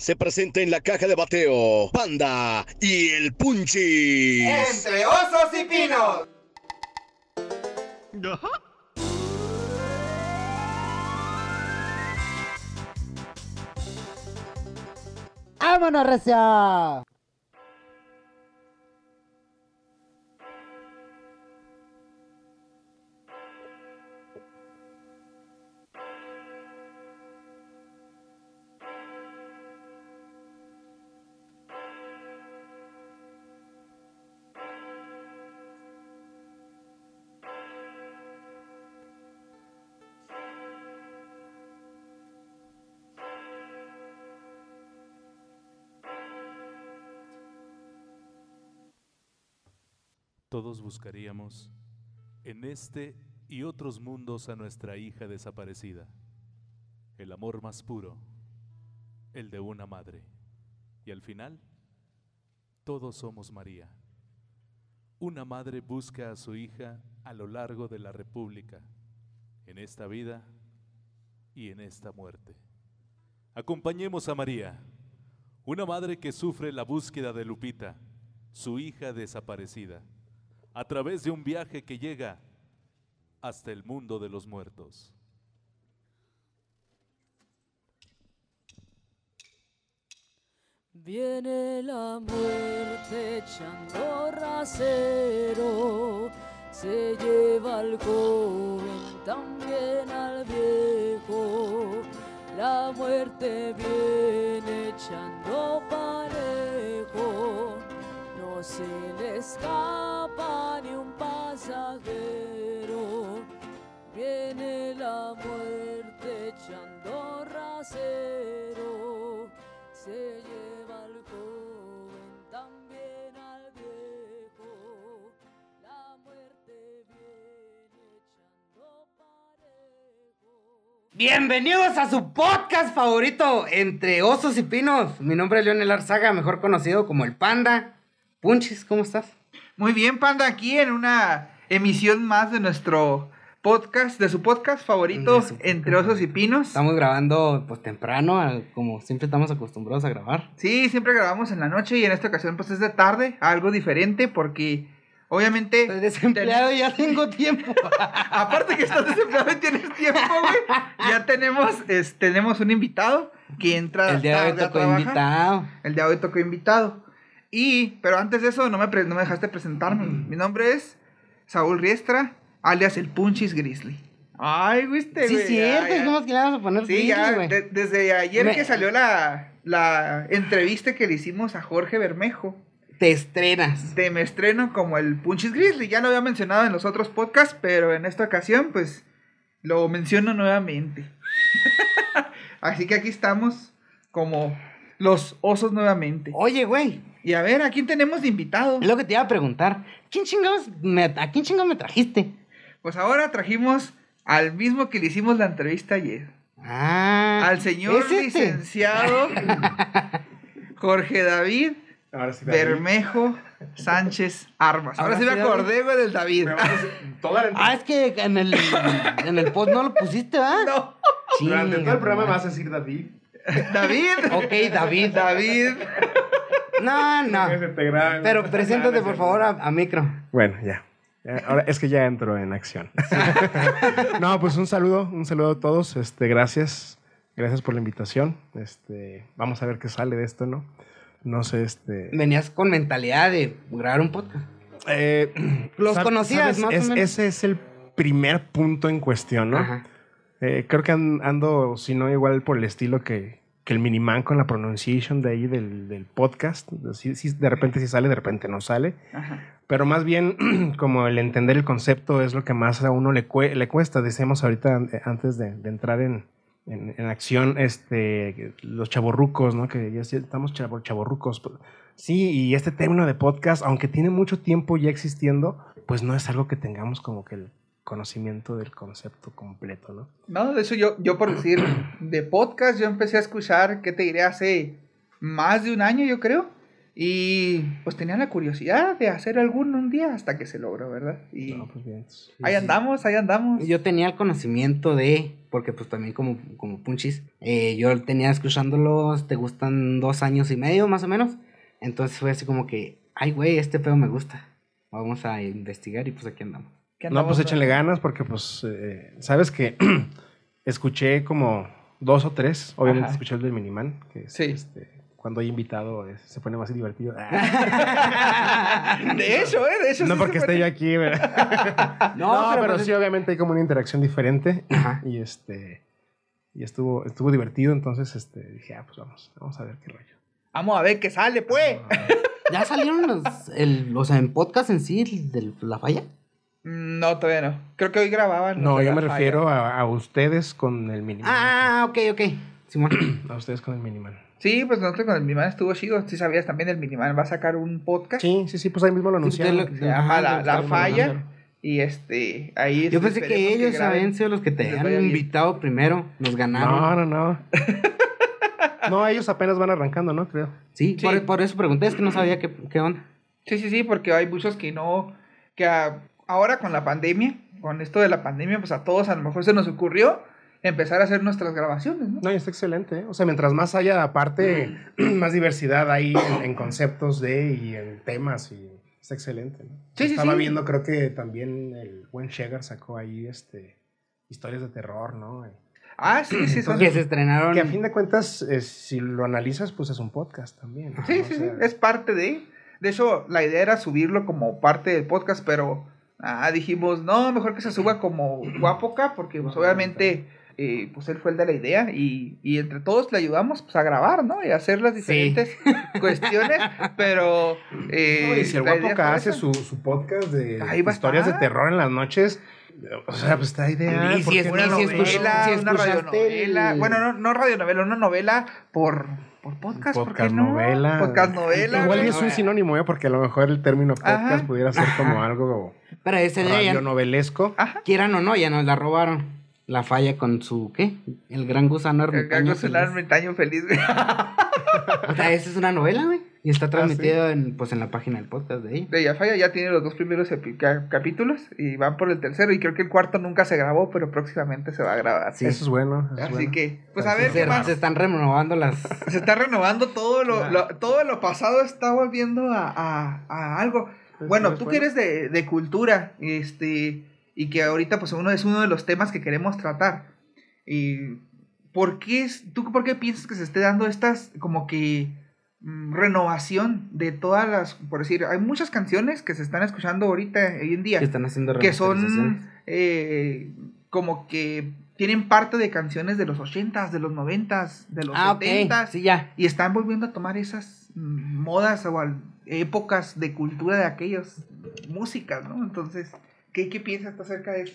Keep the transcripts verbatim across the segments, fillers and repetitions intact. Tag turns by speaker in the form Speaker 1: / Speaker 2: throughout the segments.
Speaker 1: Se presenta en la caja de bateo Panda y el Punchis.
Speaker 2: Entre osos y pinos.
Speaker 3: Ajá.
Speaker 4: ¡Vámonos, recio!
Speaker 5: Todos buscaríamos en este y otros mundos a nuestra hija desaparecida. El amor más puro, el de una madre. Y al final, todos somos María. Una madre busca a su hija a lo largo de la República, en esta vida y en esta muerte. Acompañemos a María, una madre que sufre la búsqueda de Lupita, su hija desaparecida, a través de un viaje que llega hasta el mundo de los muertos.
Speaker 6: Viene la muerte echando rasero, se lleva al joven, también al viejo. La muerte viene echando parejo, no se le escapa ni un pasajero. Viene la muerte echando rasero, se lleva al joven, también al viejo. La muerte viene echando parejo.
Speaker 2: Bienvenidos a su podcast favorito, Entre Osos y Pinos. Mi nombre es Leonel Arzaga, mejor conocido como el Panda. Punchis, ¿cómo estás?
Speaker 7: Muy bien, Panda, aquí en una emisión más de nuestro podcast, de su podcast favorito,
Speaker 2: De su podcast.
Speaker 7: Entre Osos y Pinos.
Speaker 2: Estamos grabando pues temprano, al- como siempre estamos acostumbrados a grabar.
Speaker 7: Sí, siempre grabamos en la noche y en esta ocasión pues es de tarde, algo diferente porque obviamente...
Speaker 2: Estoy desempleado y ya tengo tiempo.
Speaker 7: Aparte que estás desempleado y tienes tiempo, güey, ya tenemos, es, tenemos un invitado que entra
Speaker 2: El día de hoy
Speaker 7: tarde a
Speaker 2: tocó
Speaker 7: trabajar.
Speaker 2: invitado.
Speaker 7: El día de hoy tocó invitado. Y, pero antes de eso, no me, pre- no me dejaste presentarme. Mi nombre es Saúl Riestra, alias el Punchis Grizzly. Ay, viste,
Speaker 2: Sí,
Speaker 7: güey.
Speaker 2: es cierto,
Speaker 7: ya, ya.
Speaker 2: dijimos que le vamos a poner
Speaker 7: Sí,
Speaker 2: Grizzly,
Speaker 7: ya,
Speaker 2: güey.
Speaker 7: de- desde ayer
Speaker 2: Me-
Speaker 7: que salió la, la entrevista que le hicimos a Jorge Bermejo,
Speaker 2: Te estrenas.
Speaker 7: te me estreno como el Punchis Grizzly. Ya lo había mencionado en los otros podcasts, pero en esta ocasión, pues, lo menciono nuevamente. Así que aquí estamos como los osos nuevamente.
Speaker 2: Oye, güey,
Speaker 7: Y a ver, ¿a quién tenemos de invitado?
Speaker 2: es lo que te iba a preguntar. ¿Quién chingados me, ¿A quién chingados me trajiste?
Speaker 7: Pues ahora trajimos al mismo que le hicimos la entrevista ayer.
Speaker 2: Ah,
Speaker 7: Al señor
Speaker 2: ¿es este?
Speaker 7: licenciado Jorge David
Speaker 8: Ahora sí, David.
Speaker 7: Bermejo Sánchez Armas. Ahora,
Speaker 2: Ahora
Speaker 7: sí me
Speaker 2: sí,
Speaker 7: acordé, güey, del David.
Speaker 8: Me vas a hacer toda la
Speaker 2: Ah, es que en el, en el post no lo pusiste, ¿verdad?
Speaker 7: No.
Speaker 8: Durante todo
Speaker 2: Chinga,
Speaker 8: el programa me
Speaker 2: madre.
Speaker 8: vas a decir David.
Speaker 7: David.
Speaker 2: Ok, David.
Speaker 7: David.
Speaker 2: No, no.
Speaker 8: Que se te grabe.
Speaker 2: Pero preséntate, por favor, a, a micro.
Speaker 8: Bueno, ya. Ya, Ahora es que ya entro en acción. No, pues un saludo, un saludo a todos. Este, gracias. Gracias por la invitación. Este, vamos a ver qué sale de esto, ¿no? No sé, este.
Speaker 2: Venías con mentalidad de grabar un podcast.
Speaker 8: eh,
Speaker 2: Los
Speaker 8: sab-
Speaker 2: conocías,
Speaker 8: ¿sabes?
Speaker 2: más o
Speaker 8: Es-
Speaker 2: menos.
Speaker 8: Ese es el primer punto en cuestión, ¿no?
Speaker 2: Ajá.
Speaker 8: Eh, creo que an- ando, si no, igual por el estilo que, que el Miniman con la pronunciation de ahí del, del podcast. Sí, sí, de repente sí sale, de repente no sale.
Speaker 7: Ajá.
Speaker 8: Pero más bien, como el entender el concepto es lo que más a uno le, cue- le cuesta. Decíamos ahorita, eh, antes de, de entrar en, en, en acción, este, los chavorrucos, ¿no? Que ya sí estamos chavo- chavorrucos. Sí, y este término de podcast, aunque tiene mucho tiempo ya existiendo, pues no es algo que tengamos como que el conocimiento del concepto completo, ¿no?
Speaker 7: No, de hecho yo, yo por decir, de podcast yo empecé a escuchar, ¿qué te diré? Hace más de un año, yo creo. Y pues tenía la curiosidad de hacer alguno un día hasta que se logró, ¿verdad? Y
Speaker 8: No, pues bien.
Speaker 7: ahí andamos, ahí andamos.
Speaker 2: Yo tenía el conocimiento de, porque pues también como, como Punchis, eh, yo tenía escuchándolos, te gustan dos años y medio más o menos. Entonces fue así como que, ay güey, este pedo me gusta. Vamos a investigar y pues aquí andamos.
Speaker 7: ¿Qué
Speaker 8: No,
Speaker 7: andamos,
Speaker 8: pues échenle ganas porque pues, eh, sabes que escuché como dos o tres, obviamente
Speaker 7: Ajá.
Speaker 8: escuché el del Miniman, que es,
Speaker 7: Sí.
Speaker 8: este, cuando hay invitado eh, se pone más divertido.
Speaker 7: De hecho, ¿eh? De hecho.
Speaker 8: No
Speaker 7: sí
Speaker 8: porque
Speaker 7: se
Speaker 8: esté
Speaker 7: puede.
Speaker 8: yo aquí, ¿verdad? No, pero,
Speaker 2: pues,
Speaker 8: sí, obviamente hay como una interacción diferente.
Speaker 2: Ajá.
Speaker 8: Y este y estuvo, estuvo divertido, entonces este, dije, ah, pues vamos, vamos a ver qué rollo.
Speaker 7: Vamos a ver qué sale, pues.
Speaker 2: ¿Ya salieron los, el, o sea, en podcast en sí, el de La Falla?
Speaker 7: No, todavía no. Creo que hoy grababan. los
Speaker 8: No,
Speaker 7: de
Speaker 8: yo
Speaker 7: La
Speaker 8: me
Speaker 7: Falla.
Speaker 8: refiero a, a ustedes con el Miniman.
Speaker 2: Ah, ok, ok. Simón.
Speaker 8: A ustedes con el Miniman.
Speaker 7: Sí, pues nosotros con el Miniman estuvo chido. Sí sabías también el Miniman va a sacar un podcast.
Speaker 8: Sí, sí, sí, pues ahí mismo lo anunciaron.
Speaker 2: Sí,
Speaker 7: Se llama
Speaker 2: Ajá,
Speaker 7: La,
Speaker 2: lo-
Speaker 7: La
Speaker 2: lo-
Speaker 7: Falla. Y este, ahí
Speaker 2: Yo
Speaker 7: este,
Speaker 2: pensé que
Speaker 7: esperemos
Speaker 2: ellos
Speaker 7: graben.
Speaker 2: habían sido los que te
Speaker 7: les
Speaker 2: habían
Speaker 7: vaya bien.
Speaker 2: invitado primero. Nos ganaron.
Speaker 8: No, no, no. No, ellos apenas van arrancando, ¿no? Creo.
Speaker 2: Sí,
Speaker 7: Sí.
Speaker 2: Por, por eso pregunté, es que no sabía qué, qué onda.
Speaker 7: Sí, sí, sí, porque hay muchos que no, que a- ahora con la pandemia, con esto de la pandemia, pues a todos a lo mejor se nos ocurrió empezar a hacer nuestras grabaciones, ¿no?
Speaker 8: No, y está excelente, ¿eh? O sea, mientras más haya, aparte, más diversidad hay en, en conceptos de y en temas, y está excelente, ¿no?
Speaker 7: Sí, sí,
Speaker 8: Estaba
Speaker 7: sí.
Speaker 8: viendo, creo que también el buen Shegar sacó ahí este, historias de terror, ¿no?
Speaker 7: Ah, sí, sí, son...
Speaker 2: Que se estrenaron.
Speaker 8: Que a fin de cuentas, eh, si lo analizas, pues es un podcast también, ¿no?
Speaker 7: Sí,
Speaker 8: O
Speaker 7: sí, sí,
Speaker 8: sea,
Speaker 7: es parte de... De hecho, la idea era subirlo como parte del podcast, pero ah, dijimos, no, mejor que se suba como Guapoca, porque pues obviamente eh, pues él fue el de la idea y, y entre todos le ayudamos pues a grabar, ¿no? Y a hacer las diferentes cuestiones, pero... Eh,
Speaker 8: no, y si el
Speaker 7: la idea
Speaker 8: Guapoca
Speaker 7: fue
Speaker 8: hace
Speaker 7: esa.
Speaker 8: su, su podcast de
Speaker 7: Ahí va a
Speaker 8: historias de
Speaker 7: estar.
Speaker 8: terror en las noches, o sea, pues está ideal.
Speaker 2: Y si
Speaker 8: ¿por qué
Speaker 2: es-
Speaker 8: no?
Speaker 7: Una
Speaker 2: y si
Speaker 7: novela,
Speaker 2: escucha- si
Speaker 7: una
Speaker 2: escuchaste
Speaker 7: radionovela.
Speaker 2: el-
Speaker 7: Bueno, no, no radionovela, una novela por, por podcast, ¿por qué
Speaker 8: Podcast
Speaker 7: no?
Speaker 8: novela.
Speaker 7: Podcast novela.
Speaker 8: Igual y
Speaker 7: güey.
Speaker 8: es un sinónimo, ¿eh? Porque a lo mejor el término podcast
Speaker 7: Ajá.
Speaker 8: pudiera ser como algo
Speaker 2: Pero ese día, ya,
Speaker 8: radionovelesco.
Speaker 7: Ajá.
Speaker 2: quieran o no, ya nos la robaron. La Falla con su, ¿qué? El gran gusano
Speaker 7: El
Speaker 2: ermitaño
Speaker 7: gato celular
Speaker 2: feliz.
Speaker 7: ermitaño feliz, güey.
Speaker 2: O sea, esa es una novela, güey. Y está transmitido
Speaker 8: sí?
Speaker 2: en, pues, en la página del podcast de ella.
Speaker 7: De Yafaya ya tiene los dos primeros epi- ca- capítulos y van por el tercero y creo que el cuarto nunca se grabó, pero próximamente se va a grabar.
Speaker 2: Sí.
Speaker 8: Eso es bueno. eso es
Speaker 7: Así
Speaker 8: bueno.
Speaker 7: que, pues a ver
Speaker 2: Se,
Speaker 7: qué más.
Speaker 2: se están renovando las...
Speaker 7: Se está renovando todo lo, lo- todo lo pasado, está volviendo a, a- a algo.
Speaker 8: Pues,
Speaker 7: Bueno,
Speaker 8: pues,
Speaker 7: tú
Speaker 8: bueno.
Speaker 7: que eres de, de cultura, este, y que ahorita pues uno es uno de los temas que queremos tratar. Y ¿por qué es, tú por qué piensas que se esté dando estas como que mm, renovación de todas las, por decir, hay muchas canciones que se están escuchando ahorita hoy en día
Speaker 2: que están haciendo
Speaker 7: que son
Speaker 2: remasterizaciones.
Speaker 7: eh, como que tienen parte de canciones de los ochentas, de los noventas, de los
Speaker 2: Ah, ok.
Speaker 7: setentas,
Speaker 2: Sí, ya.
Speaker 7: y están volviendo a tomar esas mm, modas o al- épocas de cultura de aquellas músicas, ¿no? Entonces, ¿qué, qué piensas tú acerca de eso?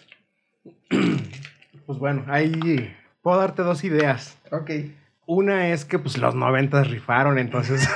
Speaker 8: Pues bueno, ahí puedo darte dos ideas.
Speaker 7: Ok.
Speaker 8: Una es que pues los noventas rifaron, entonces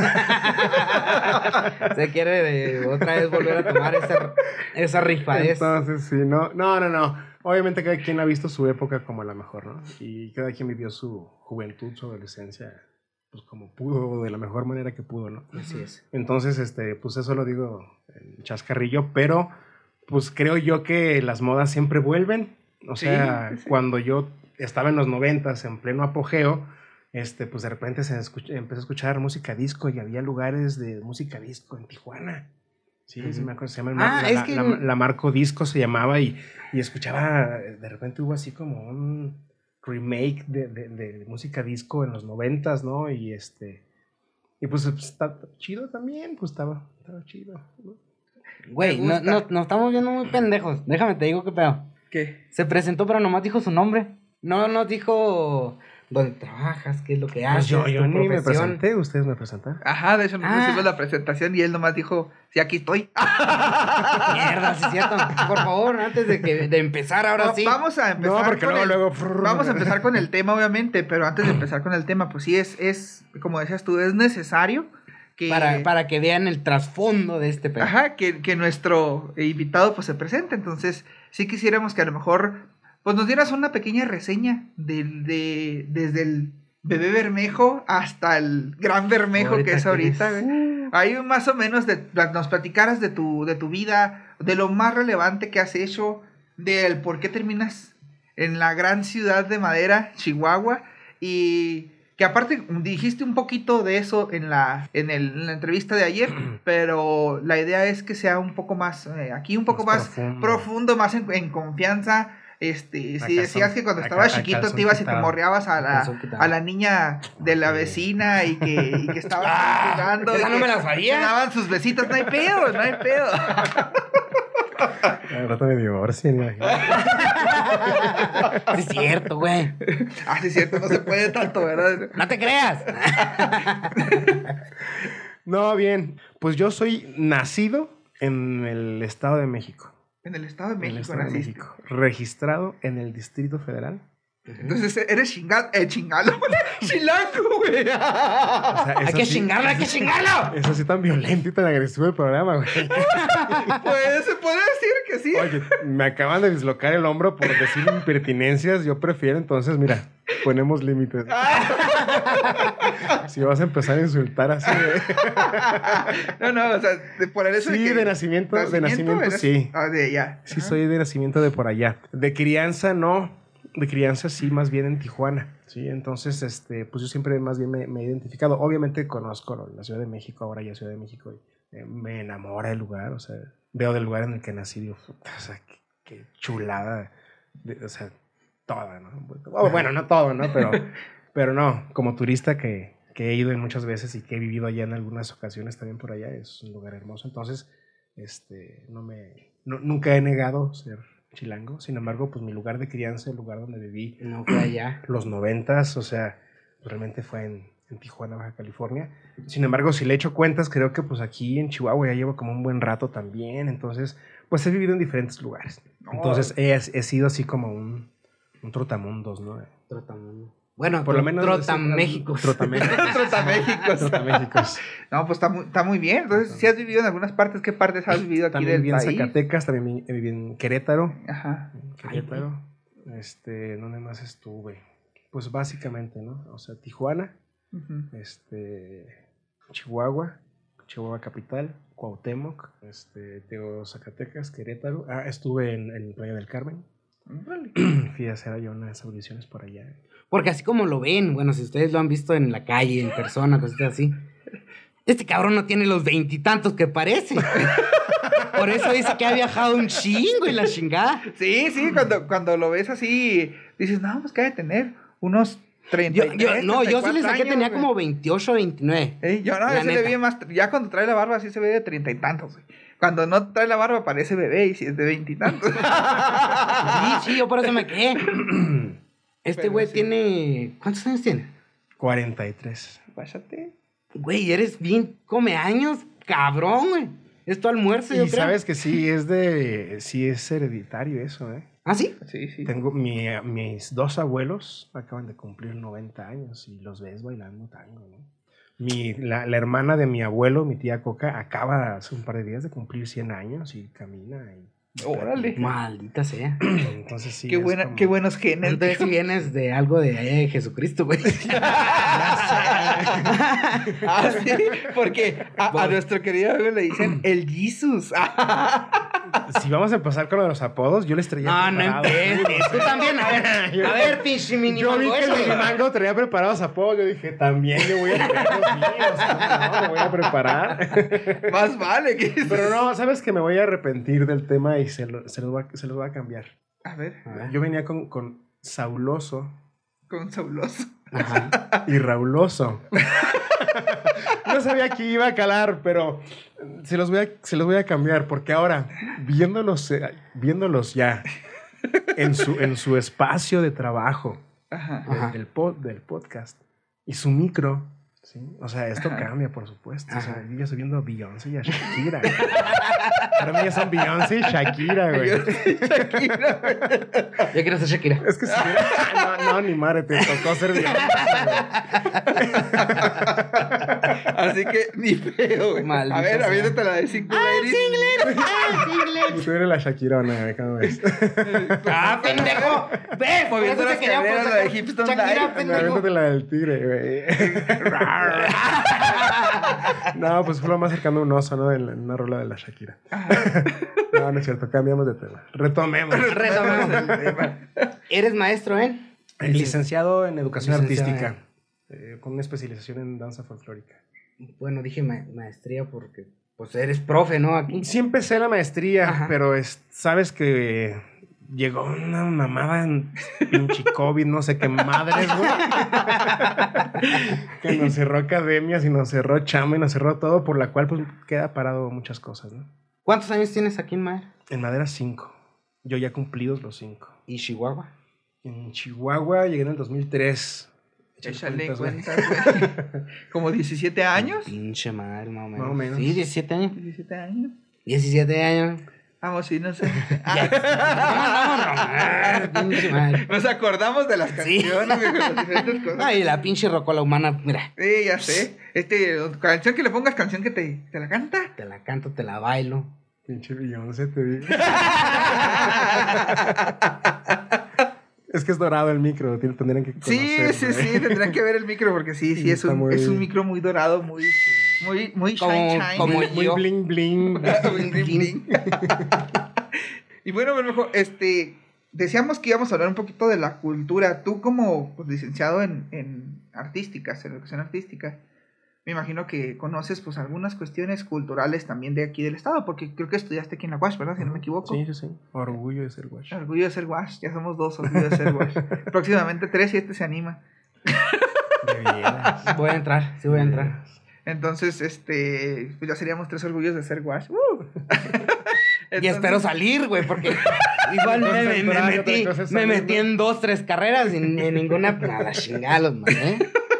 Speaker 2: Se quiere de otra vez volver a tomar esa, esa rifadez.
Speaker 8: entonces sí, no, no, no, no. Obviamente cada quien ha visto su época como la mejor, ¿no? Y cada quien vivió su juventud, su adolescencia, pues como pudo, de la mejor manera que pudo, ¿no?
Speaker 2: Así es.
Speaker 8: Entonces, este, pues eso lo digo en chascarrillo, pero pues creo yo que las modas siempre vuelven. O
Speaker 7: Sí,
Speaker 8: sea,
Speaker 7: sí, sí.
Speaker 8: cuando yo estaba en los noventas, en pleno apogeo, este, pues de repente se escuch- empecé a escuchar música disco y había lugares de música disco en Tijuana. Sí, sí me acuerdo, se llama el
Speaker 2: Ah,
Speaker 8: Mar- la,
Speaker 2: es
Speaker 8: la-
Speaker 2: que-
Speaker 8: la- la Marco Disco se llamaba y, y escuchaba, de repente hubo así como un remake de, de- de música disco en los noventas, ¿no? Y este, y pues está chido también, pues estaba, estaba chido, ¿no?
Speaker 2: Güey,
Speaker 7: Me
Speaker 2: no,
Speaker 7: gusta.
Speaker 2: no, nos estamos viendo muy pendejos. Déjame te digo qué pedo.
Speaker 7: ¿Qué?
Speaker 2: Se presentó, pero nomás dijo su nombre. No nos dijo dónde trabajas, qué es lo que
Speaker 8: Pues
Speaker 2: haces,
Speaker 8: yo, yo
Speaker 2: tu
Speaker 8: ni me
Speaker 2: profesión.
Speaker 8: presenté, ustedes me presentaron.
Speaker 7: Ajá, de hecho nosotros
Speaker 2: Ah.
Speaker 7: hicimos la presentación y él nomás dijo, sí, aquí estoy.
Speaker 2: Mierda, sí es cierto. Por favor, antes de que de empezar ahora
Speaker 7: No,
Speaker 2: sí.
Speaker 7: Vamos a empezar
Speaker 8: No, porque
Speaker 7: con
Speaker 8: luego,
Speaker 7: el-
Speaker 8: luego... frrr.
Speaker 7: Vamos a empezar con el tema, obviamente, pero antes de empezar con el tema, pues sí, es, es como decías tú, es necesario que...
Speaker 2: Para, para que vean el trasfondo de este pedo.
Speaker 7: Ajá, que, que nuestro invitado pues se presente. Entonces, sí quisiéramos que a lo mejor pues nos dieras una pequeña reseña de, de, desde el bebé Bermejo hasta el gran Bermejo
Speaker 2: Ahorita
Speaker 7: que es
Speaker 2: que
Speaker 7: ahorita,
Speaker 2: es-
Speaker 7: güey. Ahí más o menos de, nos platicaras de tu, de tu vida, de lo más relevante que has hecho, del por qué terminas en la gran ciudad de Madera, Chihuahua, y que aparte dijiste un poquito de eso en la, en el, en la entrevista de ayer, pero la idea es que sea un poco más, eh, aquí un poco más, más profundo. profundo, más en, en confianza. Este, si decías son, que cuando estabas acá, chiquito te ibas quitado. y te morreabas a la, a la niña de la vecina y que, y que estabas
Speaker 2: ah,
Speaker 7: jugando.
Speaker 2: Esa no me la sabía.
Speaker 7: Te daban sus besitos, no hay pedo, no hay pedo.
Speaker 8: Al rato me divorcian, imagínate.
Speaker 2: Sí es cierto, güey.
Speaker 7: Ah, sí es cierto, no se puede tanto, ¿verdad?
Speaker 2: No te creas.
Speaker 8: No, bien. Pues yo soy nacido en el Estado de México.
Speaker 7: En el Estado de México,
Speaker 8: en el Estado de
Speaker 7: naciste.
Speaker 8: México. Registrado en el Distrito Federal.
Speaker 7: Entonces eres chingado, eh, chingalo, chilango, güey. O
Speaker 2: sea, hay que sí, chingarlo, hay que chingarlo.
Speaker 8: Eso sí tan violento y tan agresivo el programa, güey.
Speaker 7: Pues se puede decir que sí.
Speaker 8: Oye, me acaban de dislocar el hombro por decir impertinencias. Yo prefiero, entonces, mira, ponemos límites. Si vas a empezar a insultar así, güey.
Speaker 7: No, no, o sea, de por eso.
Speaker 8: Sí,
Speaker 7: de, que,
Speaker 8: de nacimiento,
Speaker 7: nacimiento,
Speaker 8: de nacimiento,
Speaker 7: eres,
Speaker 8: sí.
Speaker 7: Ah, de allá.
Speaker 8: Sí, soy de nacimiento de por allá. De crianza, no. De crianza sí, más bien en Tijuana, ¿sí? Entonces, este, pues yo siempre más bien me, me he identificado. Obviamente conozco la Ciudad de México, ahora ya Ciudad de México, y eh, me enamora el lugar, o sea, veo del lugar en el que nací, digo, puta, o sea, qué, qué chulada, de, o sea, toda, ¿no? Bueno, no todo, ¿no? Pero, pero no, como turista que, que he ido en muchas veces y que he vivido allá en algunas ocasiones también por allá, es un lugar hermoso. Entonces, este, no me, no, nunca he negado ser chilango, sin embargo, pues mi lugar de crianza, el lugar donde viví
Speaker 2: no fue allá,
Speaker 8: los noventas, o sea, realmente fue en, en Tijuana, Baja California. Sin embargo, si le echo cuentas, creo que pues aquí en Chihuahua ya llevo como un buen rato también, entonces, pues he vivido en diferentes lugares. Entonces, he, he sido así como un, un trotamundos, ¿no?
Speaker 2: Trotamundos. Bueno,
Speaker 8: por lo menos
Speaker 2: Trotaméxicos.
Speaker 8: Trotaméxicos.
Speaker 7: Trotaméxicos.
Speaker 8: Trotaméxicos.
Speaker 7: No, pues está muy, está muy bien. Entonces, si has vivido en algunas partes, ¿qué partes has vivido aquí
Speaker 8: también
Speaker 7: del
Speaker 8: viví
Speaker 7: país?
Speaker 8: en Zacatecas, también viví en Querétaro.
Speaker 7: Ajá.
Speaker 8: En Querétaro. Ay, este, ¿dónde más estuve? Pues básicamente, ¿no? O sea, Tijuana, uh-huh. este, Chihuahua, Chihuahua capital, Cuauhtémoc, este, Teo, Zacatecas, Querétaro. Ah, estuve en, en Playa del Carmen. Vale. Fui a hacer allá unas audiciones por allá.
Speaker 2: Porque así como lo ven, bueno, si ustedes lo han visto en la calle, en persona, cositas así, este cabrón no tiene los veintitantos que parece. Por eso dice que ha viajado un chingo y la chingada.
Speaker 7: Sí, sí, cuando, cuando lo ves así, dices, no, pues que ha de tener unos treinta.
Speaker 2: Yo, yo, no, yo sí le saqué, años, tenía güey. Como veintiocho, veintinueve.
Speaker 7: ¿Eh? Yo no, a veces le vi más, ya cuando trae la barba así se ve de treinta y tantos, güey. Cuando no trae la barba parece bebé y si es de veintitantos.
Speaker 2: Sí, sí, yo por eso me quedé. Este güey sí. Tiene... ¿Cuántos años tiene?
Speaker 8: cuarenta y tres.
Speaker 7: Pásate.
Speaker 2: Güey, eres bien come años, cabrón, güey. Es tu almuerzo,
Speaker 8: y
Speaker 2: yo creo.
Speaker 8: Y sabes que sí es de... Sí es hereditario eso, ¿eh?
Speaker 2: ¿Ah, sí?
Speaker 7: Sí, sí.
Speaker 8: Tengo... Mi, mis dos abuelos acaban de cumplir noventa años y los ves bailando tango, ¿no? Mi, la, la hermana de mi abuelo, mi tía Coca, acaba hace un par de días de cumplir cien años y camina y...
Speaker 7: Órale.
Speaker 2: Maldita sea.
Speaker 8: Entonces sí.
Speaker 7: Qué, buena,
Speaker 8: como...
Speaker 7: qué buenos genes.
Speaker 2: Entonces si vienes de algo de, de Jesucristo, güey.
Speaker 7: Ah, sí, porque a, a nuestro querido amigo le dicen el Jesus.
Speaker 8: Si vamos a empezar con los apodos, yo les traía
Speaker 2: no, preparado. No, empieces. Tú también, a ver, a ver, pinche minimango.
Speaker 8: Yo vi que el minimango traía preparados apodos. Yo dije, también yo voy a traer los míos. No, me voy a preparar.
Speaker 7: Más vale que eso.
Speaker 8: Pero no, sabes que me voy a arrepentir del tema y se, lo, se, los, va, se los voy a cambiar.
Speaker 7: A ver. A ver.
Speaker 8: Yo venía con, con Sauloso.
Speaker 7: Con Sauloso.
Speaker 8: Ajá. Y Rauloso. No sabía que iba a calar, pero se los voy a, se los voy a cambiar porque ahora, viéndolos, viéndolos ya en su, en su espacio de trabajo,
Speaker 7: ajá,
Speaker 8: del,
Speaker 7: ajá.
Speaker 8: Del, pod, del podcast y su micro, ¿sí? O sea, esto ajá. cambia, por supuesto. O sea, yo ya estoy viendo a Beyoncé y a Shakira. Para mí ya son Beyoncé y Shakira, güey.
Speaker 7: Shakira, güey.
Speaker 2: Yo quiero ser Shakira.
Speaker 8: Es que si no, no, ni madre, te tocó ser Beyoncé.
Speaker 7: Así que ni pedo, güey.
Speaker 2: Maldita
Speaker 7: A ver,
Speaker 2: sea.
Speaker 7: aviéntate la de cinco ladies.
Speaker 8: Y tú eres la Shakirona, güey, ¿cómo ves?
Speaker 2: ¡Ah, pendejo! ¿Ves? Por
Speaker 7: Moviendo
Speaker 2: eso te
Speaker 7: las
Speaker 2: quería
Speaker 7: caderas,
Speaker 2: sacar-
Speaker 7: la de Hips Don't
Speaker 2: Shakira,
Speaker 7: Lie.
Speaker 2: pendejo.
Speaker 8: Aviéntate la del tigre, güey. No, pues fue lo más cercano a un oso, ¿no? En, la- en una rola de la Shakira. No, no es cierto, cambiamos de tema. Retomemos.
Speaker 2: Retomemos. Eres maestro, ¿eh?
Speaker 8: Licenciado en Educación
Speaker 2: Licenciado
Speaker 8: Artística, eh, con una especialización en danza folclórica.
Speaker 2: Bueno, dije ma- maestría porque pues eres profe, ¿no? Aquí.
Speaker 8: Sí empecé la maestría,
Speaker 2: Ajá.
Speaker 8: pero es- sabes que llegó una mamada en pinche COVID, no sé qué madres, güey. Que nos cerró academias y nos cerró chamba y nos cerró todo, por la cual pues queda parado muchas cosas, ¿no?
Speaker 2: ¿Cuántos años tienes aquí en Madera?
Speaker 8: En Madera cinco. Yo ya cumplidos los cinco.
Speaker 2: ¿Y Chihuahua?
Speaker 8: En Chihuahua llegué en el dos mil tres.
Speaker 7: Échale
Speaker 8: Échale
Speaker 7: cuentas, güey. Como diecisiete años.
Speaker 2: Pinche madre, más o menos.
Speaker 8: Más o menos.
Speaker 2: Sí, diecisiete años.
Speaker 7: diecisiete años.
Speaker 2: diecisiete años.
Speaker 7: Vamos, sí, no sé.
Speaker 2: Ah, pinche madre.
Speaker 7: Nos acordamos de las
Speaker 2: Sí.
Speaker 7: canciones, güey, con las diferentes cosas.
Speaker 2: Ay, la pinche rocola humana, mira.
Speaker 7: Sí, ya sé. Este, canción que le pongas, canción que te, te la canta.
Speaker 2: Te la canto, te la bailo.
Speaker 8: Pinche Beyoncé, te digo. Es que es dorado el micro, tien- tendrían que
Speaker 7: Sí,
Speaker 8: conocerlo,
Speaker 7: sí,
Speaker 8: ¿eh?
Speaker 7: sí, tendrán que ver el micro porque sí, sí,
Speaker 8: Sí,
Speaker 7: es
Speaker 8: está
Speaker 7: un,
Speaker 8: muy-
Speaker 7: es un micro muy dorado, muy, muy, muy
Speaker 2: Como-
Speaker 7: shine, shine.
Speaker 2: como
Speaker 8: Muy, muy
Speaker 2: yo.
Speaker 8: bling bling.
Speaker 7: Bling, bling, bling. Y bueno, mejor, este, decíamos que íbamos a hablar un poquito de la cultura. Tú como pues, licenciado en, en artísticas, en educación artística, me imagino que conoces pues algunas cuestiones culturales también de aquí del estado, porque creo que estudiaste aquí en la U A S H, ¿verdad? Si no me equivoco.
Speaker 8: Sí, sí, sí. Orgullo de ser guacho.
Speaker 7: Orgullo de ser U A S H, ya somos dos, orgullo de ser U A S H. Próximamente tres y este se anima.
Speaker 8: De veras.
Speaker 2: Voy a entrar, sí voy a entrar.
Speaker 7: Entonces, este, pues ya seríamos tres orgullos de ser U A S H. ¡Uh!
Speaker 2: Y
Speaker 7: Entonces-
Speaker 2: espero salir, güey, porque igual me, me- me
Speaker 8: Otra
Speaker 2: metí,
Speaker 8: cosa es
Speaker 2: me
Speaker 8: salir,
Speaker 2: metí
Speaker 8: ¿no?
Speaker 2: en dos, tres carreras y en, en ninguna, nada, chingados, man, ¿eh?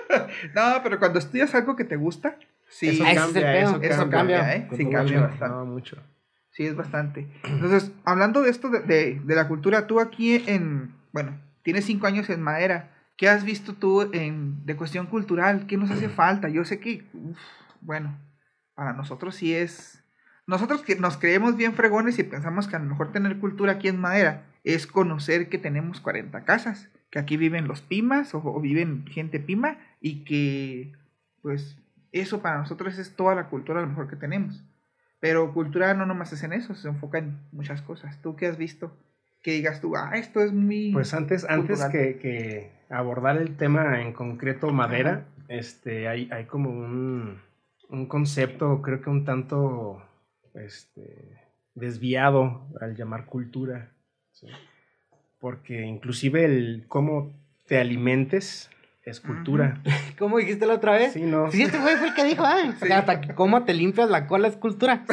Speaker 7: No, pero cuando estudias algo que te gusta, sí,
Speaker 8: Eso
Speaker 2: ese es
Speaker 8: cambia,
Speaker 2: el
Speaker 8: eso
Speaker 2: pedo,
Speaker 7: eso cambia, ¿eh? Sí, cambia
Speaker 8: Mucho,
Speaker 7: bastante.
Speaker 8: no, mucho.
Speaker 7: Sí, es bastante. Entonces, hablando de esto de, de, de la cultura, tú aquí en, bueno, tienes cinco años en Madera. ¿Qué has visto tú en, de cuestión cultural? ¿Qué nos hace falta? Yo sé que, uf, bueno, para nosotros sí es... Nosotros que nos creemos bien fregones y pensamos que a lo mejor tener cultura aquí en Madera es conocer que tenemos cuarenta casas, que aquí viven los pimas o, o viven gente pima y que, pues, eso para nosotros es toda la cultura a lo mejor que tenemos. Pero cultura no nomás es en eso, se enfoca en muchas cosas. ¿Tú qué has visto? Que digas tú, ah, esto es muy...
Speaker 8: Pues antes, antes
Speaker 7: cultural.
Speaker 8: que, que abordar el tema en concreto Madera, este, hay, hay como un, un concepto, creo que un tanto este, desviado al llamar cultura, ¿sí? Porque inclusive el cómo te alimentes es cultura.
Speaker 2: ¿Cómo dijiste la otra vez?
Speaker 8: Sí, no.
Speaker 2: Sí, este güey fue el que dijo, ah, hasta que cómo te limpias la cola es cultura.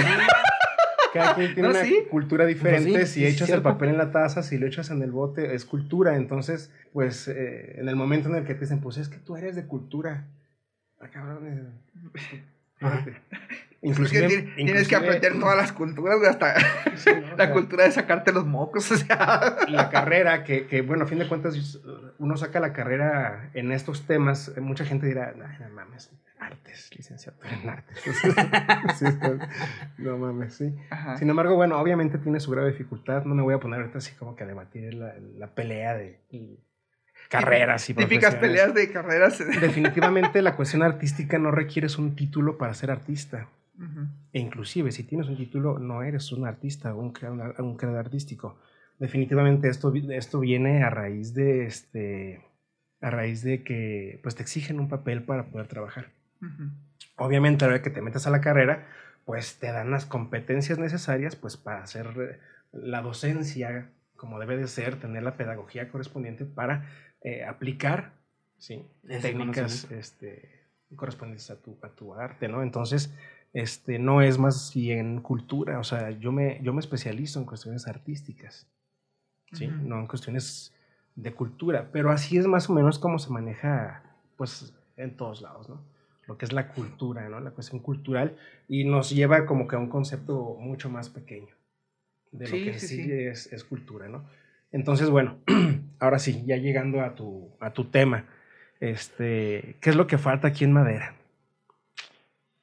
Speaker 8: Cada quien tiene
Speaker 7: ¿No,
Speaker 8: una
Speaker 7: sí?
Speaker 8: cultura diferente.
Speaker 2: Pues sí,
Speaker 8: si
Speaker 2: sí, es
Speaker 8: echas el
Speaker 2: cierto.
Speaker 8: papel en la taza, si lo echas en el bote, es cultura. Entonces, pues, eh, en el momento en el que te dicen, pues es que tú eres de cultura. Ah, cabrón. eh, espérate.
Speaker 7: Inclusive,
Speaker 8: Inclusive,
Speaker 7: tienes, tienes que
Speaker 8: inclusive-
Speaker 7: aprender todas las culturas, güey, hasta
Speaker 8: Sí, ¿no? O
Speaker 7: la
Speaker 8: sea,
Speaker 7: cultura de sacarte los mocos, o sea...
Speaker 8: la carrera, que, que, bueno, a fin de cuentas, uno saca la carrera en estos temas, eh, mucha gente dirá, no, no mames, artes, licenciatura en artes. Sí, está- no mames, sí.
Speaker 7: Ajá.
Speaker 8: Sin embargo, bueno, obviamente tiene su grave dificultad. No me voy a poner ahorita así como que a debatir la, la pelea de carreras y
Speaker 7: Típicas
Speaker 8: profesiones.
Speaker 7: peleas de carreras.
Speaker 8: Definitivamente la cuestión artística no requieres un título para ser artista.
Speaker 7: Ujú.
Speaker 8: E inclusive, si tienes un título, no eres un artista o un creador, un creador artístico. Definitivamente esto, esto viene a raíz de este a raíz de que pues te exigen un papel para poder trabajar.
Speaker 7: Ujú.
Speaker 8: Obviamente, a la hora que te metes a la carrera, pues te dan las competencias necesarias pues para hacer eh, la docencia como debe de ser, tener la pedagogía correspondiente para eh, aplicar, ¿sí?
Speaker 2: Ese
Speaker 8: técnicas
Speaker 2: conocimiento.
Speaker 8: este, correspondientes a tu, a tu arte, ¿no? Entonces, este, no es más bien cultura, o sea, yo me, yo me especializo en cuestiones artísticas, ¿sí?
Speaker 7: Ujú.
Speaker 8: No en cuestiones de cultura, pero así es más o menos como se maneja, pues, en todos lados, ¿no? Lo que es la cultura, ¿no? La cuestión cultural, y nos lleva como que a un concepto mucho más pequeño de lo
Speaker 7: Sí,
Speaker 8: que en
Speaker 7: sí,
Speaker 8: sí,
Speaker 7: sí.
Speaker 8: Es, es cultura, ¿no? Entonces, bueno, ahora sí, ya llegando a tu, a tu tema, este, ¿qué es lo que falta aquí en Madera?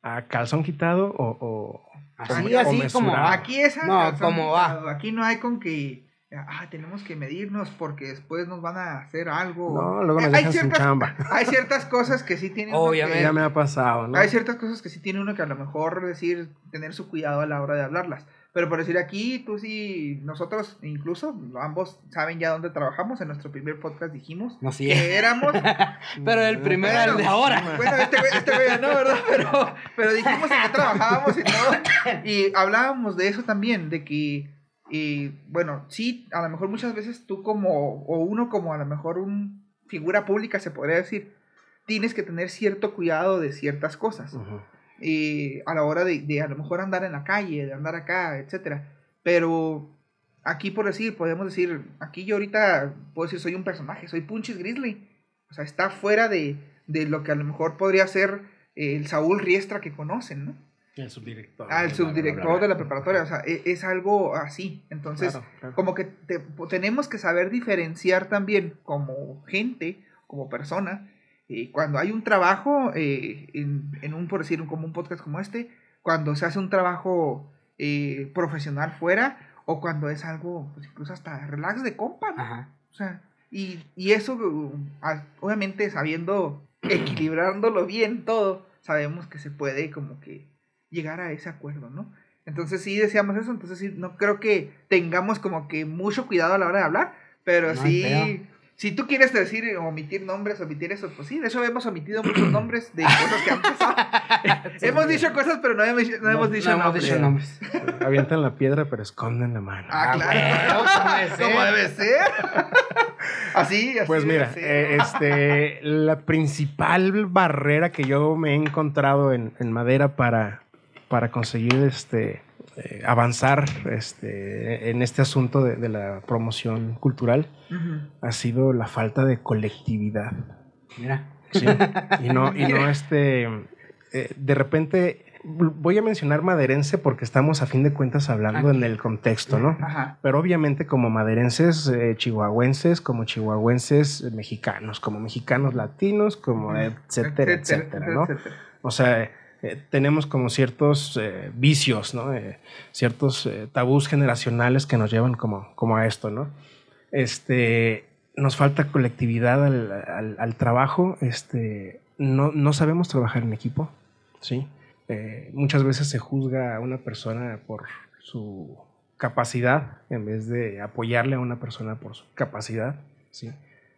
Speaker 8: a calzón quitado o... o
Speaker 2: Así,
Speaker 8: o
Speaker 2: así como...
Speaker 8: mesurado.
Speaker 7: Aquí es a
Speaker 2: No,
Speaker 7: calzón
Speaker 2: como va.
Speaker 7: quitado. Aquí no hay con que ah, tenemos que medirnos porque después nos van a hacer algo.
Speaker 8: No, luego nos
Speaker 7: Eh, hay
Speaker 8: dejan sin
Speaker 7: ciertas-
Speaker 8: chamba.
Speaker 7: Hay ciertas cosas que sí tienen uno
Speaker 2: Obviamente.
Speaker 7: que-
Speaker 8: Ya me ha pasado, ¿no?
Speaker 7: Hay ciertas cosas que sí tiene uno que a lo mejor decir, tener su cuidado a la hora de hablarlas. Pero por decir aquí, tú sí, nosotros incluso, ambos saben ya dónde trabajamos. En nuestro primer podcast dijimos
Speaker 2: No, sí.
Speaker 7: que éramos...
Speaker 2: Pero el primero era el de ahora.
Speaker 7: Bueno, este güey, este güey ya no, ¿verdad? Pero, pero dijimos en qué trabajábamos y todo. Y hablábamos de eso también, de que, y, bueno, sí, a lo mejor muchas veces tú como, o uno como a lo mejor un figura pública se podría decir, tienes que tener cierto cuidado de ciertas cosas.
Speaker 8: Ujú.
Speaker 7: Eh, a la hora de, de a lo mejor andar en la calle, de andar acá, etcétera. Pero aquí por decir, podemos decir, aquí yo ahorita puedo decir soy un personaje, soy Punchis Grizzly. O sea, está fuera de, de lo que a lo mejor podría ser eh, el Saúl Riestra que conocen, ¿no?
Speaker 8: El subdirector.
Speaker 7: Ah, el subdirector de la preparatoria, o sea, e- es algo así. Entonces,
Speaker 8: Claro, claro.
Speaker 7: como que te- tenemos que saber diferenciar también como gente, como persona, eh, cuando hay un trabajo, eh, en, en un, por decir, como un podcast como este, cuando se hace un trabajo eh, profesional fuera, o cuando es algo, pues incluso hasta relax de compa, ¿no?
Speaker 2: Ajá.
Speaker 7: O sea, y, y eso, uh, a- obviamente sabiendo, equilibrándolo bien todo, sabemos que se puede como que llegar a ese acuerdo, ¿no? Entonces sí deseamos eso, entonces sí, no creo que tengamos como que mucho cuidado a la hora de hablar, pero
Speaker 2: No hay
Speaker 7: sí,
Speaker 2: pedo.
Speaker 7: si tú quieres decir, omitir nombres, omitir eso, pues sí, de hecho hemos omitido muchos nombres de cosas que han pasado. Hemos dicho cosas, pero no hemos, no hemos dicho
Speaker 2: no hemos
Speaker 7: nombres.
Speaker 2: dicho nombres.
Speaker 8: Avientan la piedra, pero esconden la mano.
Speaker 7: Ah,
Speaker 2: Ah,
Speaker 7: claro.
Speaker 2: bueno, ¿cómo debe ser?
Speaker 7: ¿Cómo debe ser? Así, así.
Speaker 8: Pues
Speaker 7: debe
Speaker 8: mira,
Speaker 7: ser.
Speaker 8: eh, este, la principal barrera que yo me he encontrado en, en Madera para, para conseguir este, eh, avanzar este, en este asunto de, de la promoción cultural
Speaker 7: Ujú.
Speaker 8: ha sido la falta de colectividad.
Speaker 2: Mira.
Speaker 8: ¿Sí? Y no, y no este, eh, de repente voy a mencionar maderense porque estamos a fin de cuentas hablando
Speaker 2: Aquí.
Speaker 8: en el contexto, ¿no?
Speaker 7: Ajá.
Speaker 8: Pero obviamente como maderenses eh, chihuahuenses, como chihuahuenses eh, mexicanos, como mexicanos latinos, como etcétera, etcétera, ¿no?
Speaker 7: etcétera.
Speaker 8: O sea, eh, tenemos como ciertos eh, vicios, ¿no? Eh, ciertos eh, tabús generacionales que nos llevan como, como a esto, ¿no? Este, nos falta colectividad al, al, al trabajo, este, no, no sabemos trabajar en equipo, ¿sí? Eh, muchas veces se juzga a una persona por su capacidad en vez de apoyarle a una persona por su capacidad, ¿sí?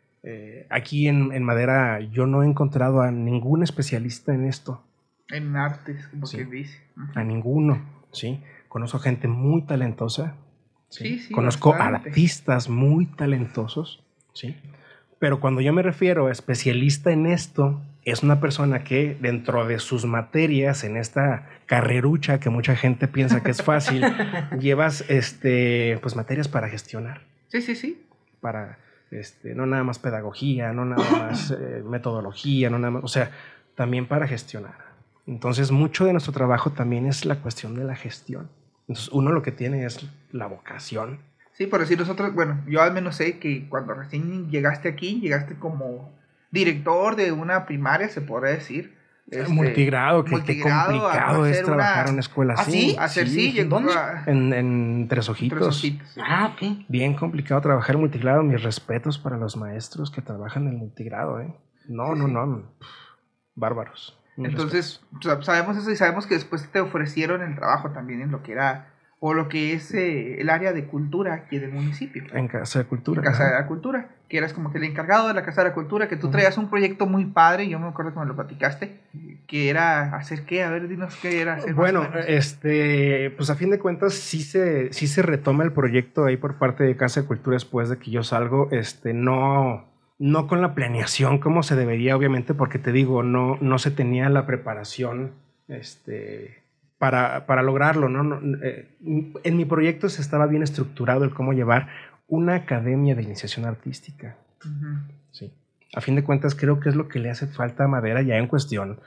Speaker 8: Eh, aquí en, en Madera yo no he encontrado a ningún especialista en esto,
Speaker 7: En artes, como
Speaker 8: Sí.
Speaker 7: que dice. Ujú.
Speaker 8: a ninguno, ¿sí? Conozco gente muy talentosa, ¿sí?
Speaker 7: Sí, sí,
Speaker 8: Conozco
Speaker 7: bastante.
Speaker 8: artistas muy talentosos, ¿sí? Pero cuando yo me refiero a especialista en esto, es una persona que dentro de sus materias, en esta carrerucha que mucha gente piensa que es fácil, llevas este, pues, materias para gestionar,
Speaker 7: Sí, sí, sí.
Speaker 8: para este, no nada más pedagogía, no nada más eh, metodología, no nada más, o sea, también para gestionar. Entonces, mucho de nuestro trabajo también es la cuestión de la gestión. Entonces, uno lo que tiene es la vocación.
Speaker 7: Sí, por decir nosotros, bueno, yo al menos sé que cuando recién llegaste aquí, llegaste como director de una primaria, se podría decir. Este,
Speaker 8: multigrado, que qué
Speaker 7: multigrado, a
Speaker 8: complicado es
Speaker 7: hacer
Speaker 8: trabajar
Speaker 7: una-
Speaker 8: en una escuela
Speaker 7: ¿Ah,
Speaker 8: así.
Speaker 7: sí? Hacer sí, llegó
Speaker 2: ¿Dónde?
Speaker 7: a-
Speaker 8: En, en Tres Ojitos.
Speaker 7: Tres Ojitos.
Speaker 2: Ah, ok.
Speaker 8: Bien complicado trabajar en multigrado. Mis respetos para los maestros que trabajan en multigrado, ¿eh? No,
Speaker 7: Sí,
Speaker 8: no,
Speaker 7: sí.
Speaker 8: no. Pff, bárbaros. Mis
Speaker 7: Entonces, o sea, sabemos eso y sabemos que después te ofrecieron el trabajo también en lo que era, o lo que es eh, el área de cultura aquí del municipio.
Speaker 8: respetos. En Casa de Cultura.
Speaker 7: Casa de
Speaker 8: ajá.
Speaker 7: la Cultura, que eras como que el encargado de la Casa de la Cultura, que tú traías un proyecto muy padre, yo me acuerdo que me lo platicaste, que era hacer qué, a ver, dinos qué era hacer. más
Speaker 8: Bueno,
Speaker 7: o menos.
Speaker 8: este, pues a fin de cuentas sí se, sí se retoma el proyecto ahí por parte de Casa de Cultura después de que yo salgo, este, no, no con la planeación como se debería, obviamente, porque te digo, no, no se tenía la preparación, este, para, para lograrlo, ¿no? No, eh, en mi proyecto se estaba bien estructurado el cómo llevar una academia de iniciación artística.
Speaker 7: Ujú.
Speaker 8: Sí. A fin de cuentas, creo que es lo que le hace falta a Madera ya en cuestión,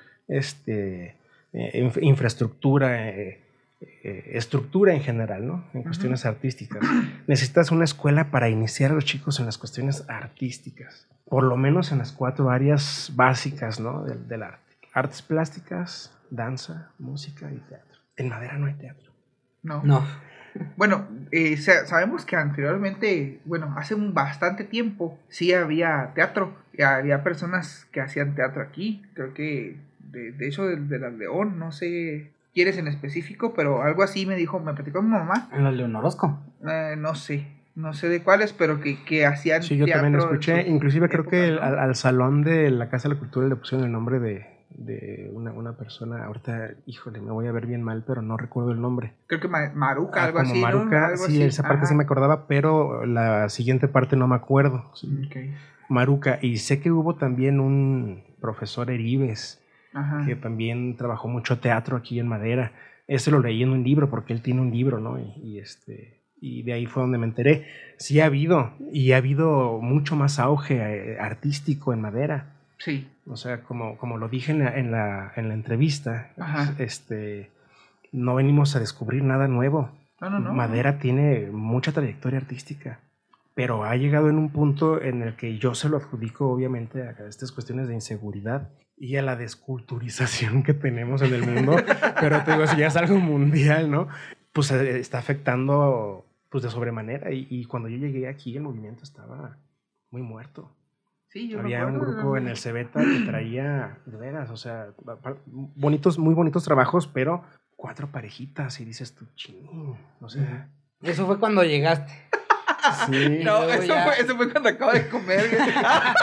Speaker 8: este, eh, inf- infraestructura, eh, eh, estructura en general, ¿no? En cuestiones artísticas. Necesitas una escuela para iniciar a los chicos en las cuestiones artísticas, por lo menos en las cuatro áreas básicas, ¿no? Del, del arte. Artes plásticas, danza, música y teatro. En Madera no hay teatro.
Speaker 7: No.
Speaker 2: No.
Speaker 7: Bueno, eh, sa- sabemos que anteriormente, bueno, hace un bastante tiempo, sí había teatro. Y había personas que hacían teatro aquí. Creo que, de, de hecho, de, de la León, no sé quién es en específico, pero algo así me dijo, me platicó mi mamá.
Speaker 2: En la León Orozco.
Speaker 7: Eh, no sé, no sé de cuáles, pero que, que hacían
Speaker 8: Sí, yo
Speaker 7: teatro.
Speaker 8: también
Speaker 7: en
Speaker 8: escuché.
Speaker 7: sus
Speaker 8: Inclusive creo que
Speaker 7: épocas,
Speaker 8: el-
Speaker 7: ¿no?
Speaker 8: al, al salón de la Casa de la Cultura le pusieron el nombre de, de una, una persona. Ahorita, híjole, me voy a ver bien mal, pero no recuerdo el nombre.
Speaker 7: Creo que Ma- Maruca,
Speaker 8: Ah,
Speaker 7: algo
Speaker 8: como
Speaker 7: así, ¿no?
Speaker 8: Maruca,
Speaker 7: Algo
Speaker 8: sí,
Speaker 7: así.
Speaker 8: esa parte
Speaker 7: Ajá.
Speaker 8: sí me acordaba, pero la siguiente parte no me acuerdo. Sí.
Speaker 7: Ok.
Speaker 8: Maruca, y sé que hubo también un profesor Heribes,
Speaker 7: Ajá.
Speaker 8: que también trabajó mucho teatro aquí en Madera. Ese lo leí en un libro, porque él tiene un libro, ¿no? Y, y este, y de ahí fue donde me enteré. Sí ha habido, y ha habido mucho más auge eh, artístico en Madera.
Speaker 7: Sí.
Speaker 8: O sea, como, como lo dije en la, en la, en la entrevista,
Speaker 7: Ajá.
Speaker 8: este, no venimos a descubrir nada nuevo.
Speaker 7: No, no, no.
Speaker 8: Madera tiene mucha trayectoria artística, pero ha llegado en un punto en el que yo se lo adjudico obviamente a estas cuestiones de inseguridad y a la desculturización que tenemos en el mundo, pero te digo, si ya es algo mundial, ¿no? Pues eh, está afectando pues de sobremanera y, y cuando yo llegué aquí el movimiento estaba muy muerto.
Speaker 7: Sí, yo me
Speaker 8: Había un
Speaker 7: acuerdo,
Speaker 8: grupo
Speaker 7: ¿no?
Speaker 8: en el Cebeta que traía, de veras, o sea, bonitos, muy bonitos trabajos, pero cuatro parejitas y dices tú, ching, o sea...
Speaker 2: Eso fue cuando llegaste.
Speaker 8: Sí.
Speaker 7: No,
Speaker 2: luego
Speaker 7: eso
Speaker 2: ya-
Speaker 7: fue, eso fue cuando acabo de comer. güey.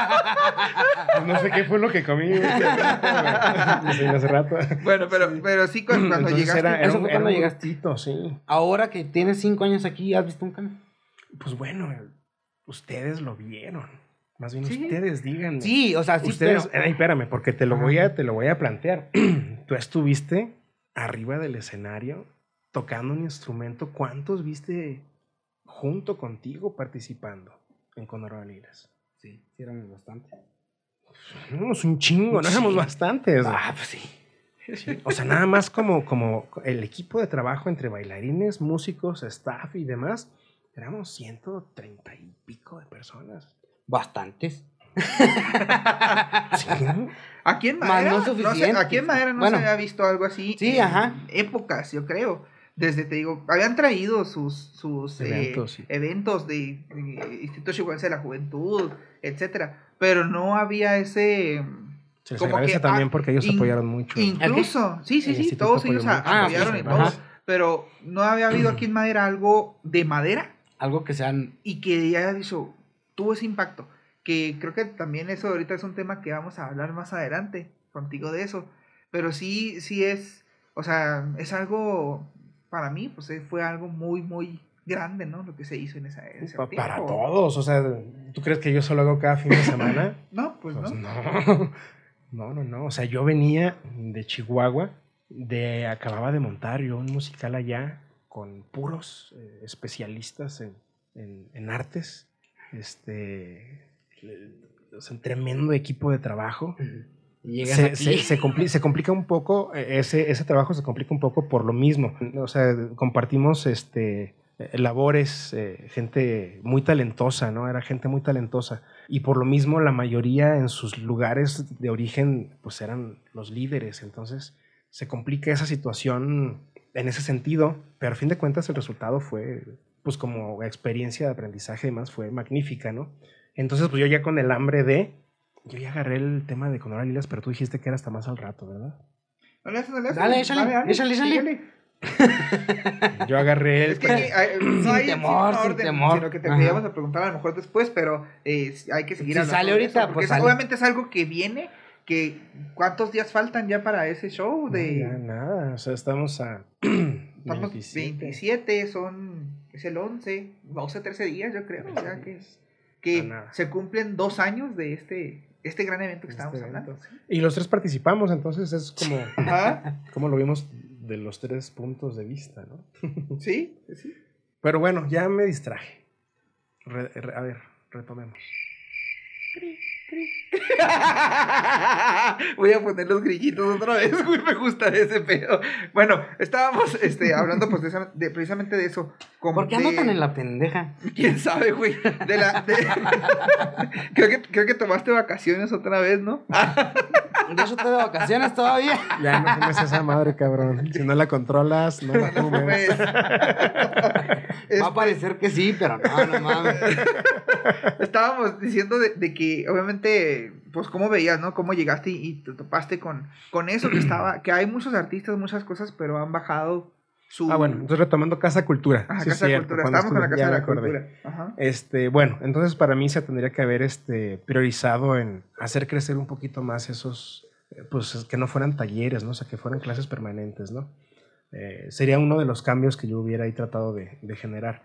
Speaker 8: Pues no sé qué fue lo que comí. güey. Sí, hace rato.
Speaker 7: Bueno, pero, pero sí, cuando, cuando
Speaker 8: Entonces
Speaker 7: llegaste.
Speaker 8: era, era
Speaker 2: eso
Speaker 8: un,
Speaker 2: fue
Speaker 8: era
Speaker 2: cuando
Speaker 8: un
Speaker 2: llegaste.
Speaker 8: grupito, sí.
Speaker 2: Ahora que tienes cinco años aquí, ¿has visto un cambio?
Speaker 8: Pues bueno, ustedes lo vieron. Más bien
Speaker 7: Sí.
Speaker 8: ustedes díganme.
Speaker 2: Sí, o sea, sí,
Speaker 8: ustedes,
Speaker 2: pero...
Speaker 8: ay, espérame, porque te lo
Speaker 2: Ajá.
Speaker 8: voy a, te lo voy a plantear. Tú estuviste arriba del escenario tocando un instrumento. ¿Cuántos viste junto contigo participando en Conora Lilas?
Speaker 2: Sí, sí éramos bastante.
Speaker 8: Éramos un chingo, no éramos
Speaker 2: Sí.
Speaker 8: bastantes.
Speaker 2: Ah, pues sí.
Speaker 8: Sí, o sea, nada más como, como el equipo de trabajo entre bailarines, músicos, staff y demás, éramos ciento treinta y pico de personas.
Speaker 2: Bastantes.
Speaker 8: Sí, ¿no?
Speaker 7: Aquí en
Speaker 2: Más
Speaker 7: Madera,
Speaker 2: no
Speaker 7: no sé,
Speaker 2: suficiente.
Speaker 7: aquí en Madera no
Speaker 2: Bueno.
Speaker 7: se había visto algo así.
Speaker 2: Sí,
Speaker 7: en
Speaker 2: ajá.
Speaker 7: épocas, yo creo. Desde, te digo, habían traído sus, sus eh,
Speaker 8: Eventos, sí.
Speaker 7: eventos de, de Instituto Chihuahuense de la Juventud, etcétera. Pero no había ese...
Speaker 8: Se les
Speaker 7: como
Speaker 8: agradece
Speaker 7: que,
Speaker 8: también
Speaker 7: ah,
Speaker 8: porque ellos
Speaker 7: in-
Speaker 8: apoyaron mucho.
Speaker 7: Incluso, sí, sí,
Speaker 8: El
Speaker 7: sí,
Speaker 8: instituto
Speaker 7: todos
Speaker 8: apoyó
Speaker 7: ellos
Speaker 8: mucho.
Speaker 7: a- apoyaron
Speaker 2: Ah,
Speaker 7: y
Speaker 2: sí,
Speaker 7: todo.
Speaker 2: ajá.
Speaker 7: Pero no había habido aquí en Madera algo de madera
Speaker 2: Algo que sean...
Speaker 7: y que ya dicho, tuvo ese impacto. Que creo que también eso ahorita es un tema que vamos a hablar más adelante contigo de eso. Pero sí, sí es, o sea, es algo, para mí, pues eh, fue algo muy, muy grande, ¿no? Lo que se hizo en, esa, en ese
Speaker 8: Pa-
Speaker 7: tiempo.
Speaker 8: Para todos, o sea, ¿tú crees que yo solo hago cada fin de semana?
Speaker 7: No, pues,
Speaker 8: Pues
Speaker 7: no.
Speaker 8: no. No, no, no. O sea, yo venía de Chihuahua, de acababa de montar yo un musical allá con puros eh, especialistas en, en, en artes. Este, eh, o sea, un tremendo equipo de trabajo.
Speaker 2: Y llegas
Speaker 8: Se,
Speaker 2: aquí.
Speaker 8: se, se, compli- se complica un poco, eh, ese, ese trabajo se complica un poco por lo mismo. O sea, compartimos este, eh, labores, eh, gente muy talentosa, ¿no? Era gente muy talentosa. Y por lo mismo la mayoría en sus lugares de origen pues eran los líderes. Entonces se complica esa situación en ese sentido, pero a fin de cuentas el resultado fue, pues como experiencia de aprendizaje y demás, fue magnífica, ¿no? Entonces pues yo ya con el hambre de... Yo ya agarré el tema de Conora Lilas, pero tú dijiste que era hasta más al rato, ¿verdad?
Speaker 7: No le haces, no le haces.
Speaker 2: Dale, échale, échale, échale.
Speaker 7: síguele.
Speaker 8: Yo agarré el...
Speaker 7: Es que aquí, hay- no
Speaker 2: Sin
Speaker 7: hay
Speaker 2: temor, sin
Speaker 7: orden,
Speaker 2: temor.
Speaker 7: sino que te
Speaker 2: Ajá.
Speaker 7: queríamos a preguntar a lo mejor después, pero eh, hay que seguir
Speaker 2: Si
Speaker 7: hablando
Speaker 2: sale
Speaker 7: de
Speaker 2: ahorita,
Speaker 7: eso, porque
Speaker 2: pues
Speaker 7: es-
Speaker 2: sale.
Speaker 7: obviamente es algo que viene, que ¿cuántos días faltan ya para ese show? De,
Speaker 8: No, ya nada, o sea, estamos a...
Speaker 7: estamos
Speaker 8: veintisiete.
Speaker 7: veintisiete, son, es el once, doce, trece días yo creo, ya que, que
Speaker 8: No, nada.
Speaker 7: se cumplen dos años de este, este gran evento que
Speaker 8: Este
Speaker 7: estábamos
Speaker 8: evento.
Speaker 7: hablando.
Speaker 8: Y los tres participamos, entonces es como...
Speaker 7: Ajá,
Speaker 8: como lo vimos de los tres puntos de vista, ¿no?
Speaker 7: sí, sí.
Speaker 8: Pero bueno, ya me distraje. Re- re- a ver, retomemos.
Speaker 7: Voy a poner los grillitos otra vez, güey, me gusta ese pedo. Bueno, estábamos este, hablando pues, de esa- de- precisamente de eso. como
Speaker 2: ¿Por qué
Speaker 7: de-
Speaker 2: ando tan en la pendeja?
Speaker 7: ¿Quién sabe, güey? De la, de- creo, que, creo que tomaste vacaciones otra vez, ¿no?
Speaker 2: De hecho, estoy de vacaciones todavía.
Speaker 8: Ya no fumes esa madre, cabrón. Si no la controlas, no la fumes.
Speaker 2: Va a parecer que sí, pero no, no mames.
Speaker 7: Estábamos diciendo de, de que, obviamente, pues, cómo veías, ¿no? Cómo llegaste y, y te topaste con, con eso que estaba... Que hay muchos artistas, muchas cosas, pero han bajado su...
Speaker 8: Ah, bueno, entonces retomando Casa Cultura.
Speaker 7: Ajá,
Speaker 8: Sí,
Speaker 7: Casa
Speaker 8: es cierto,
Speaker 7: Cultura.
Speaker 8: cuando
Speaker 7: Estábamos con la
Speaker 8: estuve-
Speaker 7: Casa
Speaker 8: ya
Speaker 7: de
Speaker 8: me
Speaker 7: la
Speaker 8: acordé.
Speaker 7: Cultura. Ajá.
Speaker 8: Este, bueno, entonces para mí se tendría que haber este, priorizado en hacer crecer un poquito más esos, eh, pues que no fueran talleres, ¿no? O sea, que fueran clases permanentes, ¿no? Eh, sería uno de los cambios que yo hubiera ahí tratado de, de generar.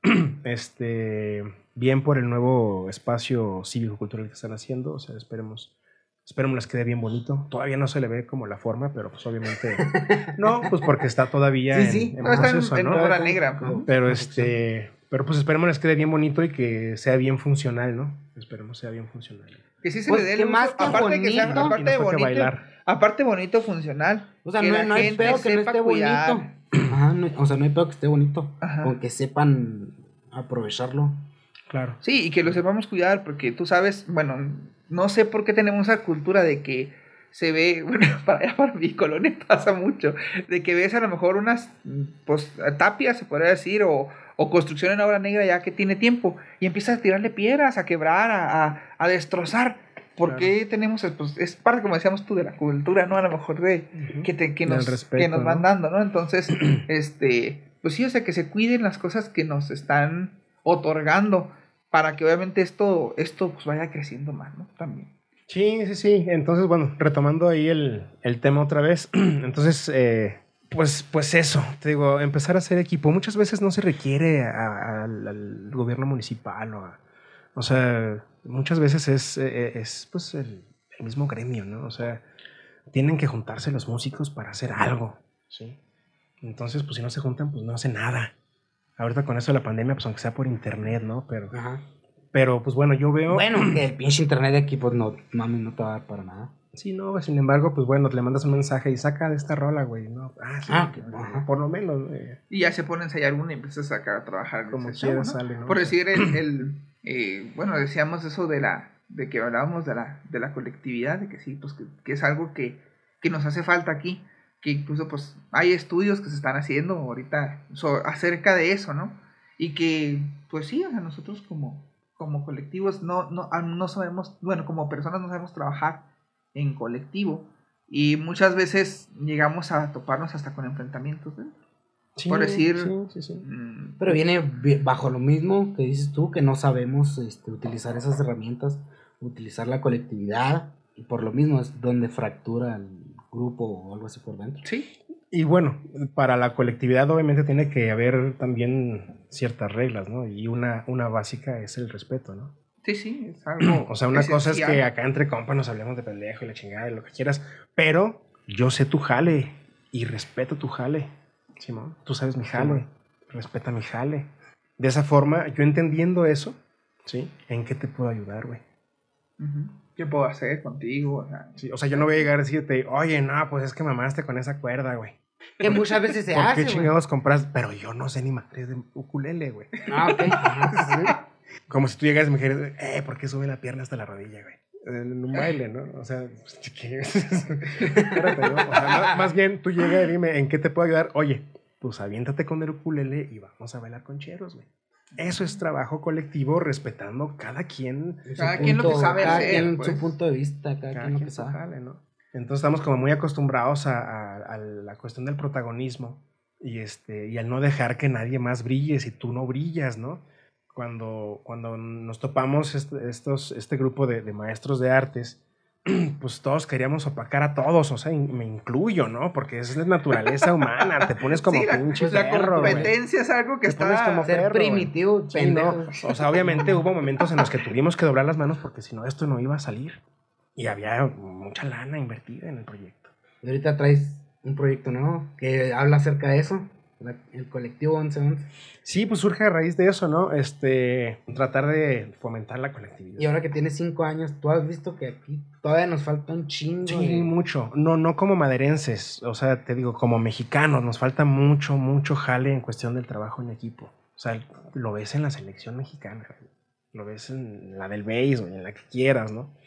Speaker 8: Este, bien por el nuevo espacio cívico-cultural que están haciendo, o sea, esperemos, esperemos les quede bien bonito. Todavía no se le ve como la forma, pero pues obviamente, no, pues porque está todavía
Speaker 2: Sí,
Speaker 8: en,
Speaker 2: sí.
Speaker 8: en
Speaker 7: No, está en,
Speaker 8: proceso,
Speaker 7: en
Speaker 8: ¿no?
Speaker 7: obra negra. ¿no?
Speaker 8: Pero este, pero pues esperemos les quede bien bonito y que sea bien funcional, ¿no? Esperemos sea bien funcional.
Speaker 7: Que sí se
Speaker 2: Pues
Speaker 7: le dé el
Speaker 2: que
Speaker 7: uso,
Speaker 2: más que
Speaker 7: aparte que sea,
Speaker 2: bonito,
Speaker 7: aparte
Speaker 8: y no
Speaker 7: de
Speaker 8: toque
Speaker 7: bonito,
Speaker 8: bailar.
Speaker 7: aparte bonito, funcional.
Speaker 2: O sea,
Speaker 7: que
Speaker 2: no,
Speaker 7: la
Speaker 2: no hay
Speaker 7: gente
Speaker 2: pedo que no
Speaker 7: sepa
Speaker 2: esté
Speaker 7: cuidar.
Speaker 2: bonito. Ajá, no- o sea, no hay pedo que esté bonito.
Speaker 7: Ajá.
Speaker 2: Con que sepan aprovecharlo.
Speaker 8: Claro.
Speaker 7: Sí, y que lo sepamos cuidar, porque tú sabes, bueno, no sé por qué tenemos esa cultura de que se ve, bueno, para allá, para mi colonia pasa mucho, de que ves a lo mejor unas, pues, tapias, se podría decir, o, o construcción en obra negra ya que tiene tiempo, y empiezas a tirarle piedras, a quebrar, a, a, a destrozar. ¿Por qué
Speaker 8: Claro.
Speaker 7: tenemos, pues, es parte, como decíamos tú, de la cultura, ¿no? A lo mejor de,
Speaker 8: Ujú.
Speaker 7: que, te, que,
Speaker 8: Del
Speaker 7: nos,
Speaker 8: respeto,
Speaker 7: que nos van
Speaker 8: ¿no?
Speaker 7: dando, ¿no? Entonces, este, pues sí, o sea, que se cuiden las cosas que nos están otorgando para que obviamente esto, esto pues vaya creciendo más, ¿no? También.
Speaker 8: Sí, sí, sí. Entonces, bueno, retomando ahí el, el tema otra vez. Entonces, eh, pues, pues eso, te digo, empezar a hacer equipo. Muchas veces no se requiere a- a- al, al gobierno municipal o a, o sea, muchas veces es, eh, es pues el, el mismo gremio, ¿no? O sea, tienen que juntarse los músicos para hacer algo, ¿sí? Entonces, pues si no se juntan, pues no hacen nada. Ahorita con eso de la pandemia, pues aunque sea por internet, ¿no? Pero,
Speaker 2: Ajá.
Speaker 8: pero pues bueno, yo veo...
Speaker 2: Bueno, que el pinche internet de aquí, pues no, mami, no te va a dar para nada.
Speaker 8: Sí, no, sin embargo, pues bueno, le mandas un mensaje y saca de esta rola, güey, ¿no? Ah, sí,
Speaker 2: Ah,
Speaker 8: pues,
Speaker 2: ajá.
Speaker 8: por lo menos, güey.
Speaker 7: Y ya se pone a ensayar uno y empiezas a sacar a trabajar.
Speaker 8: Como
Speaker 7: ese
Speaker 8: quiera
Speaker 7: chavo, ¿no?
Speaker 8: sale, ¿no?
Speaker 7: Por
Speaker 8: O sea.
Speaker 7: decir, el, el, eh, bueno, decíamos eso de la, de que hablábamos de la, de la colectividad, de que sí, pues que, que es algo que, que nos hace falta aquí, que incluso pues hay estudios que se están haciendo ahorita so- acerca de eso, ¿no? Y que, pues sí, o sea, nosotros como, como colectivos no, no, ah, no sabemos, bueno, como personas no sabemos trabajar en colectivo y muchas veces llegamos a toparnos hasta con enfrentamientos, ¿no?
Speaker 8: Sí,
Speaker 7: por decir-
Speaker 8: Sí, sí, sí.
Speaker 7: Mm,
Speaker 2: Pero viene vi- bajo lo mismo que dices tú, que no sabemos este, utilizar esas herramientas, utilizar la colectividad, y por lo mismo es donde fractura el grupo o algo así por dentro.
Speaker 7: sí,
Speaker 8: Y bueno, para la colectividad obviamente tiene que haber también ciertas reglas, ¿no? Y una, una básica es el respeto, ¿no?
Speaker 7: sí, sí, es algo
Speaker 8: O sea, una cosa es que
Speaker 7: esencial.
Speaker 8: acá entre compas nos hablemos de pendejo y la chingada y lo que quieras, pero yo sé tu jale y respeto tu jale, Simón. Tú sabes mi jale, respeta mi jale. De esa forma, yo entendiendo eso, ¿sí? ¿En qué te puedo ayudar, güey?
Speaker 7: Ujú. ¿Qué puedo hacer contigo? O sea,
Speaker 8: Sí, o sea, yo no voy a llegar a decirte, oye, no, pues es que mamaste con esa cuerda, güey.
Speaker 2: Que muchas veces se
Speaker 8: ¿Por
Speaker 2: hace,
Speaker 8: qué
Speaker 2: güey.
Speaker 8: chingados compras? Pero yo no sé ni madres de ukulele, güey.
Speaker 2: Ah, ok. Ajá.
Speaker 8: Como si tú llegas y me dijeras, eh, ¿por qué sube la pierna hasta la rodilla, güey? En un baile, ¿no? O sea, ¿qué? Espérate, ¿no? O sea, más, más bien tú llegas y dime, ¿en qué te puedo ayudar? Oye, pues aviéntate con el ukulele y vamos a bailar con cheros, güey. Eso es trabajo colectivo, respetando cada quien,
Speaker 2: Su
Speaker 7: Cada quien lo que
Speaker 2: punto-
Speaker 7: sabe
Speaker 2: cada
Speaker 7: hacer,
Speaker 2: quien
Speaker 7: pues.
Speaker 2: su punto de vista, cada,
Speaker 8: cada
Speaker 2: quien lo
Speaker 8: quien
Speaker 2: que
Speaker 8: su
Speaker 2: sabe.
Speaker 8: jale, ¿no? Entonces estamos como muy acostumbrados a, a- a la cuestión del protagonismo y, este, y al no dejar que nadie más brille si tú no brillas, ¿no? Cuando, cuando nos topamos este, estos, este grupo de, de maestros de artes, pues todos queríamos opacar a todos, o sea, in- me incluyo, ¿no? Porque es de naturaleza humana, te pones como
Speaker 7: sí, la,
Speaker 8: pinche
Speaker 7: la
Speaker 8: perro, güey.
Speaker 7: competencia es algo que
Speaker 8: Te pones
Speaker 7: está...
Speaker 8: como
Speaker 2: Ser
Speaker 8: perro, güey.
Speaker 2: primitivo,
Speaker 8: Sí,
Speaker 2: pendejo.
Speaker 8: no. O sea, obviamente hubo momentos en los que tuvimos que doblar las manos porque si no esto no iba a salir. Y había mucha lana invertida en el proyecto.
Speaker 2: Y ahorita traes un proyecto nuevo que habla acerca de eso, la- el colectivo once once.
Speaker 8: Sí, pues surge a raíz de eso, ¿no? Este, tratar de fomentar la colectividad.
Speaker 2: Y ahora que tienes cinco años, tú has visto que aquí todavía nos falta un chingo.
Speaker 8: Sí,
Speaker 2: de-
Speaker 8: mucho. No, no como maderenses, o sea, te digo, como mexicanos, nos falta mucho, mucho jale en cuestión del trabajo en equipo. O sea, lo ves en la selección mexicana, lo ves en la del béisbol, en la que quieras, ¿no?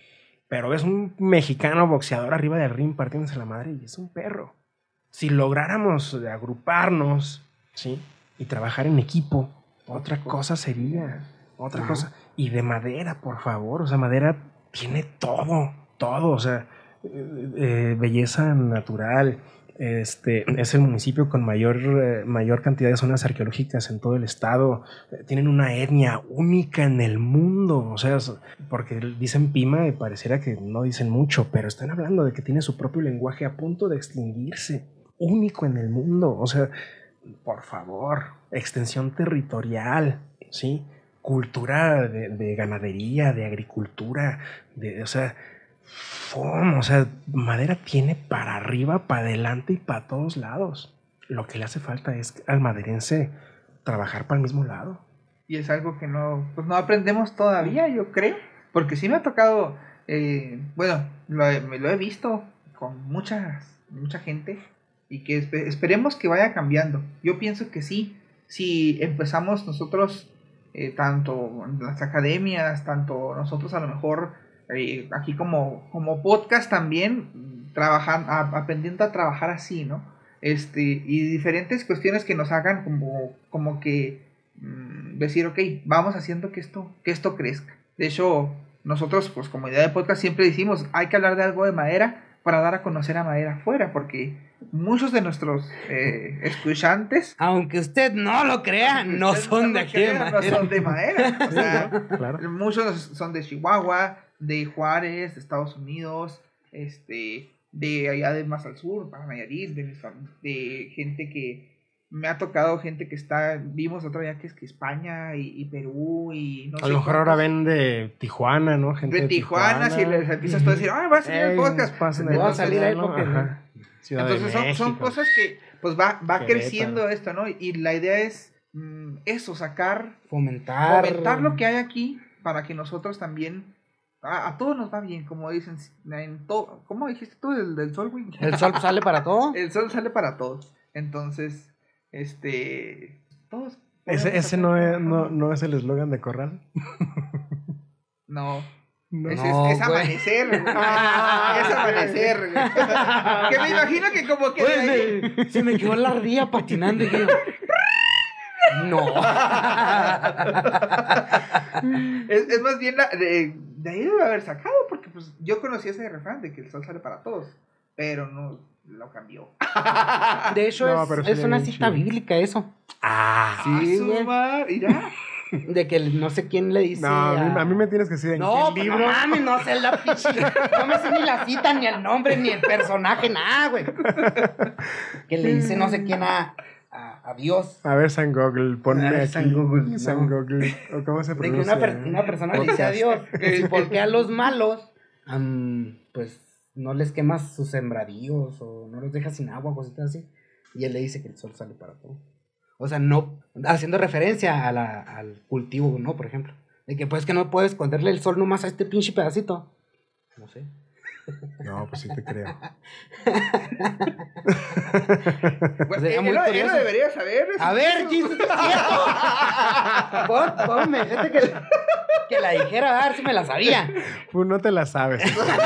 Speaker 8: Pero es un mexicano boxeador arriba del ring partiéndose la madre y es un perro. Si lográramos agruparnos, ¿sí? Y trabajar en equipo, otra cosa sería, otra
Speaker 2: Ajá.
Speaker 8: cosa. Y de madera, por favor, o sea, madera tiene todo, todo, o sea, eh, eh, belleza natural. Este, es el municipio con mayor, eh, mayor cantidad de zonas arqueológicas en todo el estado. Eh, tienen una etnia única en el mundo. O sea, es- porque dicen Pima y pareciera que no dicen mucho, pero están hablando de que tiene su propio lenguaje a punto de extinguirse. Único en el mundo. O sea, por favor, extensión territorial, ¿sí? Cultura de, de ganadería, de agricultura, de, o sea... ¡Fum! O sea, madera tiene para arriba, para adelante y para todos lados. Lo que le hace falta es al maderense trabajar para el mismo lado.
Speaker 7: Y es algo que no, pues no aprendemos todavía, yo creo. Porque sí me ha tocado, eh, bueno, lo he, me lo he visto con muchas, mucha gente. Y que espe- esperemos que vaya cambiando. Yo pienso que sí. Si empezamos nosotros, eh, tanto en las academias, tanto nosotros a lo mejor... Eh, aquí como, como podcast también trabajan, a- aprendiendo a trabajar así, ¿no? Este, y diferentes cuestiones que nos hagan como, como que mm, decir, ok, vamos haciendo que esto, que esto crezca. De hecho, nosotros, pues como idea de podcast siempre decimos, hay que hablar de algo de madera para dar a conocer a madera afuera, porque muchos de nuestros eh, escuchantes
Speaker 2: Aunque usted no lo crea, no
Speaker 7: ustedes
Speaker 2: son de
Speaker 7: lo
Speaker 2: aquí de
Speaker 7: crean, no
Speaker 2: madera.
Speaker 7: son de madera. O sea,
Speaker 8: Claro.
Speaker 7: muchos son de Chihuahua, de Juárez, de Estados Unidos, este, de allá de más al sur, para Nayarit, de, mis fam- de gente que me ha tocado, gente que está, vimos otro día que es que España y, y Perú y no
Speaker 8: A
Speaker 7: sé
Speaker 8: lo mejor ahora
Speaker 7: cuántos-
Speaker 8: ven de Tijuana, ¿no? Gente
Speaker 7: de Tijuana, si les empiezas tú a decir, ay, va a salir el
Speaker 8: Ey,
Speaker 7: podcast,
Speaker 8: pasen
Speaker 2: Voy a
Speaker 8: el
Speaker 2: salir ahí
Speaker 8: podcast,
Speaker 2: porque-
Speaker 8: ajá. Ciudad de
Speaker 7: entonces son, son
Speaker 8: México.
Speaker 7: cosas que pues va, va
Speaker 8: Querétaro.
Speaker 7: creciendo esto, ¿no? Y la idea es mm, eso, sacar,
Speaker 2: Fomentar.
Speaker 7: fomentar lo que hay aquí para que nosotros también, a, a todos nos va bien, como dicen, en todo, ¿cómo dijiste tú del, del sol, güey?
Speaker 2: El sol sale para todo.
Speaker 7: El sol sale para todos, entonces, este, todos.
Speaker 8: Ese,
Speaker 7: podemos
Speaker 8: ese
Speaker 7: hacer
Speaker 8: no, es,
Speaker 7: trabajando.
Speaker 8: no, no es el eslogan de Corral.
Speaker 7: No.
Speaker 8: No.
Speaker 7: Ese
Speaker 2: No,
Speaker 7: es, es
Speaker 2: güey.
Speaker 7: amanecer, güey. Es amanecer, güey. Que me imagino que como que de ahí-
Speaker 2: Güey, se, se me quedó la ardilla patinando y yo. No.
Speaker 7: es, es más bien la, de, de ahí debe haber sacado, porque pues yo conocí ese refrán de que el sol sale para todos, pero no lo cambió.
Speaker 2: De hecho,
Speaker 8: No,
Speaker 2: es,
Speaker 8: pero sí
Speaker 2: es
Speaker 8: le
Speaker 2: una
Speaker 8: bien
Speaker 2: cita
Speaker 8: chido.
Speaker 2: bíblica eso.
Speaker 8: Ah.
Speaker 2: Sí,
Speaker 7: Ah, su
Speaker 2: güey.
Speaker 7: madre, y ya.
Speaker 2: De que no sé quién le dice.
Speaker 8: No, a mí, a mí me tienes que decir en
Speaker 2: No,
Speaker 8: qué
Speaker 2: pues
Speaker 8: libro.
Speaker 2: no mames, no sé la pinche. No me sé ni la cita, ni el nombre, ni el personaje, nada, güey. Que le dice no sé quién a, a, a Dios.
Speaker 8: A ver, San Google, ponme
Speaker 2: A ver,
Speaker 8: aquí.
Speaker 2: San Google,
Speaker 8: San
Speaker 2: no.
Speaker 8: Google. ¿O cómo se
Speaker 2: De que
Speaker 8: pronuncia?
Speaker 2: una, per- una persona le dice a Dios. Que si por qué a los malos, am, pues no les quemas sus sembradíos o no los dejas sin agua, cositas así. Y él le dice que el sol sale para todo. O sea, no, haciendo referencia a la, al cultivo, ¿no? Por ejemplo. De que pues que no puedes esconderle el sol nomás a este pinche pedacito. No sé.
Speaker 8: No, pues sí te creo.
Speaker 7: Bueno,
Speaker 2: Sería
Speaker 7: él,
Speaker 2: muy
Speaker 7: lo- él
Speaker 2: curioso.
Speaker 7: lo debería saber.
Speaker 2: A ver, Jesus, ¿es cierto? Pon, ponme, fíjate que, que la dijera, a ver si me la sabía.
Speaker 8: Pues no te la sabes.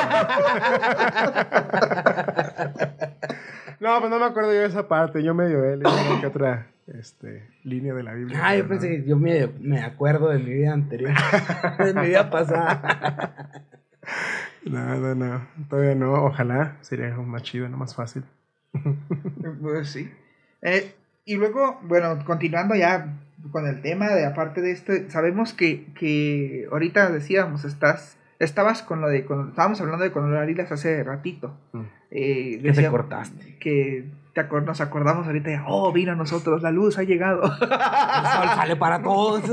Speaker 8: No, pues no me acuerdo yo de esa parte. Yo medio he leído que otra este, línea de la Biblia.
Speaker 2: Ah, yo
Speaker 8: pero
Speaker 2: pensé
Speaker 8: no.
Speaker 2: que yo me, me acuerdo de mi vida anterior. De mi vida pasada.
Speaker 8: No, no, no. Todavía no. Ojalá. Sería más chido, no más fácil.
Speaker 7: Pues sí. Eh, y luego, bueno, continuando ya con el tema de aparte de este, sabemos que, que ahorita decíamos, estás, estabas con lo de, con, estábamos hablando de Colonial Islas hace ratito.
Speaker 8: Mm.
Speaker 7: Eh,
Speaker 2: te
Speaker 7: decía-
Speaker 2: cortaste?
Speaker 7: Que te acor- nos acordamos ahorita ya, oh, vino a nosotros, la luz ha llegado.
Speaker 2: El sol sale para todos.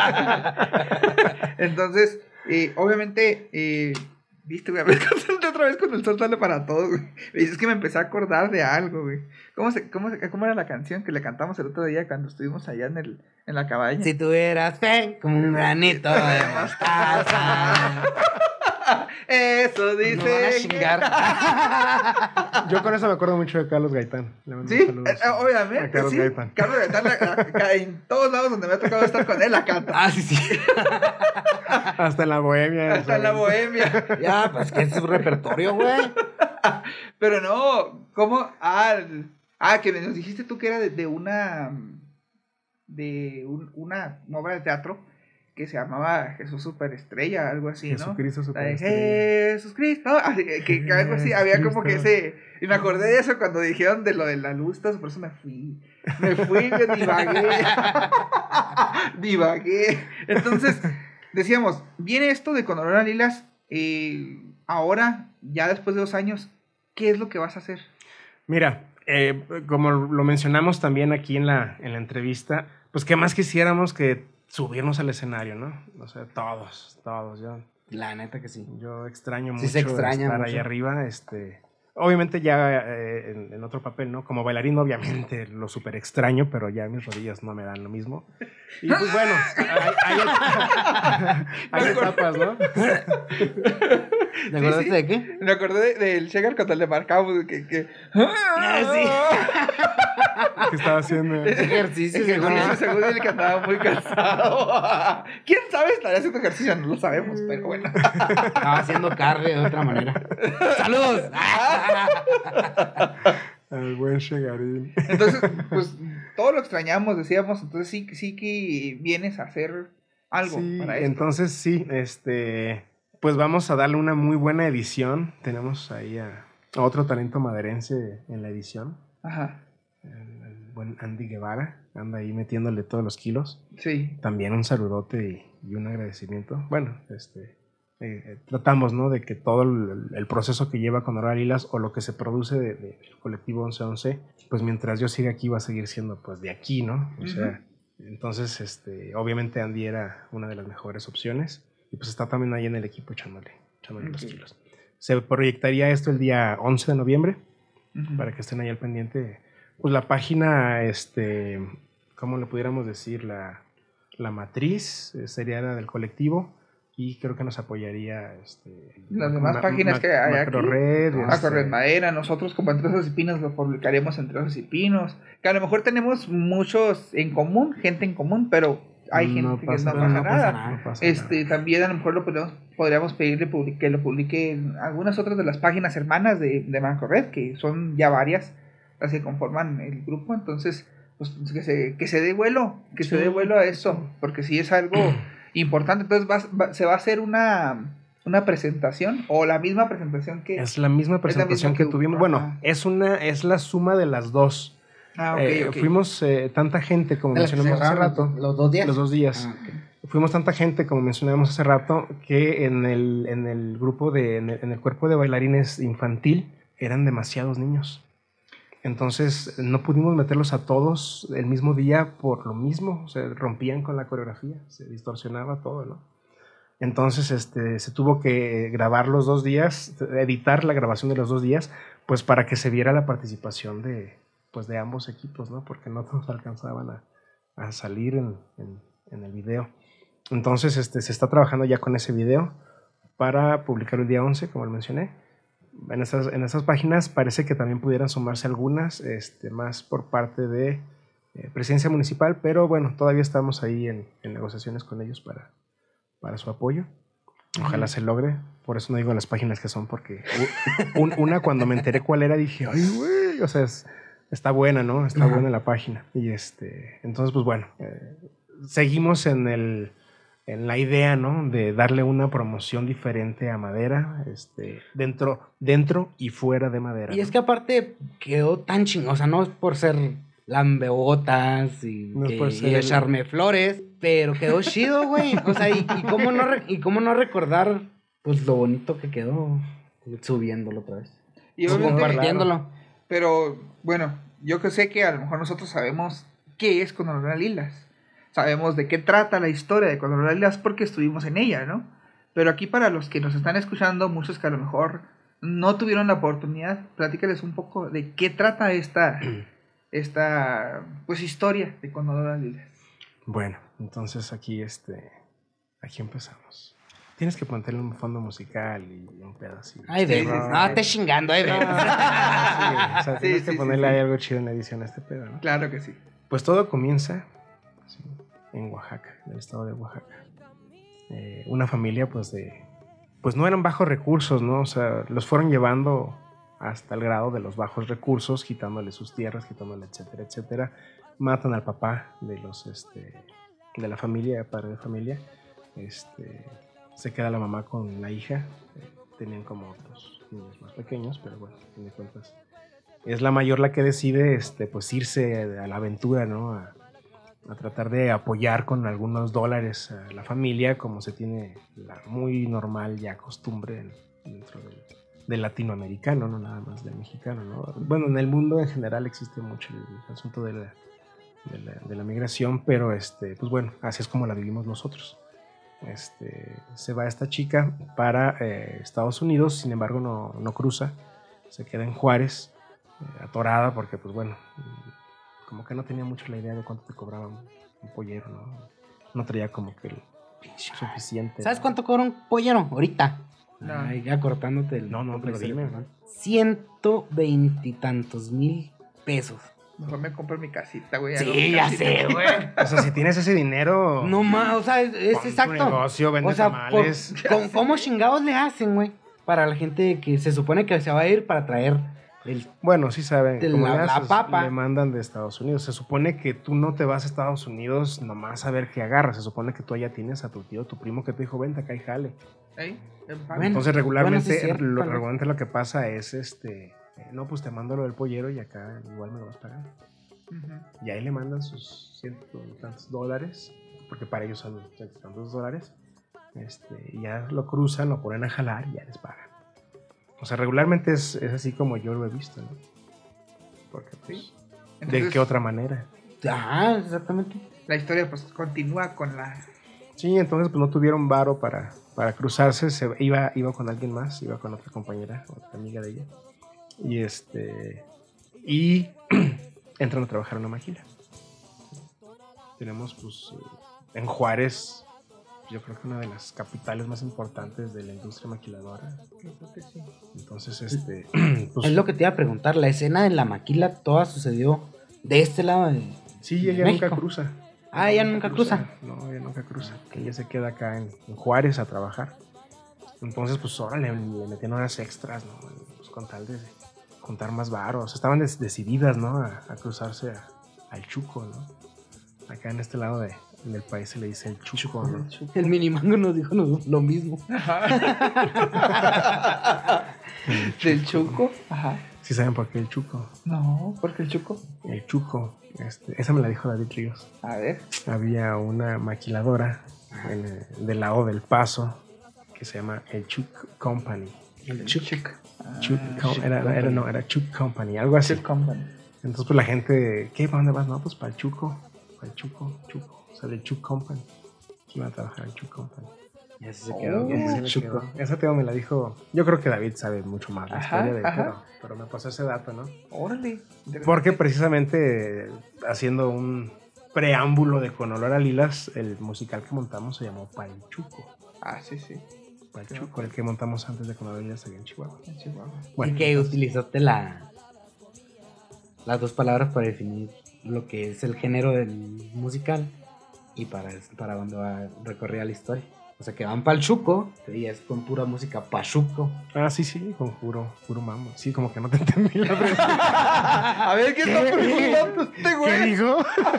Speaker 7: Entonces, eh, obviamente, eh, viste, güey, a ver, concentra otra vez con el sol sale para todos, güey. Es que me empecé a acordar de algo, güey. ¿Cómo, se, cómo, se- ¿Cómo era la canción que le cantamos el otro día cuando estuvimos allá en, el, en la cabaña?
Speaker 2: Si tuvieras fe como un granito de mostaza.
Speaker 7: Eso dice.
Speaker 2: No van a chingar.
Speaker 8: Yo con eso me acuerdo mucho de Carlos Gaitán. Le mando
Speaker 7: Sí,
Speaker 8: saludos
Speaker 7: eh, obviamente.
Speaker 8: a Carlos
Speaker 7: sí.
Speaker 8: Gaitán.
Speaker 7: Carlos Gaitán, la- la- la- en todos lados donde me ha tocado estar con él, la canta.
Speaker 2: Ah, sí, sí.
Speaker 8: Hasta en la bohemia.
Speaker 7: Hasta en la bohemia.
Speaker 2: Ya, pues que es su repertorio, güey.
Speaker 7: Pero no, ¿cómo? Ah, el- ah, que nos dijiste tú que era de, de una. De un- una obra de teatro que se llamaba Jesús Superestrella, algo así, ¿no?
Speaker 8: Jesucristo
Speaker 7: La de
Speaker 8: Superestrella.
Speaker 7: Jesús Cristo. Ah, que, que algo así, había como que ese. Y me acordé de eso cuando dijeron de lo de la luz, todo eso, por eso me fui. Me fui, me divagué. Divagué. Entonces, decíamos, viene esto de con olor a lilas. Eh, ahora, ya después de dos años, ¿qué es lo que vas a hacer?
Speaker 8: Mira, eh, como lo mencionamos también aquí en la, en la entrevista, pues qué más quisiéramos que subirnos al escenario, ¿no? O sea, todos, todos. Yo,
Speaker 2: La neta que sí.
Speaker 8: yo extraño
Speaker 2: Sí
Speaker 8: mucho
Speaker 2: se extraña
Speaker 8: estar
Speaker 2: mucho.
Speaker 8: ahí arriba. Este, obviamente ya eh, en, en otro papel, ¿no? Como bailarín, obviamente lo súper extraño, pero ya mis rodillas no me dan lo mismo. Y pues bueno, hay, hay, hay etapas, ¿no?
Speaker 2: ¿Te acuerdas
Speaker 7: sí.
Speaker 2: de qué?
Speaker 7: Me acordé de- del Chegar cuando le marcamos que... que
Speaker 8: ¿Qué estaba haciendo?
Speaker 2: Ejercicio, según
Speaker 7: Ejercicio,
Speaker 2: él.
Speaker 7: según él que andaba muy cansado. ¿Quién sabe? Estaría haciendo ejercicio, no lo sabemos, pero bueno.
Speaker 2: Estaba haciendo cardio de otra manera. ¡Saludos!
Speaker 8: El buen Chegarín.
Speaker 7: Entonces, pues, todo lo extrañamos, decíamos, entonces sí, sí que vienes a hacer algo
Speaker 8: Sí,
Speaker 7: para esto.
Speaker 8: entonces sí, este, pues vamos a darle una muy buena edición. Tenemos ahí a, a otro talento maderense en la edición,
Speaker 7: Ajá,
Speaker 8: el, el buen Andy Guevara, anda ahí metiéndole todos los kilos.
Speaker 7: sí.
Speaker 8: También un saludote y, y un agradecimiento. Bueno, este, eh, eh, tratamos, ¿no? De que todo el, el proceso que lleva con Olor a Lilas o lo que se produce de- de- del colectivo once once, pues mientras yo siga aquí va a seguir siendo pues de aquí, ¿no? O sea, entonces, este, obviamente Andy era una de las mejores opciones y pues está también ahí en el equipo echándole, echándole los
Speaker 7: Ok.
Speaker 8: kilos. Se proyectaría esto el día once de noviembre
Speaker 7: Ujú.
Speaker 8: para que estén ahí al pendiente. Pues la página, este, ¿cómo le pudiéramos decir? La, la matriz eh, sería la del colectivo y creo que nos apoyaría este,
Speaker 7: Las demás
Speaker 8: Ma-
Speaker 7: páginas
Speaker 8: Ma-
Speaker 7: que hay aquí.
Speaker 8: Macrored,
Speaker 7: A
Speaker 8: este,
Speaker 7: Corred Madera, nosotros como Entre Osos y Pinos lo publicaremos Entre Osos y Pinos. Que a lo mejor tenemos muchos en común, gente en común, pero hay
Speaker 8: No
Speaker 7: gente
Speaker 8: pasa
Speaker 7: que no
Speaker 8: nada,
Speaker 7: pasa
Speaker 2: no pasa
Speaker 7: nada.
Speaker 2: nada.
Speaker 8: no pasa
Speaker 7: Este,
Speaker 8: nada.
Speaker 7: también a lo mejor lo podemos, podríamos pedirle publi- que lo publique en algunas otras de las páginas hermanas de, de Mancorred, que son ya varias las que conforman el grupo. Entonces, pues que se, que se dé vuelo, que se
Speaker 8: Sí,
Speaker 7: dé vuelo a eso, porque si es algo importante. Entonces va- va- se va a hacer una, una presentación o la misma presentación que...
Speaker 8: Es la misma presentación
Speaker 7: misma
Speaker 8: que,
Speaker 7: que-
Speaker 8: tuvimos.
Speaker 7: ajá.
Speaker 8: Bueno, es una es la suma de las dos.
Speaker 7: Ah, ok,
Speaker 8: Eh,
Speaker 7: ok.
Speaker 8: Fuimos eh, tanta gente, como
Speaker 2: ¿De las que se
Speaker 8: mencionamos hace
Speaker 2: grabaron
Speaker 8: rato,
Speaker 2: los dos días?
Speaker 8: los dos días.
Speaker 2: Ah, ok.
Speaker 8: Fuimos tanta gente, como mencionábamos hace rato, que en el, en el grupo de, en el, en el cuerpo de bailarines infantil eran demasiados niños. Entonces no pudimos meterlos a todos el mismo día por lo mismo, se rompían con la coreografía, se distorsionaba todo, ¿no? Entonces este, se tuvo que grabar los dos días, editar la grabación de los dos días, pues para que se viera la participación de, pues, de ambos equipos, ¿no? Porque no todos alcanzaban a, a salir en, en, en el video. Entonces este, se está trabajando ya con ese video para publicar el día once, como lo mencioné. En esas, en esas páginas parece que también pudieran sumarse algunas, este, más por parte de eh, Presidencia Municipal, pero bueno, todavía estamos ahí en, en negociaciones con ellos para, para su apoyo. Ojalá se logre, por eso no digo las páginas que son, porque u- un- una cuando me enteré cuál era dije, ay güey, o sea, es- está buena, ¿no? Está
Speaker 2: Ajá.
Speaker 8: buena la página. Y este, entonces pues bueno, eh, seguimos en el... en la idea, ¿no? De darle una promoción diferente a Madera, este, dentro, dentro y fuera de Madera.
Speaker 2: Y es
Speaker 8: ¿no?
Speaker 2: que aparte quedó tan chingón, o sea, no es por ser lambeotas y,
Speaker 8: No es
Speaker 2: que-
Speaker 8: por ser
Speaker 2: y
Speaker 8: el-
Speaker 2: echarme flores, pero quedó chido, güey. O sea, y, y cómo no re- y cómo no recordar pues lo bonito que quedó subiéndolo otra vez.
Speaker 7: Y
Speaker 2: O
Speaker 7: obviamente,
Speaker 2: compartiéndolo.
Speaker 7: pero bueno, yo que sé que a lo mejor nosotros sabemos qué es Con Olor a Lilas. Sabemos de qué trata la historia de Con Olor a Lilas porque estuvimos en ella, ¿no? Pero aquí para los que nos están escuchando, muchos que a lo mejor no tuvieron la oportunidad, platícales un poco de qué trata esta, esta pues historia de Con Olor a Lilas.
Speaker 8: Bueno, entonces aquí, este, aquí empezamos. Tienes que ponerle un fondo musical y un pedacito.
Speaker 2: Ay, de,
Speaker 7: Sí, sí, sí.
Speaker 2: no, estés chingando, eh,
Speaker 8: No,
Speaker 2: de.
Speaker 8: sí, o sea,
Speaker 7: Sí,
Speaker 8: tienes
Speaker 7: sí,
Speaker 8: que ponerle
Speaker 7: sí, sí.
Speaker 8: ahí algo chido en la edición a este pedo, ¿no?
Speaker 7: Claro que sí.
Speaker 8: Pues todo comienza sí, en Oaxaca, en el estado de Oaxaca. Eh, una familia, pues, de... Pues no eran bajos recursos, ¿no? O sea, los fueron llevando hasta el grado de los bajos recursos, quitándole sus tierras, quitándole etcétera, etcétera. Matan al papá de los, este... de la familia, padre de familia. Este... Se queda la mamá con la hija. Eh, tenían como otros niños más pequeños, pero bueno, a fin de cuentas. Es la mayor la que decide este, pues irse a la aventura, ¿no? A, a tratar de apoyar con algunos dólares a la familia, como se tiene la muy normal ya costumbre en- dentro del, del latinoamericano, no nada más del mexicano, ¿no? Bueno, en el mundo en general existe mucho el asunto de la, de la, de la migración, pero este, pues bueno, así es como la vivimos nosotros. Este, se va esta chica para eh, Estados Unidos, sin embargo no, no cruza, se queda en Juárez, eh, atorada porque pues bueno, como que no tenía mucho la idea de cuánto te cobraba un, un pollero, ¿no? No traía como que el suficiente.
Speaker 2: ¿Sabes cuánto cobra un pollero ahorita?
Speaker 7: No.
Speaker 2: Ay, ya cortándote el.
Speaker 8: No, no, pero dime.
Speaker 2: Ciento veintitantos mil pesos.
Speaker 7: Mejor me compro mi casita, güey. hago
Speaker 2: Sí,
Speaker 7: mi
Speaker 2: ya
Speaker 7: casita.
Speaker 2: sé, güey.
Speaker 8: O sea, si tienes ese dinero,
Speaker 2: No más, o sea, es, es
Speaker 8: pon tu
Speaker 2: exacto.
Speaker 8: negocio, vende
Speaker 2: O sea,
Speaker 8: tamales.
Speaker 2: por- ¿cómo, cómo chingados le hacen, güey? Para la gente que se supone que se va a ir para traer el.
Speaker 8: Bueno, sí saben.
Speaker 2: De
Speaker 8: como
Speaker 2: la-
Speaker 8: le
Speaker 2: la
Speaker 8: haces,
Speaker 2: papa.
Speaker 8: Le mandan de Estados Unidos. Se supone que tú no te vas a Estados Unidos nomás a ver qué agarras. Se supone que tú allá tienes a tu tío, tu primo que te dijo, vente acá y jale.
Speaker 7: ¿Eh? En pan.
Speaker 2: Bueno.
Speaker 8: Entonces regularmente,
Speaker 2: bueno, sí es cierto,
Speaker 8: lo,
Speaker 2: tal vez.
Speaker 8: regularmente lo que pasa es este, eh, no, pues te mando lo del pollero y acá igual me lo vas pagando.
Speaker 7: Ujú.
Speaker 8: Y ahí le mandan sus ciento y tantos dólares, porque para ellos son ciento y tantos dólares. Este, y ya lo cruzan, lo ponen a jalar y ya les pagan. O sea, regularmente es, es así como yo lo he visto, ¿no? Porque pues,
Speaker 7: Sí.
Speaker 8: ¿de
Speaker 7: Entonces,
Speaker 8: qué otra manera?
Speaker 2: Ah, exactamente.
Speaker 7: la historia pues continúa con la...
Speaker 8: Sí, entonces pues no tuvieron varo para, para cruzarse, se iba, iba con alguien más, iba con otra compañera, otra amiga de ella. Y este y entran a trabajar en una maquila. Tenemos pues en Juárez, yo creo que una de las capitales más importantes de la industria maquiladora. Entonces este pues,
Speaker 2: Es lo que te iba a preguntar. La escena de la maquila toda sucedió de este lado de.
Speaker 8: sí,
Speaker 2: de
Speaker 8: ella
Speaker 2: México.
Speaker 8: nunca cruza.
Speaker 2: Ah, ella nunca cruza.
Speaker 8: No, ella nunca cruza. Ella se queda acá en, en Juárez a trabajar. Entonces, pues ahora le, le metían horas extras, ¿no? Pues, con tal de juntar más varos. Estaban des- decididas, ¿no? A, a cruzarse a- al Chuco, ¿no? Acá en este lado de, del país se le dice el Chuco, ¿no?
Speaker 2: El minimango nos dijo lo, lo mismo.
Speaker 7: Del Chuco. Ajá.
Speaker 8: ¿Sí saben por qué el Chuco?
Speaker 7: No, porque el Chuco.
Speaker 8: El Chuco, este, esa me la dijo David Ríos.
Speaker 7: A ver.
Speaker 8: Había una maquiladora en el- del lado del Paso que se llama el Chuck Company.
Speaker 2: El chuc.
Speaker 8: Chuck
Speaker 7: Ah,
Speaker 8: Com-
Speaker 7: Chuck
Speaker 8: era, era,
Speaker 7: Company.
Speaker 8: no, era Chuck Company, algo así.
Speaker 7: Chuck Company.
Speaker 8: Entonces, pues la gente, ¿qué? ¿Para dónde vas? No, pues para el Chuco, para el Chuco, Chuco. O sea, del Chuck Company. Que iba a trabajar en Chuck Company.
Speaker 2: Y así se
Speaker 7: Oh.
Speaker 2: quedó.
Speaker 8: Y así se me
Speaker 2: Chuco.
Speaker 8: quedó. Esa tema me la dijo. Yo creo que David sabe mucho más la
Speaker 7: Ajá,
Speaker 8: historia de
Speaker 7: ajá.
Speaker 8: pero, pero me pasó ese dato, ¿no?
Speaker 7: Órale.
Speaker 8: Porque precisamente eh, haciendo un preámbulo de Con Olor a Lilas, el musical que montamos se llamó Palchuco.
Speaker 7: Ah, sí, sí.
Speaker 8: Palchuco, el que montamos antes de Con Olor a Lilas allá en Chihuahua.
Speaker 7: En Chihuahua.
Speaker 8: Bueno,
Speaker 2: y que utilizaste la las dos palabras para definir lo que es el género del musical y para, para donde va recorría la historia. O sea que van para el chuco y es con pura música pachuco.
Speaker 8: Ah, sí, sí, con puro, puro mamo. Sí, como que no te entendí la pregunta.
Speaker 7: A ver, ¿qué está preguntando este
Speaker 8: ¿Qué
Speaker 7: güey?
Speaker 8: dijo?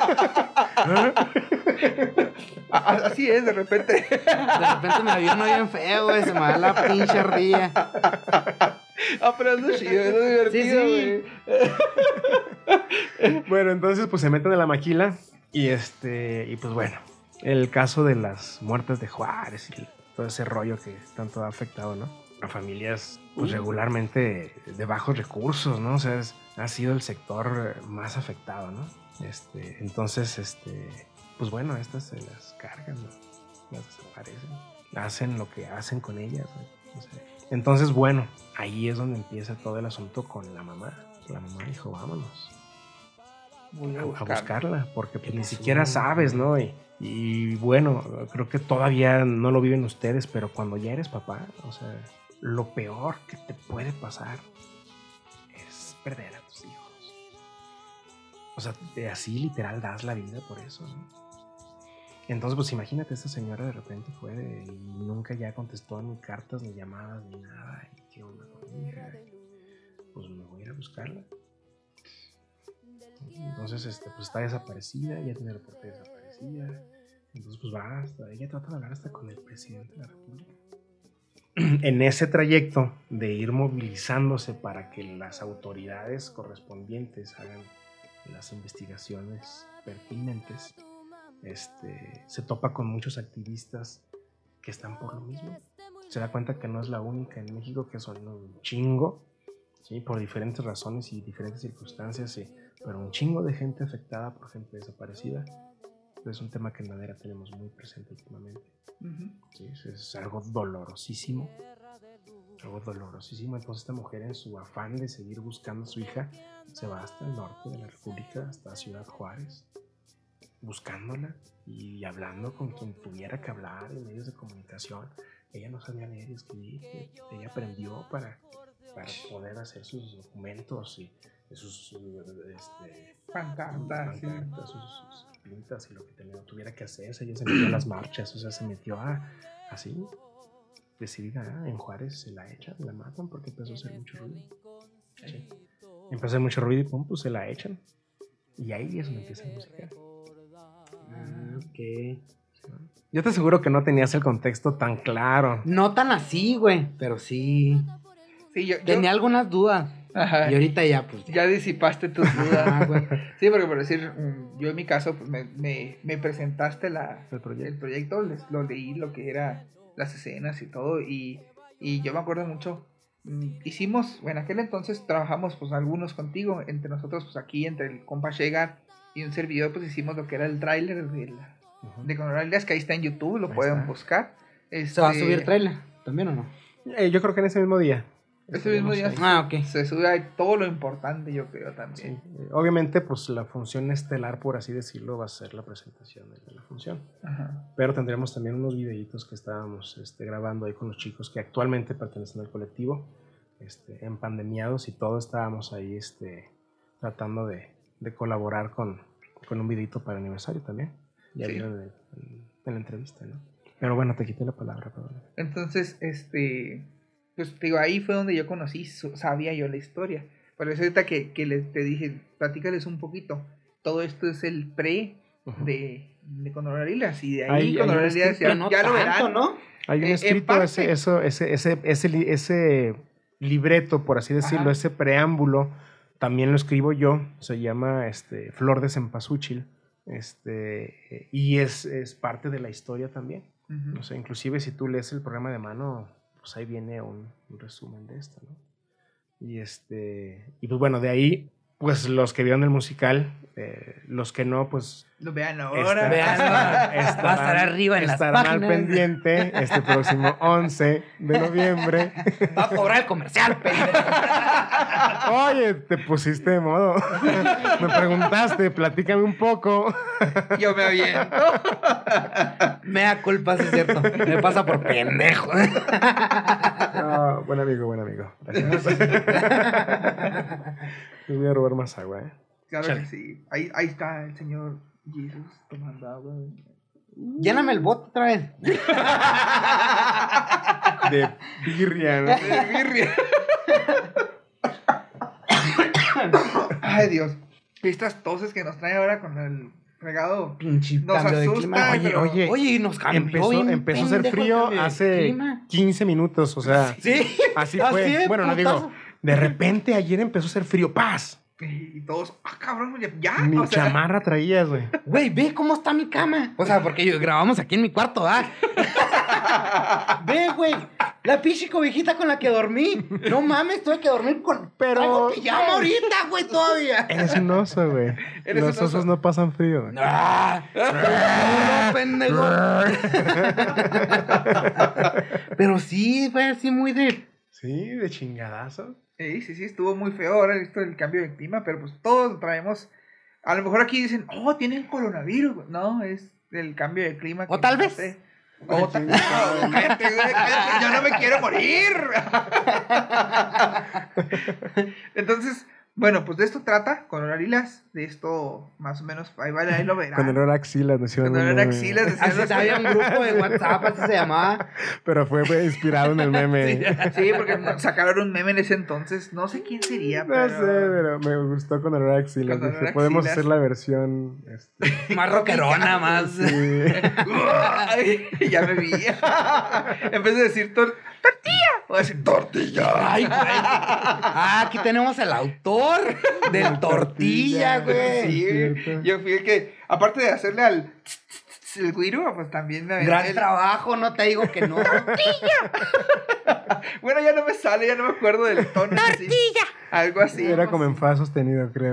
Speaker 7: A- Así es, de repente.
Speaker 2: De repente me vio uno bien feo, güey, se me da la pinche ría.
Speaker 7: Ah, pero es chido, es divertido,
Speaker 2: Sí,
Speaker 7: güey.
Speaker 8: Bueno, entonces pues se meten a la maquila y este, y pues bueno, el caso de las muertes de Juárez y todo ese rollo que tanto ha afectado, ¿no? A familias pues regularmente de bajos recursos, ¿no? O sea, es- ha sido el sector más afectado, ¿no? Este, entonces, este, pues bueno, estas se las cargan, ¿no? Las desaparecen, hacen lo que hacen con ellas, ¿no? O sea, entonces, bueno, ahí es donde empieza todo el asunto con la mamá. La mamá dijo, vámonos.
Speaker 7: Voy a
Speaker 8: a, a
Speaker 7: buscarla.
Speaker 8: buscarla, porque pues,
Speaker 2: ¿Qué
Speaker 8: ni
Speaker 2: pasó?
Speaker 8: siquiera sabes, ¿no? Y, y bueno, creo que todavía no lo viven ustedes, pero cuando ya eres papá, o sea, lo peor que te puede pasar es perder a tus hijos. O sea, de así literal das la vida por eso, ¿no? Entonces, pues imagínate, esta señora de repente fue de- y nunca ya contestó ni cartas, ni llamadas, ni nada. ¿Y qué onda con mi hija? Pues me voy a ir a buscarla. Entonces, este, pues está desaparecida, ya tiene reporte de desaparecida. Entonces, pues va hasta, ella trata de hablar hasta con el presidente de la República. En ese trayecto de ir movilizándose para que las autoridades correspondientes hagan las investigaciones pertinentes, este, se topa con muchos activistas que están por lo mismo. Se da cuenta que no es la única en México, que son un chingo, ¿sí? Por diferentes razones y diferentes circunstancias, sí, pero un chingo de gente afectada por gente desaparecida. Es un tema que en Madera tenemos muy presente últimamente.
Speaker 7: Ujú.
Speaker 8: Sí, es, es algo dolorosísimo. Algo dolorosísimo. Entonces esta mujer, en su afán de seguir buscando a su hija, se va hasta el norte de la República, hasta Ciudad Juárez, buscándola y hablando con quien tuviera que hablar en medios de comunicación. Ella no sabía leer y escribir. Ella aprendió para, para poder hacer sus documentos y sus este,
Speaker 7: Pancartas, sí.
Speaker 8: pancartas, sus, sus pintas y lo que tenía, tuviera que hacer. Ella se metió a las marchas, o sea, se metió a así, decidida, ah, en Juárez se la echan, la matan porque empezó a hacer mucho ruido. Sí. Empezó a hacer mucho ruido y pum, pues se la echan. Y ahí es donde empieza la música.
Speaker 2: Ah, ok.
Speaker 8: Yo te aseguro que no tenías el contexto tan claro.
Speaker 2: No tan así, güey, pero sí.
Speaker 7: Sí, yo, yo-
Speaker 2: Tenía algunas dudas.
Speaker 7: Ajá.
Speaker 2: Y ahorita ya, pues.
Speaker 7: Ya disipaste tus
Speaker 2: Ah,
Speaker 7: dudas.
Speaker 2: güey.
Speaker 7: Sí, porque por decir, mm, yo en mi caso, pues me, me, me presentaste la,
Speaker 8: El proyecto.
Speaker 7: el proyecto, les- lo leí, lo que era las escenas y todo, y, y yo me acuerdo mucho. mm, Hicimos, bueno, en aquel entonces trabajamos, pues algunos contigo, entre nosotros, pues aquí, entre el compa Shegar y un servidor, pues hicimos lo que era el tráiler de, la-
Speaker 8: Ujú.
Speaker 7: de Conoralias, que ahí está en YouTube, lo
Speaker 8: Ahí
Speaker 7: pueden
Speaker 8: está.
Speaker 7: buscar.
Speaker 2: ¿Se va a
Speaker 7: Este,
Speaker 2: subir trailer? ¿También o no?
Speaker 8: Eh, yo creo que en ese mismo día.
Speaker 7: Ese mismo día
Speaker 8: Estaremos
Speaker 2: Ah, ok.
Speaker 7: se sube ahí todo lo importante, yo creo,
Speaker 8: ahí.
Speaker 7: también.
Speaker 8: Sí. Eh, Obviamente, pues la función estelar, por así decirlo, va a ser la presentación de la función.
Speaker 7: Ajá.
Speaker 8: Pero tendremos también unos videitos que estábamos este, grabando ahí con los chicos que actualmente pertenecen al colectivo, este, en pandemiados y todo, estábamos ahí este, tratando de, de colaborar con, con un videito para el aniversario también. Ya
Speaker 7: Sí.
Speaker 8: vieron en, en- en la entrevista, ¿no? Pero bueno, te quité la palabra, perdón.
Speaker 7: Entonces, este, pues te digo, ahí fue donde yo conocí, su- sabía yo la historia. Por eso ahorita que, que les, te dije, platícales un poquito. Todo esto es el pre
Speaker 8: Ujú.
Speaker 7: de, de Conoralias, y de ahí
Speaker 8: Hay- hay un
Speaker 7: Conoralias
Speaker 8: escrito,
Speaker 7: ya,
Speaker 2: no
Speaker 7: ya lo
Speaker 2: tanto,
Speaker 7: verán.
Speaker 2: ¿no?
Speaker 8: Hay un
Speaker 7: Eh, en
Speaker 8: escrito,
Speaker 7: parte.
Speaker 8: ese, eso, ese, ese, ese, li- ese libreto, por así decirlo,
Speaker 7: Ajá.
Speaker 8: ese preámbulo, también lo escribo yo, se llama este, Flor de Cempasúchil, este, y es, es parte de la historia también.
Speaker 7: Ujú.
Speaker 8: O sea, inclusive si tú lees el programa de mano, pues ahí viene un, un resumen de esto, ¿no? Y este, y pues bueno, de ahí, pues los que vieron el musical, eh, los que no, pues
Speaker 7: Lo vean
Speaker 8: Estarán-
Speaker 7: ahora.
Speaker 2: Vean, va a estar arriba en las
Speaker 8: estarán al
Speaker 2: páginas.
Speaker 8: pendiente este próximo once de noviembre.
Speaker 2: Va a cobrar el comercial, pendejo.
Speaker 8: Oye, te pusiste de modo. Me preguntaste, platícame un poco.
Speaker 7: Yo me aviento.
Speaker 2: Me da culpa, sí es cierto. Me pasa por pendejo.
Speaker 8: No, buen amigo, buen amigo. Gracias. Les voy a robar más agua, ¿eh?
Speaker 7: Claro
Speaker 8: Chale.
Speaker 7: que sí. Ahí, ahí está el señor Jesus tomando agua.
Speaker 2: Lléname el bote otra vez.
Speaker 8: De birria, ¿no?
Speaker 7: De birria. Ay, Dios. Estas toses que nos trae ahora con el regado.
Speaker 2: Pinche
Speaker 7: Nos
Speaker 2: cambio de
Speaker 7: asusta,
Speaker 2: clima.
Speaker 8: Oye,
Speaker 7: pero-
Speaker 8: oye.
Speaker 2: Oye, y nos cambió
Speaker 8: Empezó,
Speaker 2: bien
Speaker 8: empezó a hacer
Speaker 2: pendejo el
Speaker 8: frío
Speaker 2: cambio de
Speaker 8: hace
Speaker 2: clima.
Speaker 8: quince minutos, o sea,
Speaker 2: Sí.
Speaker 8: así
Speaker 2: Así
Speaker 8: fue.
Speaker 2: de
Speaker 8: Bueno, no digo,
Speaker 2: putazo.
Speaker 8: de repente ayer empezó a hacer frío, paz.
Speaker 7: Y todos, ah, cabrón, ya. ya,
Speaker 8: Ni
Speaker 7: o sea,
Speaker 8: chamarra traías, güey.
Speaker 2: Güey, ve cómo está mi cama. O sea, porque yo- grabamos aquí en mi cuarto, ¿ah? Ve, güey. La pinche cobijita con la que dormí. No mames, tuve que dormir con.
Speaker 8: Pero-
Speaker 2: Traigo pijama ahorita, güey, todavía.
Speaker 8: Eres un oso, güey.
Speaker 7: Eres
Speaker 8: Los
Speaker 7: un oso.
Speaker 8: osos no pasan frío, güey.
Speaker 2: ¡Ah! No, pendejo. Pero sí, fue así muy de.
Speaker 8: Sí, de chingadazo.
Speaker 7: Sí, sí, sí, estuvo muy feo ahora esto del cambio de clima, pero pues todos traemos A lo mejor aquí dicen, oh, tienen coronavirus. No, es el cambio de clima.
Speaker 2: O
Speaker 7: que
Speaker 2: tal
Speaker 7: no
Speaker 2: vez.
Speaker 7: sé. O tal vez. No, cállate, güey, cállate, yo no me quiero morir. Entonces, bueno, pues de esto trata, con horarilas, de esto más o menos, ahí, vale, ahí lo verán.
Speaker 8: Con olor a axilas, decían.
Speaker 7: Con olor a axilas, decían
Speaker 2: Así
Speaker 7: los-
Speaker 2: había un grupo de WhatsApp, así se llamaba.
Speaker 8: Pero fue, fue inspirado en el meme.
Speaker 7: Sí, porque sacaron un meme en ese entonces, no sé quién sería,
Speaker 8: No
Speaker 7: pero...
Speaker 8: sé, pero me gustó con olor a axilas.
Speaker 7: Con olor
Speaker 8: Dije,
Speaker 7: a
Speaker 8: podemos
Speaker 7: axilas.
Speaker 8: hacer la versión. Este,
Speaker 2: Más rockerona, más.
Speaker 8: sí.
Speaker 7: Ay, ya me vi. En vez de decir tor- tortilla, voy a decir tortilla.
Speaker 2: Ay, güey. Ah, aquí tenemos el autor del tortilla, güey.
Speaker 7: Sí,
Speaker 8: cierto.
Speaker 7: yo fui el que, aparte de hacerle al tss, tss, tss, el güiro, pues también me aventé
Speaker 2: Gran
Speaker 7: el-
Speaker 2: trabajo, no te digo que no.
Speaker 7: Bueno, ya no me sale, ya no me acuerdo del tono. ¡Tortilla! Algo así.
Speaker 8: Era
Speaker 7: no
Speaker 8: como
Speaker 7: sé.
Speaker 8: en fa sostenido, creo.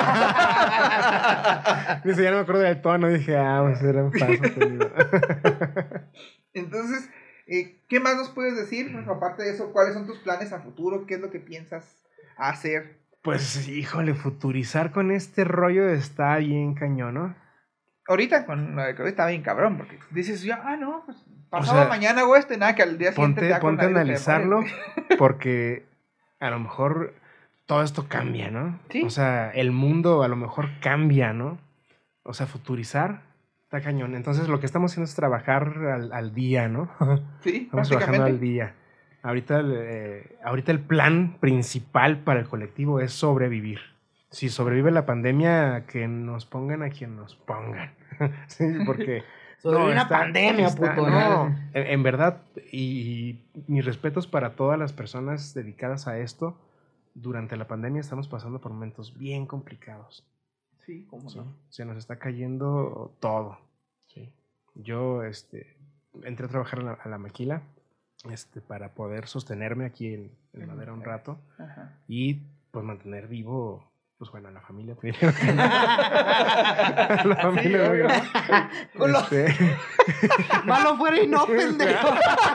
Speaker 8: Dice, ya no me acuerdo del tono. Dije, ah, pues era en fa sostenido.
Speaker 7: Entonces, eh, ¿qué más nos puedes decir? Bueno, aparte de eso, ¿cuáles son tus planes a futuro? ¿Qué es lo que piensas hacer?
Speaker 8: Pues, híjole, futurizar con este rollo está bien cañón, ¿no?
Speaker 7: Ahorita con lo de COVID está bien cabrón, porque dices, ya, ah, no, pues pasado
Speaker 8: sea,
Speaker 7: mañana hago esto y nada, que al día siguiente
Speaker 8: Ponte,
Speaker 7: te da
Speaker 8: ponte a
Speaker 7: coronavirus, te
Speaker 8: analizarlo,
Speaker 7: mueres.
Speaker 8: porque a lo mejor todo esto cambia, ¿no?
Speaker 7: Sí.
Speaker 8: O sea, el mundo a lo mejor cambia, ¿no? O sea, futurizar está cañón. Entonces, lo que estamos haciendo es trabajar al, al día, ¿no?
Speaker 7: Sí,
Speaker 8: Estamos trabajando al
Speaker 7: prácticamente.
Speaker 8: día. Ahorita el, eh, ahorita el plan principal para el colectivo es sobrevivir. Si sobrevive la pandemia, que nos pongan a quien nos pongan. Sí, porque...
Speaker 2: Sobre una
Speaker 8: está-
Speaker 2: pandemia,
Speaker 8: está-
Speaker 2: puto.
Speaker 8: No, en, en verdad, y, y mis respetos para todas las personas dedicadas a esto, durante la pandemia estamos pasando por momentos bien complicados.
Speaker 7: Sí, cómo
Speaker 8: ¿Sí?
Speaker 7: no.
Speaker 8: Se nos está cayendo todo. ¿Sí? Yo este, entré a trabajar a la, a la maquila este, para poder sostenerme aquí en, en Madera un rato
Speaker 7: Ajá.
Speaker 8: y pues mantener vivo, pues bueno, a la familia primero. A la familia,
Speaker 7: Sí, obvio.
Speaker 2: Con los-
Speaker 8: Este,
Speaker 2: Malo fuera y no, pendejo.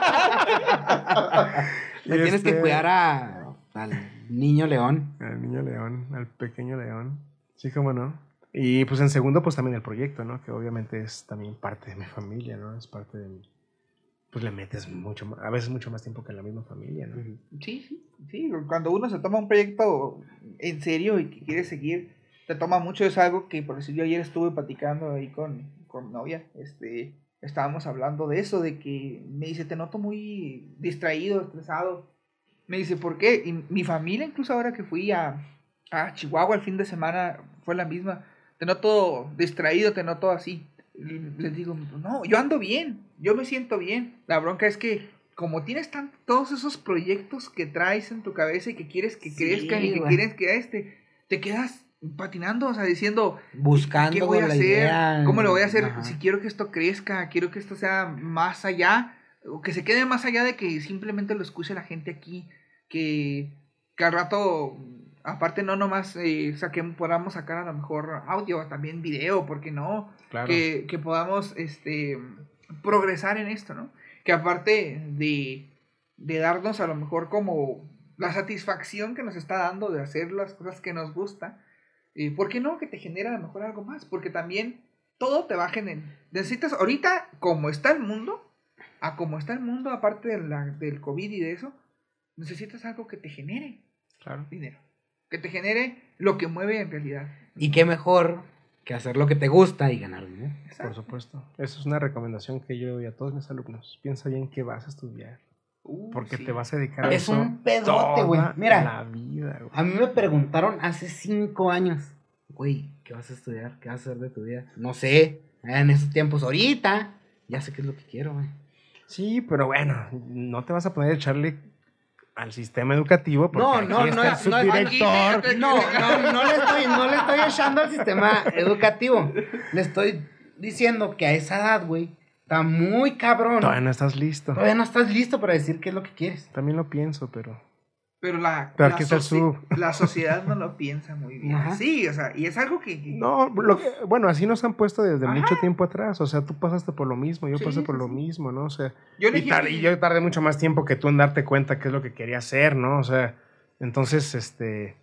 Speaker 2: Le tienes
Speaker 8: este,
Speaker 2: que cuidar a, al niño león.
Speaker 8: Al niño león, al pequeño león. Sí, cómo no. Y pues en segundo, pues también el proyecto, ¿no? Que obviamente es también parte de mi familia, ¿no? Es parte de mi... Pues le metes mucho más, a veces mucho más tiempo que en la misma familia, ¿no?
Speaker 7: Sí, sí, sí. Cuando uno se toma un proyecto en serio y que quiere seguir, te toma mucho. Es algo que, por decir, yo ayer estuve platicando ahí con, con mi novia. Este, estábamos hablando de eso, de que me dice, te noto muy distraído, estresado. Me dice, ¿por qué? Y mi familia, incluso ahora que fui a, a Chihuahua el fin de semana, fue la misma. Te noto distraído, te noto así. Y les digo, no, yo ando bien, yo me siento bien. La bronca es que como tienes tan, todos esos proyectos que traes en tu cabeza y que quieres que
Speaker 2: Sí,
Speaker 7: crezcan y que
Speaker 2: güey.
Speaker 7: quieres que este, te quedas patinando, o sea, diciendo,
Speaker 2: Buscando
Speaker 7: ¿qué voy a
Speaker 2: la
Speaker 7: hacer?
Speaker 2: idea.
Speaker 7: ¿Cómo lo voy a hacer?
Speaker 2: Ajá.
Speaker 7: Si quiero que esto crezca, quiero que esto sea más allá, o que se quede más allá de que simplemente lo escuche la gente aquí, que, que al rato, aparte no nomás eh, saquemos, podamos sacar a lo mejor audio, también video, ¿por qué no?
Speaker 8: Claro.
Speaker 7: Que, que podamos este, progresar en esto, ¿no? Que aparte de, de darnos a lo mejor como la satisfacción que nos está dando de hacer las cosas que nos gusta, eh, ¿por qué no? Que te genera a lo mejor algo más, porque también todo te va a generar. Necesitas, ahorita, como está el mundo, a como está el mundo, aparte de la, del COVID y de eso, necesitas algo que te genere
Speaker 8: Claro.
Speaker 7: dinero, que te genere lo que mueve en realidad.
Speaker 2: Y qué mejor que hacer lo que te gusta y ganar dinero.
Speaker 8: Por supuesto. Eso es una recomendación que yo doy a todos mis alumnos. Piensa bien qué vas a estudiar.
Speaker 7: Uh,
Speaker 8: Porque
Speaker 7: sí.
Speaker 8: te vas a dedicar a
Speaker 2: Es
Speaker 8: eso
Speaker 2: un pedote,
Speaker 8: toda
Speaker 2: güey. Mira.
Speaker 8: la vida, güey.
Speaker 2: A mí me preguntaron hace cinco años, güey, ¿qué vas a estudiar? ¿Qué vas a hacer de tu vida? No sé, en esos tiempos, ahorita, ya sé qué es lo que quiero, güey.
Speaker 8: Sí, pero bueno, no te vas a poner a echarle al sistema educativo porque
Speaker 2: No,
Speaker 8: aquí
Speaker 2: no,
Speaker 8: está
Speaker 2: no,
Speaker 8: el
Speaker 2: no,
Speaker 8: subdirector.
Speaker 2: No, no, no le estoy, no le estoy echando al sistema educativo. Le estoy diciendo que a esa edad, güey, está muy cabrón.
Speaker 8: Todavía no estás listo.
Speaker 2: Todavía no estás listo para decir qué es lo que quieres.
Speaker 8: También lo pienso, pero...
Speaker 7: Pero la,
Speaker 8: Pero
Speaker 7: la,
Speaker 8: aquí está el
Speaker 7: soci-
Speaker 8: sub.
Speaker 7: la sociedad no lo piensa muy bien.
Speaker 2: Ajá.
Speaker 7: Sí, o sea, y es algo que...
Speaker 8: No, lo que- bueno, así nos han puesto desde
Speaker 7: Ajá.
Speaker 8: mucho tiempo atrás. O sea, tú pasaste por lo mismo, yo
Speaker 7: Sí,
Speaker 8: pasé por
Speaker 7: sí,
Speaker 8: lo
Speaker 7: sí.
Speaker 8: mismo, ¿no? O sea,
Speaker 7: Yo
Speaker 8: y,
Speaker 7: elegí-
Speaker 8: tar- y yo tardé mucho más tiempo que tú en darte cuenta qué es lo que quería hacer, ¿no? O sea, entonces, este,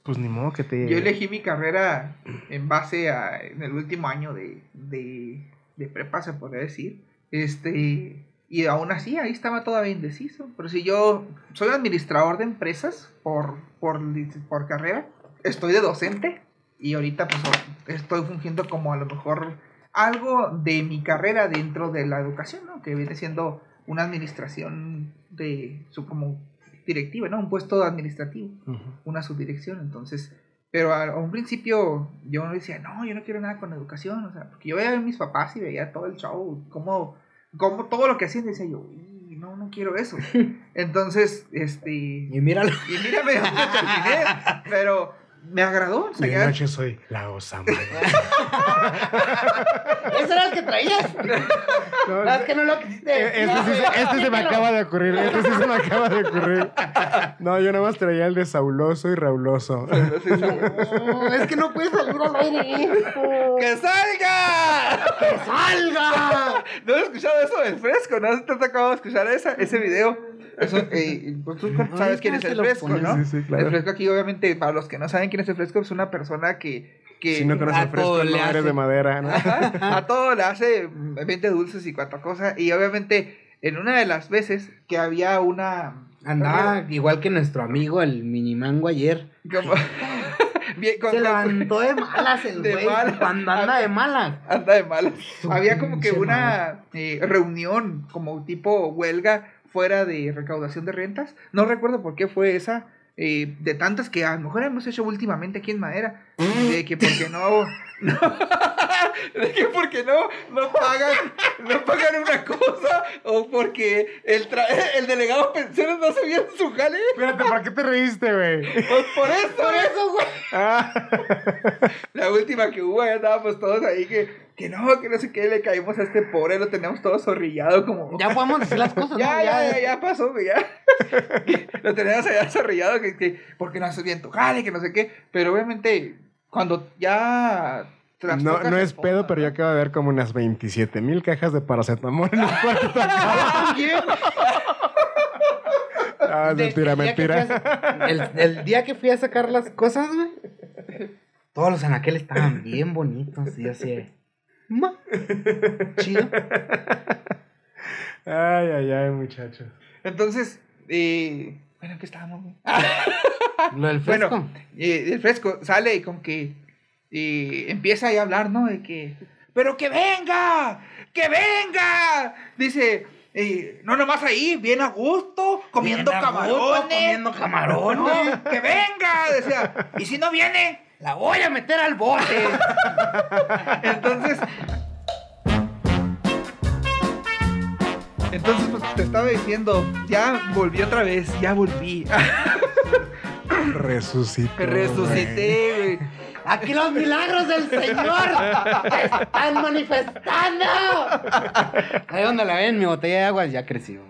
Speaker 8: pues ni modo que te...
Speaker 7: Yo elegí mi carrera en base a, en el último año de, de, de prepa, se podría decir. Este, y aún así, ahí estaba todavía indeciso. Pero si yo soy administrador de empresas por, por, por carrera, estoy de docente y ahorita pues estoy fungiendo como a lo mejor algo de mi carrera dentro de la educación, ¿no? Que viene siendo una administración de su como directiva, ¿no? Un puesto administrativo, uh-huh. Una subdirección, entonces, pero a, a un principio yo no decía, no, yo no quiero nada con educación, o sea, porque yo veía a mis papás y veía todo el show, como, como todo lo que hacían, decía yo, no, no quiero eso, entonces, este...
Speaker 2: Y míralo.
Speaker 7: Y mírame, terminé, pero... me agradó. O sea,
Speaker 8: de
Speaker 7: ya...
Speaker 8: noche soy la osa mayor.
Speaker 4: ¿Ese era el que traías? No, no, es que no lo quisiste.
Speaker 8: Este, sí, este se me acaba de ocurrir. Este sí se me acaba de ocurrir. No, yo nada más traía el de Sauloso y Rauloso.
Speaker 4: No, es que no puedes salir al aire.
Speaker 7: ¡Que salga!
Speaker 4: ¡Que salga!
Speaker 7: ¿No has escuchado eso del Fresco? ¿No te has acabado de escuchar esa, ese video? Eso, eh, pues tú sabes quién es el Fresco, ¿no?
Speaker 8: Sí, sí, claro.
Speaker 7: El Fresco aquí, obviamente, para los que no saben quién es el Fresco, es una persona que... que
Speaker 8: si no conoces el Fresco, no eres de madera, ¿no?
Speaker 7: Ajá, a todo le hace veinte dulces y cuatro cosas. Y obviamente, en una de las veces que había una...
Speaker 2: Andaba igual que nuestro amigo, el Minimango ayer.
Speaker 7: Como...
Speaker 2: Bien, con, se levantó de malas el güey. Cuando anda de malas.
Speaker 7: Anda de malas. Había como que una eh, reunión, como tipo huelga, fuera de recaudación de rentas. No recuerdo por qué fue esa, eh, de tantas que a lo mejor hemos hecho últimamente aquí en Madera, de que porque no, no de que porque no, no pagan, no pagan una cosa, o porque el, tra- el delegado de pensiones no se vio en su jale.
Speaker 8: Espérate, ¿por qué te reíste, güey?
Speaker 7: Pues por eso,
Speaker 4: por eso, güey.
Speaker 8: Ah.
Speaker 7: La última que hubo, ya estábamos todos ahí que... Que no, que no sé qué, le caímos a este pobre, lo teníamos todo zorrillado como...
Speaker 2: Ya podemos decir las cosas,
Speaker 7: ya,
Speaker 2: ¿no?
Speaker 7: Ya, ya, ya pasó, güey, ya. Lo teníamos allá zorrillado, que, que porque no hace bien tu jale, que no sé qué. Pero obviamente, cuando ya...
Speaker 8: No, no es pedo, pero yo acabo de ver como unas veintisiete mil cajas de paracetamol en el cuarto. Ah, mentira, mentira.
Speaker 2: A, el, el día que fui a sacar las cosas, güey, todos los anaqueles estaban bien bonitos y así... Ma. Chido.
Speaker 8: Ay, ay, ay, muchachos.
Speaker 7: Entonces, eh, bueno, ¿qué estábamos?
Speaker 2: Lo del Fresco.
Speaker 7: Bueno, eh, el Fresco sale y como que eh, empieza ahí a hablar, ¿no? De que, ¡pero que venga! ¡Que venga! Dice, eh, no nomás ahí, bien a gusto, comiendo
Speaker 2: bien
Speaker 7: camarones.
Speaker 2: Gusto, comiendo camarones.
Speaker 7: No, ¡que venga! Decía, y si no viene...
Speaker 2: la voy a meter al bote.
Speaker 7: Entonces, entonces pues, te estaba diciendo, ya volví otra vez, ya volví.
Speaker 8: Resucité.
Speaker 7: Resucité, güey.
Speaker 4: Aquí los milagros del Señor se están manifestando.
Speaker 2: Ahí donde la ven, mi botella de agua ya creció.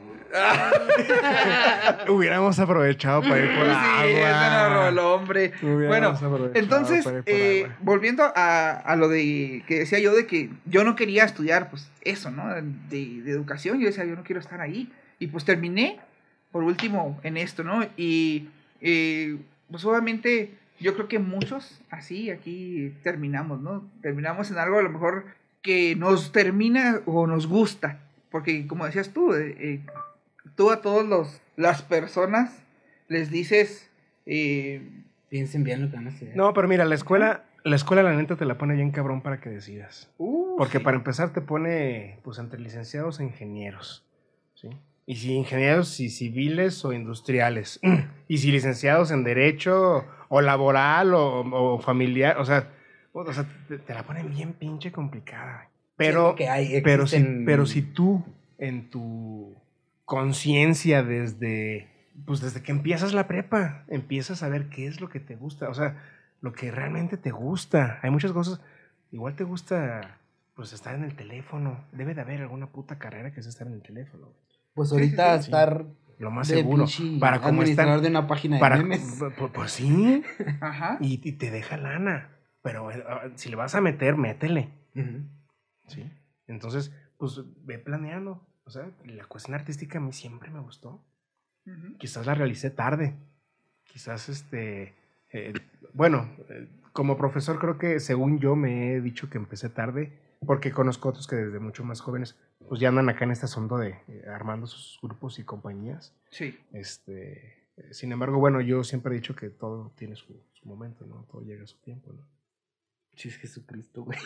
Speaker 8: Hubiéramos aprovechado para ir por
Speaker 7: sí,
Speaker 8: agua.
Speaker 7: Sí, ese no roló, hombre. Bueno, entonces, eh, volviendo a, a lo de que decía yo de que yo no quería estudiar, pues eso, ¿no? De, de educación, yo decía, yo no quiero estar ahí. Y pues terminé, por último, en esto, ¿no? Y eh, pues obviamente yo creo que muchos así aquí terminamos, ¿no? Terminamos en algo a lo mejor que nos termina o nos gusta. Porque como decías tú, eh, eh, tú a todos los las personas les dices eh,
Speaker 2: piensen bien lo que van a hacer.
Speaker 8: No, pero mira, la escuela, la escuela la neta te la pone bien cabrón para que decidas.
Speaker 7: Uh,
Speaker 8: Porque
Speaker 7: sí.
Speaker 8: para empezar te pone pues entre licenciados e ingenieros, ¿sí? Y si ingenieros y civiles o industriales. Y si licenciados en derecho o laboral o, o familiar, o sea, o, o sea te, te la ponen bien pinche complicada. Pero,
Speaker 2: sí, que hay,
Speaker 8: pero, si, pero si tú en tu conciencia desde, pues desde que empiezas la prepa, empiezas a ver qué es lo que te gusta, o sea, lo que realmente te gusta. Hay muchas cosas, igual te gusta pues estar en el teléfono. Debe de haber alguna puta carrera que es estar en el teléfono.
Speaker 2: Pues ahorita sí, sí, sí. estar
Speaker 8: lo más seguro
Speaker 2: para como estar de una página de
Speaker 8: para,
Speaker 2: memes.
Speaker 8: Pues, pues sí.
Speaker 7: Ajá.
Speaker 8: Y, y te deja lana. Pero uh, si le vas a meter, métele.
Speaker 2: Uh-huh.
Speaker 8: Sí. Entonces, pues ve planeando. O sea, la cuestión artística a mí siempre me gustó. Uh-huh. Quizás la realicé tarde. Quizás este Eh, bueno, eh, como profesor creo que según yo me he dicho que empecé tarde, porque conozco otros que desde mucho más jóvenes pues ya andan acá en este asunto de eh, armando sus grupos y compañías.
Speaker 7: Sí.
Speaker 8: Este, eh, sin embargo, bueno, yo siempre he dicho que todo tiene su, su momento, ¿no? Todo llega a su tiempo, ¿no?
Speaker 2: Sí, es Jesucristo, güey.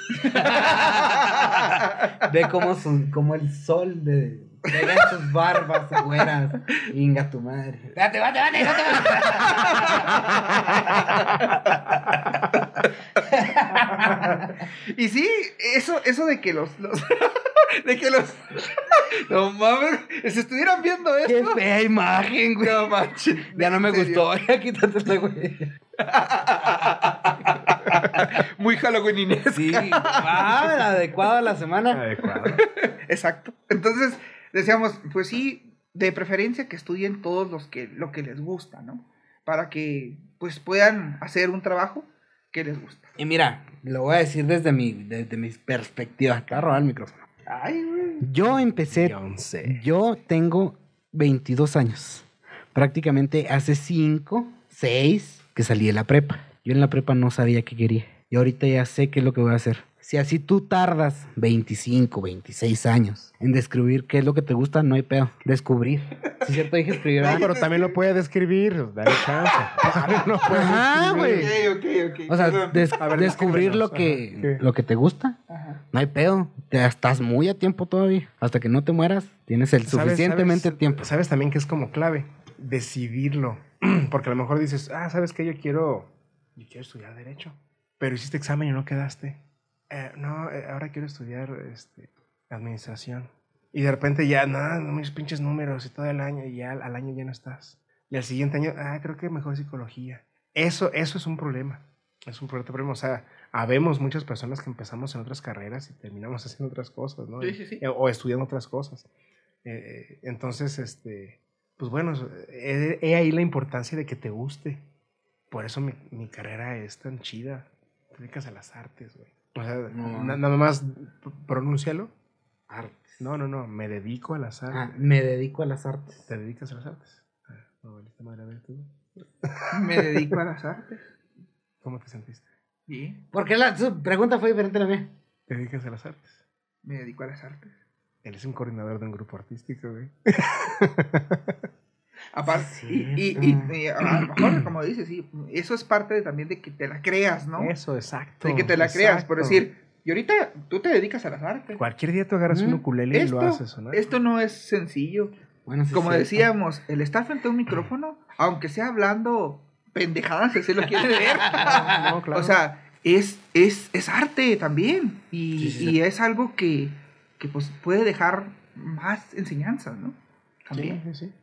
Speaker 2: Ve cómo, su, cómo el sol de pega en sus barbas güeras. Inga tu madre. Espérate, espérate, espérate, espérate.
Speaker 7: Y sí, eso, eso de que los, los de que los no mames, si estuvieran viendo
Speaker 2: Qué
Speaker 7: esto.
Speaker 2: fea imagen, güey.
Speaker 7: No manches.
Speaker 2: Ya no me
Speaker 7: ¿En serio?
Speaker 2: gustó. Ya quítatela, güey.
Speaker 7: Muy halloweenesca.
Speaker 2: Sí. Ah, adecuado a la semana.
Speaker 8: Adecuado.
Speaker 7: Exacto. Entonces, decíamos, pues sí, de preferencia que estudien todos los que, lo que les gusta, ¿no? Para que, pues, puedan hacer un trabajo que les gusta.
Speaker 2: Y mira, lo voy a decir desde mi, desde mi perspectiva. Acá robar el micrófono.
Speaker 7: Ay, güey.
Speaker 2: Yo empecé,
Speaker 8: Beyoncé.
Speaker 2: yo tengo veintidós años. Prácticamente hace cinco, seis que salí de la prepa. Yo en la prepa no sabía qué quería. Y ahorita ya sé qué es lo que voy a hacer. Si así tú tardas veinticinco, veintiséis años en descubrir qué es lo que te gusta, no hay pedo. Descubrir. Sí, es cierto, dije escribir.
Speaker 8: No,
Speaker 2: ¿verdad?
Speaker 8: pero también lo puede describir, dale chance. No puede
Speaker 2: Ajá,
Speaker 8: describir.
Speaker 2: güey.
Speaker 7: Ok, ok, ok.
Speaker 2: O sea,
Speaker 7: Perdón.
Speaker 2: des-
Speaker 8: A ver,
Speaker 2: descubrir lo
Speaker 8: descríbenos,
Speaker 2: que,
Speaker 8: ajá, ¿qué?
Speaker 2: lo que te gusta,
Speaker 7: Ajá.
Speaker 2: no hay pedo. Te, estás muy a tiempo todavía. Hasta que no te mueras, tienes el
Speaker 8: ¿Sabes-
Speaker 2: suficientemente
Speaker 8: sabes-
Speaker 2: tiempo.
Speaker 8: Sabes también que es como clave decidirlo. Porque a lo mejor dices, ah, ¿sabes qué? Yo quiero, yo quiero estudiar Derecho. Pero hiciste examen y no quedaste. Eh, no, eh, ahora quiero estudiar este, Administración. Y de repente ya, nada, no, mis pinches números y todo el año, y ya al, al año ya no estás. Y al siguiente año, ah, creo que mejor Psicología. Eso, eso es un problema. Es un fuerte problema. O sea, habemos muchas personas que empezamos en otras carreras y terminamos haciendo otras cosas, ¿no?
Speaker 7: Sí, sí, sí.
Speaker 8: Y- o estudiando otras cosas. Eh, entonces, este, pues bueno, he, he ahí la importancia de que te guste. Por eso mi, mi carrera es tan chida. Te dedicas a las artes, güey. O sea,
Speaker 2: No.
Speaker 8: na- nada más p- pronúncialo.
Speaker 2: Artes.
Speaker 8: No, no, no, me dedico a las artes.
Speaker 2: Ah, me dedico a las artes.
Speaker 8: ¿Te dedicas a las artes? Ah, no, valiste madre, a ver tú.
Speaker 7: Me dedico a las artes.
Speaker 8: ¿Cómo te sentiste?
Speaker 7: Sí,
Speaker 2: ¿Por qué la, su pregunta fue diferente a la mía?
Speaker 8: ¿Te dedicas a las artes?
Speaker 7: me dedico a las artes.
Speaker 8: Él es un coordinador de un grupo artístico, güey.
Speaker 7: Aparte,
Speaker 2: Sí,
Speaker 7: y, y,
Speaker 2: cierto.
Speaker 7: y, y a lo mejor, como dices, sí, eso es parte de, también de que te la creas, ¿no?
Speaker 8: Eso, exacto.
Speaker 7: De que te la creas, por
Speaker 8: exacto.
Speaker 7: decir, y ahorita tú te dedicas a las artes.
Speaker 8: Cualquier día tú agarras un
Speaker 2: Mm.
Speaker 8: ukulele y
Speaker 7: Esto,
Speaker 8: lo haces, ¿no?
Speaker 7: esto no es sencillo.
Speaker 2: Bueno, sí
Speaker 7: Como
Speaker 2: es cierto.
Speaker 7: decíamos, el estar frente a un micrófono, aunque sea hablando pendejadas, si se lo quiere ver.
Speaker 8: No, claro.
Speaker 7: O sea, es, es, es arte también. Y,
Speaker 2: Sí, sí, sí.
Speaker 7: y es algo que, que pues, puede dejar más enseñanzas, ¿no? También.
Speaker 8: Sí, sí, sí.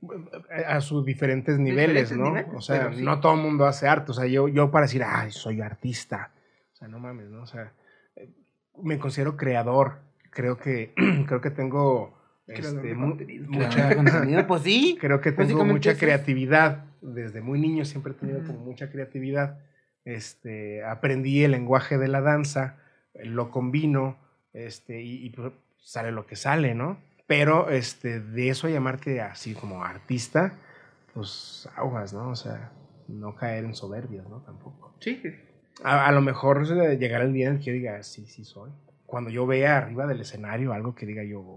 Speaker 8: A sus diferentes niveles,
Speaker 7: Diferentes
Speaker 8: ¿no?
Speaker 7: niveles,
Speaker 8: o sea,
Speaker 7: pero sí.
Speaker 8: no todo el mundo hace arte. O sea, yo, yo para decir, ay, soy artista. O sea, no mames, ¿no? O sea, eh, me considero creador. Creo que, creo que tengo
Speaker 7: Creador
Speaker 8: este,
Speaker 7: de
Speaker 8: mu-
Speaker 7: contenido.
Speaker 2: Claro,
Speaker 8: mucha,
Speaker 2: contenido, pues sí.
Speaker 8: creo que tengo
Speaker 2: Básicamente
Speaker 8: mucha
Speaker 2: eso es.
Speaker 8: creatividad. Desde muy niño siempre he tenido
Speaker 7: Ujú.
Speaker 8: como mucha creatividad. Este, aprendí el lenguaje de la danza, lo combino, este, y, y pues sale lo que sale, ¿no? Pero este, de eso a llamarte así como artista, pues aguas, ¿no? O sea, no caer en soberbias, ¿no? Tampoco.
Speaker 7: Sí.
Speaker 8: A, a lo mejor eh, llegará el día en el que yo diga, sí, sí soy. Cuando yo vea arriba del escenario algo que diga yo,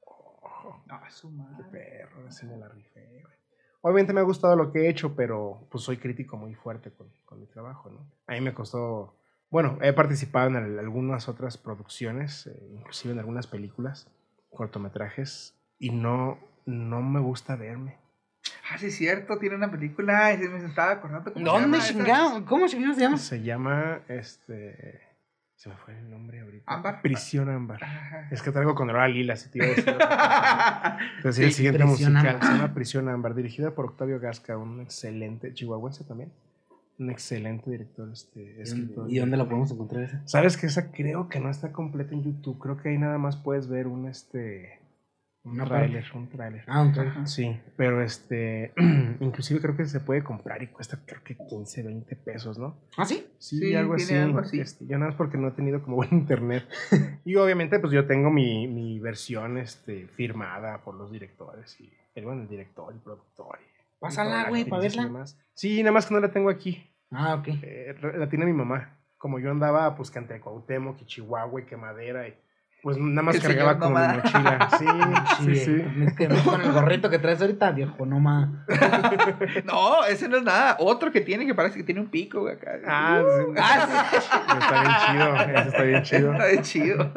Speaker 8: oh,
Speaker 7: Ah, su
Speaker 8: qué
Speaker 7: madre.
Speaker 8: perro, así me la rifé, güey. Obviamente me ha gustado lo que he hecho, pero pues soy crítico muy fuerte con, con mi trabajo, ¿no? A mí me costó, bueno, he participado en el- algunas otras producciones, eh, inclusive en algunas películas, cortometrajes, y no, no me gusta verme.
Speaker 7: Ah, sí, es cierto, tiene una película y se me estaba acordando. ¿Cómo se
Speaker 2: ¿Dónde
Speaker 7: llama esa?
Speaker 2: chingado? ¿Cómo chingado se llama?
Speaker 8: Se llama, este, se me fue el nombre ahorita.
Speaker 7: ¿Ámbar?
Speaker 8: Prisión Ámbar.
Speaker 7: Ajá.
Speaker 8: Es que traigo con Aurora Lila, si te iba a decir. otra cosa. Te decía el
Speaker 2: Sí,
Speaker 8: siguiente
Speaker 2: Prisión
Speaker 8: musical,
Speaker 2: Ámbar.
Speaker 8: se llama Prisión Ámbar, dirigida por Octavio Gasca, un excelente, chihuahuense también, un excelente director, este, escritor.
Speaker 2: ¿Y dónde la podemos encontrar esa?
Speaker 8: Sabes que esa creo que no está completa en YouTube, creo que ahí nada más puedes ver un, este, un
Speaker 2: Una
Speaker 8: tráiler, un tráiler.
Speaker 2: Ah, un trailer.
Speaker 8: Sí, pero este, inclusive creo que se puede comprar y cuesta creo que quince, veinte pesos, ¿no?
Speaker 2: ¿Ah, sí?
Speaker 8: Sí,
Speaker 7: Sí,
Speaker 8: algo, así,
Speaker 7: tiene algo así.
Speaker 8: Este, yo nada más porque no he tenido como buen internet. Y obviamente pues yo tengo mi, mi versión este, firmada por los directores y el, bueno, el director, el productor. y- y
Speaker 2: Pásala,
Speaker 8: toda la
Speaker 2: güey, pa'
Speaker 8: actriz y
Speaker 2: verla.
Speaker 8: demás. Sí, nada más que no la tengo aquí.
Speaker 2: Ah, ok.
Speaker 8: Eh, la tiene mi mamá. Como yo andaba, pues, que entre Cuauhtémoc y Chihuahua y que Madera y... Pues nada más
Speaker 7: El
Speaker 8: cargaba
Speaker 7: señor
Speaker 8: como mi
Speaker 7: nómada.
Speaker 8: mochila. Sí, sí, sí.
Speaker 2: Es que con el gorrito que traes ahorita, viejo, no más.
Speaker 7: No, ese no es nada. Otro que tiene que parece que tiene un pico, güey, acá.
Speaker 8: Ah, sí.
Speaker 7: Ah, sí.
Speaker 8: Está bien chido. Eso está bien chido.
Speaker 7: Está bien chido.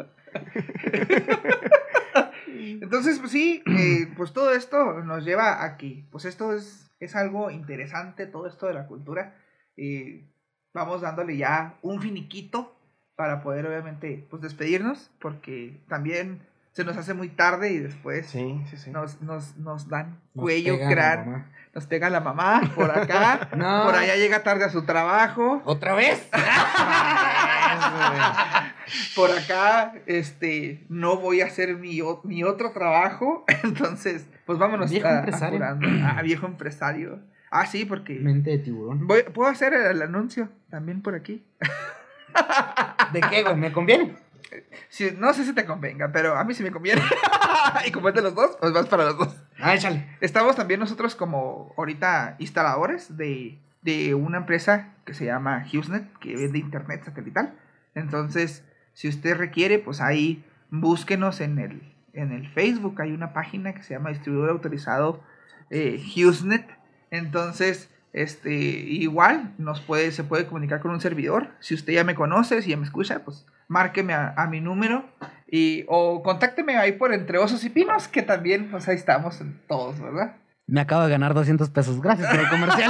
Speaker 7: Entonces, pues sí, eh, pues todo esto nos lleva a que, pues esto es, es algo interesante, todo esto de la cultura. Eh, vamos dándole ya un finiquito para poder, obviamente, pues despedirnos, porque también se nos hace muy tarde y después
Speaker 8: Sí, sí, sí.
Speaker 7: nos, nos, nos dan
Speaker 2: Nos
Speaker 7: cuello,
Speaker 2: pega la
Speaker 7: crán,
Speaker 2: mamá.
Speaker 7: nos pega la mamá por acá,
Speaker 2: No.
Speaker 7: por allá llega tarde a su trabajo.
Speaker 2: ¿Otra vez?
Speaker 7: Por acá, este, no voy a hacer mi, o- mi otro trabajo. Entonces, pues vámonos
Speaker 2: Viejo
Speaker 7: a-
Speaker 2: empresario.
Speaker 7: apurando. Ah, viejo empresario. Ah, sí, porque
Speaker 2: Mente de tiburón.
Speaker 7: voy- puedo hacer el, el anuncio también por aquí.
Speaker 2: ¿De qué, güey? ¿Me conviene?
Speaker 7: Sí, no sé si te convenga, pero a mí sí me conviene. Y como es de los dos, pues vas para los dos.
Speaker 2: Ah, échale.
Speaker 7: Estamos también nosotros como ahorita instaladores de, de una empresa que se llama HughesNet, que vende internet satelital. Entonces, si usted requiere, pues ahí búsquenos en el, en el Facebook. Hay una página que se llama Distribuidor Autorizado eh, HughesNet. Entonces, este, igual nos puede, se puede comunicar con un servidor. Si usted ya me conoce, si ya me escucha, pues márqueme a, a mi número. Y, o contácteme ahí por Entre Osos y Pinos, que también, pues ahí estamos en todos, ¿verdad?
Speaker 2: Me acabo de ganar doscientos pesos. Gracias por el comercial.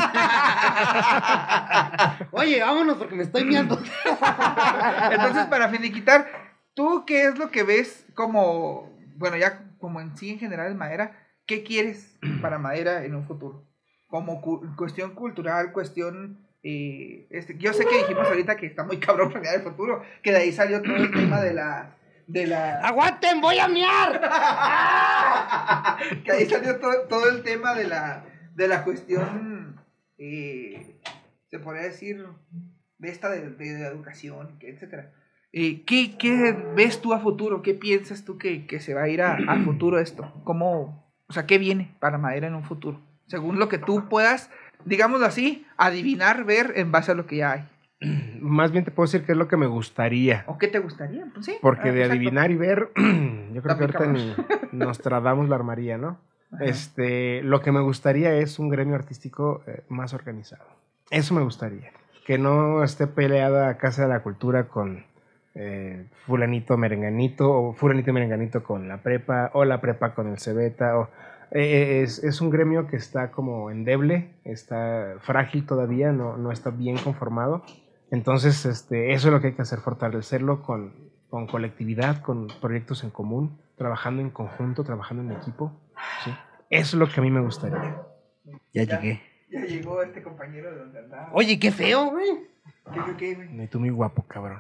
Speaker 2: Oye, vámonos porque me estoy miando.
Speaker 7: Entonces, para finiquitar, ¿tú qué es lo que ves como, bueno, ya como en sí en general en Madera, qué quieres para Madera en un futuro? Como cu- cuestión cultural, cuestión... eh, este, yo sé que dijimos ahorita que está muy cabrón planear el futuro, que de ahí salió todo el tema de la... De la
Speaker 2: ¡Aguanten! ¡Voy a miar!
Speaker 7: que ahí salió todo, todo el tema de la, de la cuestión, eh, se podría decir, de esta de, de la educación, que etcétera. Eh, ¿qué, ¿Qué ves tú a futuro? ¿Qué piensas tú que, que se va a ir a, a futuro esto? ¿Cómo, o sea, qué viene para Madera en un futuro? Según lo que tú puedas, digámoslo así, adivinar, ver en base a lo que ya hay.
Speaker 8: Más bien te puedo decir qué es lo que me gustaría.
Speaker 7: ¿O qué te gustaría? Pues sí.
Speaker 8: Porque
Speaker 7: ah,
Speaker 8: de
Speaker 7: exacto.
Speaker 8: adivinar y ver, yo creo
Speaker 7: Está
Speaker 8: que ahorita
Speaker 7: muy
Speaker 8: ni Nostradamus la armaría, ¿no?
Speaker 7: Ajá.
Speaker 8: Este, lo que me gustaría es un gremio artístico eh, más organizado. Eso me gustaría. Que no esté peleada Casa de la Cultura con eh, fulanito merenganito, o fulanito merenganito con la prepa, o la prepa con el Cebeta, o... Eh, es, es un gremio que está como endeble, está frágil todavía, no, no está bien conformado. Entonces, este, eso es lo que hay que hacer, fortalecerlo con, con colectividad, con proyectos en común, trabajando en conjunto, trabajando en equipo. ¿Sí? Eso es lo que a mí me gustaría.
Speaker 2: Ya llegué.
Speaker 7: Ya llegó este compañero de donde andaba.
Speaker 2: Oye, qué feo, güey.
Speaker 7: ¿Qué, qué, qué, güey?
Speaker 8: Y tú muy guapo, cabrón.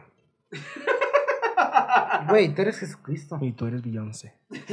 Speaker 2: Güey, tú eres Jesucristo.
Speaker 8: Y tú eres Beyoncé.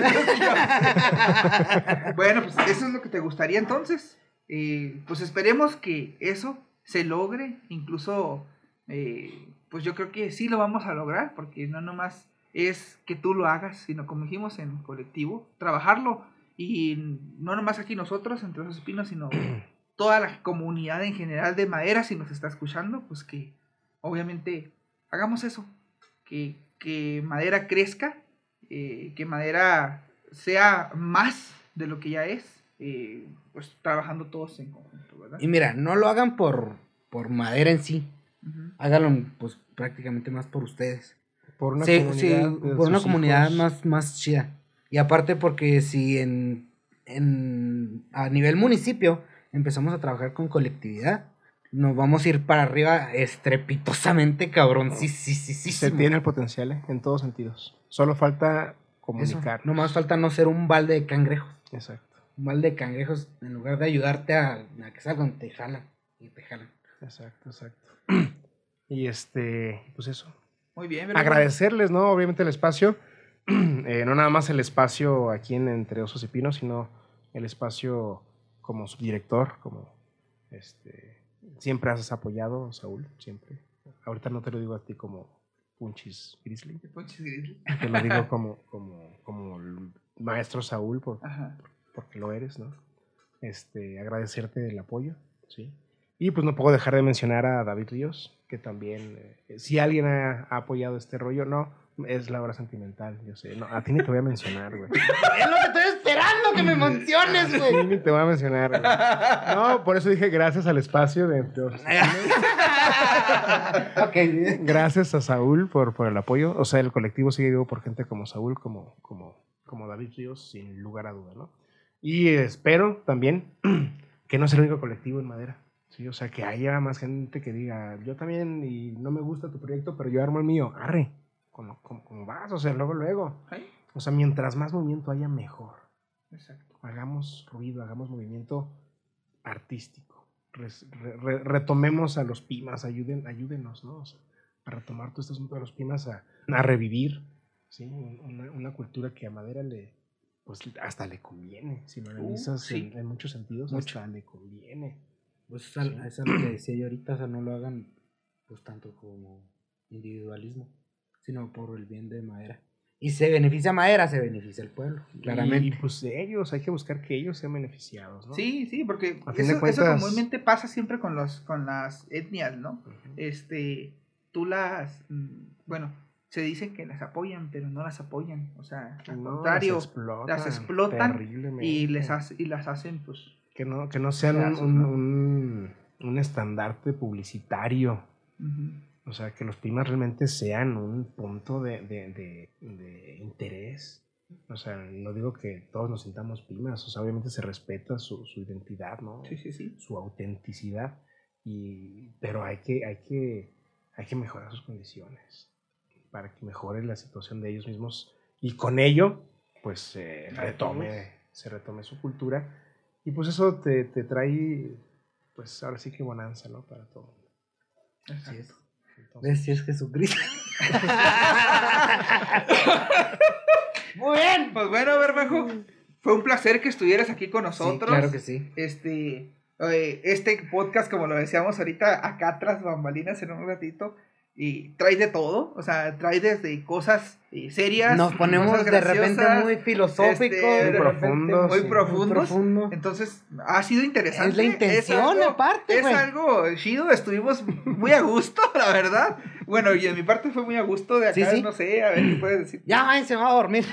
Speaker 7: Bueno, pues eso es lo que te gustaría entonces. Eh, pues esperemos que eso se logre. Incluso, eh, pues yo creo que sí lo vamos a lograr, porque no nomás es que tú lo hagas, sino como dijimos en colectivo, trabajarlo. Y no nomás aquí nosotros, entre los espinos, sino toda la comunidad en general de Madera, si nos está escuchando, pues que obviamente hagamos eso. Que, que Madera crezca, eh, que Madera sea más de lo que ya es, eh, pues trabajando todos en conjunto, ¿verdad?
Speaker 2: Y mira, no lo hagan por, por Madera en sí.
Speaker 7: Ujú.
Speaker 2: Háganlo, pues, prácticamente más por ustedes.
Speaker 8: Por una
Speaker 2: Sí,
Speaker 8: comunidad.
Speaker 2: sí,
Speaker 8: de
Speaker 2: por una
Speaker 8: sus
Speaker 2: comunidad
Speaker 8: hijos.
Speaker 2: más, más chida. Y aparte porque si en, en a nivel municipio empezamos a trabajar con colectividad, nos vamos a ir para arriba estrepitosamente, cabrón. Sí, sí, sí, sí.
Speaker 8: Se tiene el potencial, ¿eh? En todos sentidos. Solo falta
Speaker 2: Eso,
Speaker 8: comunicar.
Speaker 2: nomás falta no ser un balde de cangrejos.
Speaker 8: Exacto,
Speaker 2: Un balde de cangrejos, en lugar de ayudarte a, a que salgan, te jalan. Y te jalan.
Speaker 8: exacto, exacto. Y este, pues eso.
Speaker 7: Muy bien, ¿verdad?
Speaker 8: Agradecerles, ¿no? Obviamente el espacio. Eh, no nada más el espacio aquí en Entre Osos y Pinos, sino el espacio como subdirector, como este, siempre has apoyado, Saúl, siempre. Ahorita no te lo digo a ti como Punchis Grizzly,
Speaker 7: Ponchis Grizzly.
Speaker 8: te lo digo como, como, como el maestro Saúl, por,
Speaker 7: Ajá.
Speaker 8: porque lo eres, ¿no? Este, agradecerte el apoyo, ¿sí? Y pues no puedo dejar de mencionar a David Ríos, que también, eh, si alguien ha, ha apoyado este rollo, no, es la hora sentimental, yo sé. No, a ti ni te voy a mencionar, güey.
Speaker 2: Es lo que estoy esperando, que me menciones,
Speaker 8: A ti
Speaker 2: güey.
Speaker 8: ni te voy a mencionar, güey. No, por eso dije gracias al espacio de... de
Speaker 2: Ok.
Speaker 8: Gracias a Saúl por, por el apoyo. O sea, el colectivo sigue vivo por gente como Saúl, como, como, como David Ríos, sin lugar a duda, ¿no? Y espero también que no sea el único colectivo en Madera. Sí, o sea, que haya más gente que diga, yo también, y no me gusta tu proyecto, pero yo armo el mío. Arre, como, como, como vas, o sea, luego, luego.
Speaker 7: ¿Sí?
Speaker 8: O sea, mientras más movimiento haya, mejor.
Speaker 7: Exacto.
Speaker 8: Hagamos ruido, hagamos movimiento artístico. Res, re, re, retomemos a los Pimas, ayuden, ayúdenos, ¿no? O sea, a retomar todo este asunto de los Pimas, a, a revivir, ¿sí? Una, una cultura que a Madera le, pues hasta le conviene. Si lo analizas
Speaker 7: uh, sí.
Speaker 8: en, en muchos sentidos,
Speaker 2: Mucho.
Speaker 8: hasta le conviene.
Speaker 2: Pues eso, sí. Eso es lo que decía yo ahorita, o sea, no lo hagan pues tanto como individualismo, sino por el bien de Madera. Y se beneficia Madera, se beneficia el pueblo, claramente.
Speaker 8: Y, y pues ellos, hay que buscar que ellos sean beneficiados, ¿no?
Speaker 7: Sí, sí, porque
Speaker 8: A fin
Speaker 7: eso,
Speaker 8: de cuentas...
Speaker 7: eso comúnmente pasa siempre con los con las etnias, ¿no?
Speaker 8: Uh-huh.
Speaker 7: Este, tú las, bueno, se dice que las apoyan, pero no las apoyan, o sea, al
Speaker 8: no,
Speaker 7: contrario,
Speaker 8: las explotan,
Speaker 7: las explotan y les hace, y las hacen, pues,
Speaker 8: que no que no sean
Speaker 7: pedazos,
Speaker 8: un,
Speaker 7: ¿no?
Speaker 8: un, un estandarte publicitario.
Speaker 7: Uh-huh.
Speaker 8: O sea, que los Pimas realmente sean un punto de, de, de, de interés. O sea, no digo que todos nos sintamos Pimas. O sea, obviamente se respeta su, su identidad, ¿no?
Speaker 7: Sí, sí, sí.
Speaker 8: Su autenticidad. Y, pero hay que, hay, que, hay que mejorar sus condiciones para que mejore la situación de ellos mismos. Y con ello, pues, eh, retome, se retome su cultura. Y pues eso te, te trae, pues, ahora sí que bonanza, ¿no? Para todo.
Speaker 7: Así es.
Speaker 2: ¿Ves si es Jesucristo? Muy bien.
Speaker 7: Pues bueno, Bermejo, fue un placer que estuvieras aquí con nosotros.
Speaker 2: Sí, claro que sí.
Speaker 7: Este, eh, este podcast, como lo decíamos ahorita, acá tras bambalinas en un ratito, y trae de todo, o sea, trae desde cosas eh, serias.
Speaker 2: Nos ponemos
Speaker 7: cosas
Speaker 2: de repente muy filosóficos,
Speaker 7: este,
Speaker 2: de
Speaker 8: muy
Speaker 2: repente
Speaker 8: profundos,
Speaker 7: muy
Speaker 8: sí.
Speaker 7: profundos.
Speaker 2: Muy profundo.
Speaker 7: Entonces, ha sido interesante.
Speaker 2: Es la intención,
Speaker 7: es algo,
Speaker 2: aparte,
Speaker 7: Es
Speaker 2: güey.
Speaker 7: algo chido, estuvimos muy a gusto, la verdad. Bueno, y en mi parte fue muy a gusto de acá,
Speaker 2: Sí, sí.
Speaker 7: no sé, a ver qué puedes decir.
Speaker 2: Ya, ay, se va a dormir.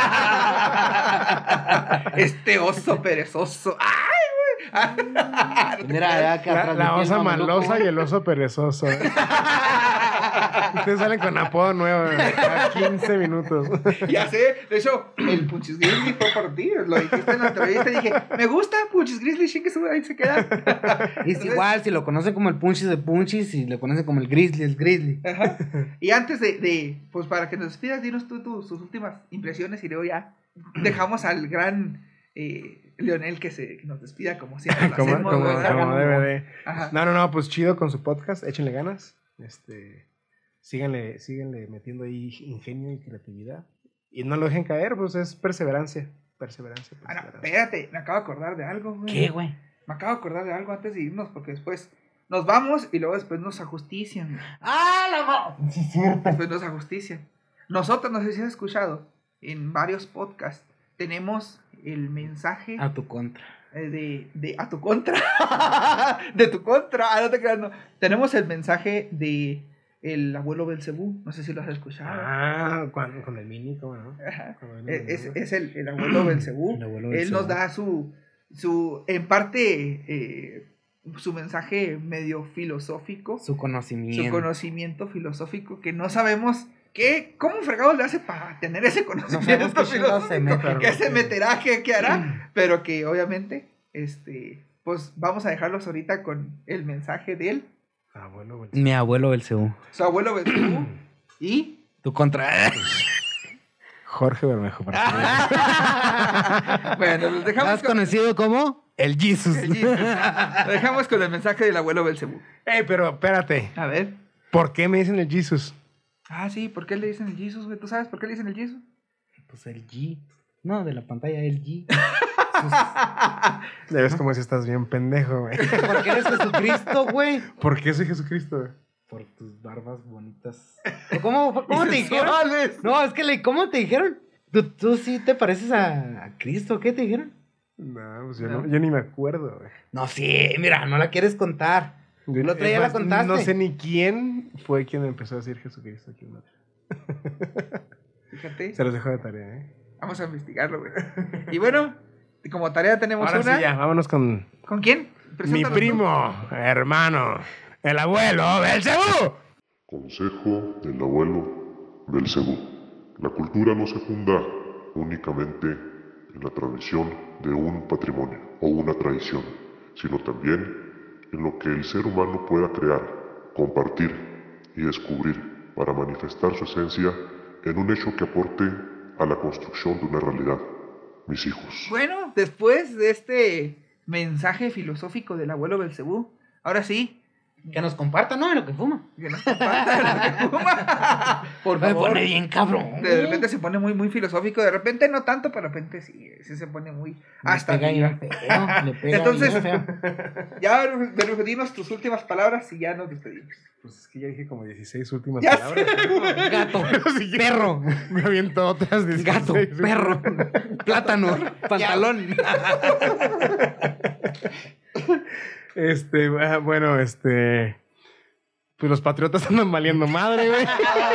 Speaker 7: Este oso perezoso. ¡Ay, güey!
Speaker 2: Mira, ya que
Speaker 8: La,
Speaker 2: atrás de
Speaker 8: la
Speaker 2: ti el
Speaker 8: osa
Speaker 2: mameluco.
Speaker 8: malosa y el oso perezoso. Ustedes salen con apodo nuevo a quince minutos.
Speaker 7: Ya sé, de hecho, el Punchis Grizzly fue por ti. Lo dijiste en la entrevista y dije, me gusta Punchis Grizzly, sí que sube ahí se queda.
Speaker 2: Es
Speaker 7: Entonces,
Speaker 2: igual, si lo conocen como el Punchis de Punchis, si lo conocen como el Grizzly, el Grizzly.
Speaker 7: Ajá. Y antes de, de, pues para que nos despidas, dinos tú tus, tus últimas impresiones y luego ya dejamos al gran eh, Leonel que se que nos despida como siempre lo
Speaker 8: como
Speaker 7: hacemos,
Speaker 8: como,
Speaker 7: ¿verdad?
Speaker 8: como debe de.
Speaker 7: Ajá.
Speaker 8: No, no, no, pues chido con su podcast. Échenle ganas. Este, síganle, síganle metiendo ahí ingenio y creatividad. Y no lo dejen caer, pues es perseverancia. Perseverancia.
Speaker 7: Ah, no,
Speaker 8: perseverancia.
Speaker 7: espérate, me acabo de acordar de algo, güey.
Speaker 2: ¿Qué, güey?
Speaker 7: Me acabo de acordar de algo antes de irnos porque después nos vamos y luego después nos ajustician.
Speaker 2: ¡Ah, la ma... Sí, cierto.
Speaker 7: Después nos ajustician. Nosotros, no sé si has escuchado, en varios podcasts tenemos el mensaje
Speaker 2: A tu contra.
Speaker 7: eh, de, de a tu contra. De tu contra. Ah, no te creas, no. Tenemos el mensaje de el abuelo Belcebú. No sé si lo has escuchado.
Speaker 8: Ah, con, con el mini, ¿cómo no?
Speaker 7: Ajá.
Speaker 8: Con el
Speaker 7: Es,
Speaker 8: mini,
Speaker 7: es el, el abuelo Belcebú.
Speaker 2: El abuelo
Speaker 7: Él
Speaker 2: Belcebú.
Speaker 7: nos da su, su en parte, eh, su mensaje medio filosófico,
Speaker 2: Su conocimiento.
Speaker 7: su conocimiento filosófico, que no sabemos qué, cómo fregados le hace para tener ese conocimiento
Speaker 2: No sabemos qué chingados se
Speaker 7: filosófico,
Speaker 2: mete.
Speaker 7: qué se meterá, qué, qué hará, pero que obviamente, este, pues vamos a dejarlos ahorita con el mensaje de él,
Speaker 8: Ah, bueno, bueno.
Speaker 2: Mi abuelo Belcebú.
Speaker 7: su abuelo Belcebú, y...
Speaker 2: Tu contra.
Speaker 8: Jorge Bermejo. Para
Speaker 7: Bueno, los dejamos
Speaker 2: ¿Has
Speaker 7: con,
Speaker 2: conocido como? El Jesus.
Speaker 7: el Jesus. Los dejamos con el mensaje del abuelo Belcebú.
Speaker 8: Ey, pero espérate.
Speaker 7: A ver.
Speaker 8: ¿Por qué me dicen el Jesus?
Speaker 7: Ah, sí, ¿por qué le dicen el Jesus, güey? ¿Tú sabes por qué le dicen el Jesus?
Speaker 2: Pues el G. No, de la pantalla el G.
Speaker 8: Ya ves como si estás bien pendejo, güey.
Speaker 2: ¿Por qué eres Jesucristo, güey?
Speaker 8: ¿Por qué soy Jesucristo, güey?
Speaker 2: Por tus barbas bonitas. ¿O ¿Cómo, cómo te dijeron? No, es que le, ¿cómo te dijeron? ¿Tú, tú sí te pareces a, a Cristo? ¿Qué te dijeron?
Speaker 8: No, pues yo,
Speaker 7: No.
Speaker 8: no- yo ni me acuerdo, güey.
Speaker 2: No, sí, mira, no la quieres contar. El otro día
Speaker 8: Es
Speaker 2: la
Speaker 8: más,
Speaker 2: contaste.
Speaker 8: No sé ni quién fue quien empezó a decir Jesucristo aquí en Madrid.
Speaker 7: Fíjate.
Speaker 8: Se los dejo de tarea, ¿eh?
Speaker 7: Vamos a investigarlo, güey. Y bueno, como tarea tenemos
Speaker 8: Ahora
Speaker 7: una.
Speaker 8: sí, ya, vámonos con
Speaker 7: ¿Con quién?
Speaker 8: mi
Speaker 7: Preséntanos
Speaker 8: primo, hermano, el abuelo Belcebú.
Speaker 3: Consejo del abuelo Belcebú. La cultura no se funda únicamente en la transmisión de un patrimonio o una tradición, sino también en lo que el ser humano pueda crear, compartir y descubrir para manifestar su esencia en un hecho que aporte a la construcción de una realidad. Mis hijos.
Speaker 7: tú. Bueno, después de este mensaje filosófico del abuelo Belcebú, ahora sí,
Speaker 2: Que nos compartan, ¿no? De lo que fuma.
Speaker 7: que nos comparta lo que fuma. Por
Speaker 2: Me
Speaker 7: favor.
Speaker 2: pone bien cabrón.
Speaker 7: De repente se pone muy, muy filosófico. De repente no tanto, pero de repente sí. Sí se pone muy. Hasta
Speaker 2: Le pega
Speaker 7: arriba.
Speaker 2: bien feo, le pega
Speaker 7: Entonces,
Speaker 2: bien feo.
Speaker 7: ya, Berujo, dinos tus últimas palabras y ya nos despedimos.
Speaker 8: Pues es que ya dije como dieciséis últimas
Speaker 7: Ya
Speaker 8: palabras.
Speaker 7: sé,
Speaker 2: Gato,
Speaker 8: Si yo
Speaker 2: perro,
Speaker 8: Me aviento otras dieciséis.
Speaker 2: gato, perro, plátano, pantalón.
Speaker 8: Este, ah, bueno, este... Pues los patriotas andan valiendo madre, güey.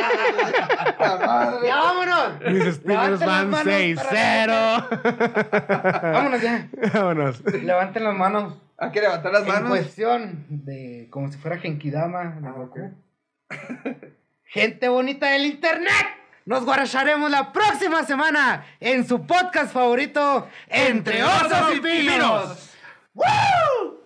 Speaker 2: ¡Ya vámonos!
Speaker 8: Mis Steelers
Speaker 2: Levanten las
Speaker 8: van
Speaker 2: manos
Speaker 8: seis cero.
Speaker 2: Vámonos ya.
Speaker 8: Vámonos.
Speaker 2: Levanten las manos.
Speaker 7: Hay que levantar las
Speaker 2: En
Speaker 7: manos.
Speaker 2: cuestión de como si fuera Genkidama de Goku. Gente bonita del internet. Nos guaracharemos la próxima semana en su podcast favorito, Entre Osos y Pinos. ¡Woo!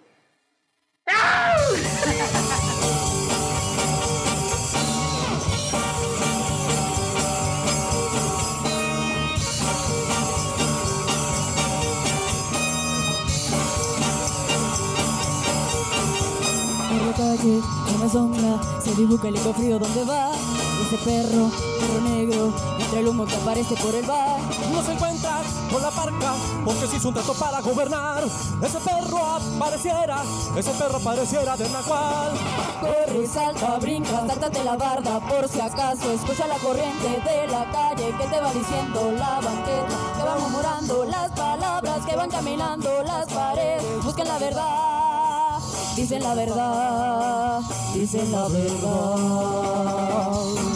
Speaker 6: Por la calle, una sombra, se dibuja el eco frío donde va. Ese perro, perro negro, entre el humo que aparece por el bar.
Speaker 9: No se encuentra con la parca porque se hizo un trato para gobernar. Ese perro apareciera, ese perro apareciera de Nahual.
Speaker 6: Corre, salta, brinca, sáltate la barda por si acaso. Escucha la corriente de la calle que te va diciendo la banqueta. Que va murmurando las palabras, que van caminando las paredes. Busquen la verdad, dicen la verdad, dicen la verdad.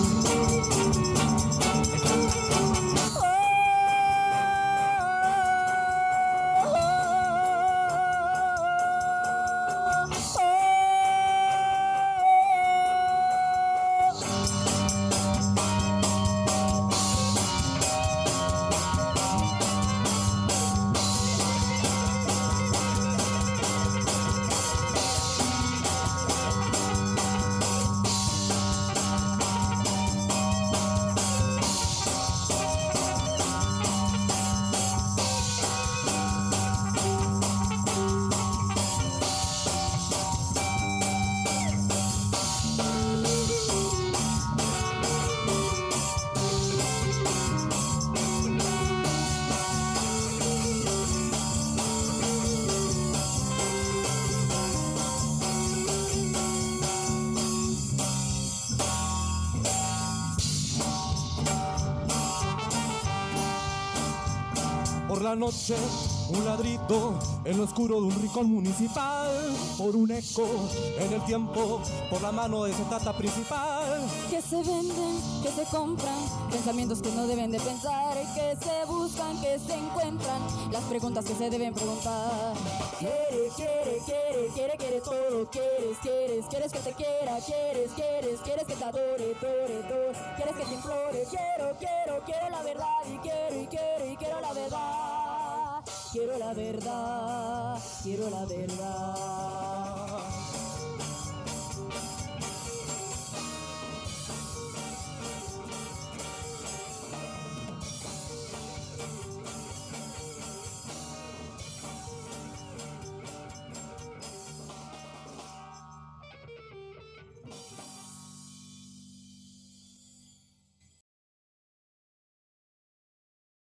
Speaker 9: Por la noche, un ladrito en lo oscuro de un rincón municipal. Por un eco en el tiempo, por la mano de ese tata principal.
Speaker 6: Que se venden, que se compran, pensamientos que no deben de pensar, que se buscan, que se encuentran, las preguntas que se deben preguntar. Quiere, quiere, quiere, quiere, quiere todo, quieres, quieres, quieres que te quiera, quieres, quieres, quieres que te adore, adore, adore, quieres que te implore, quiero, quiero, quiero la verdad y quiero, y quiero, y quiero la verdad, quiero la verdad, quiero la verdad.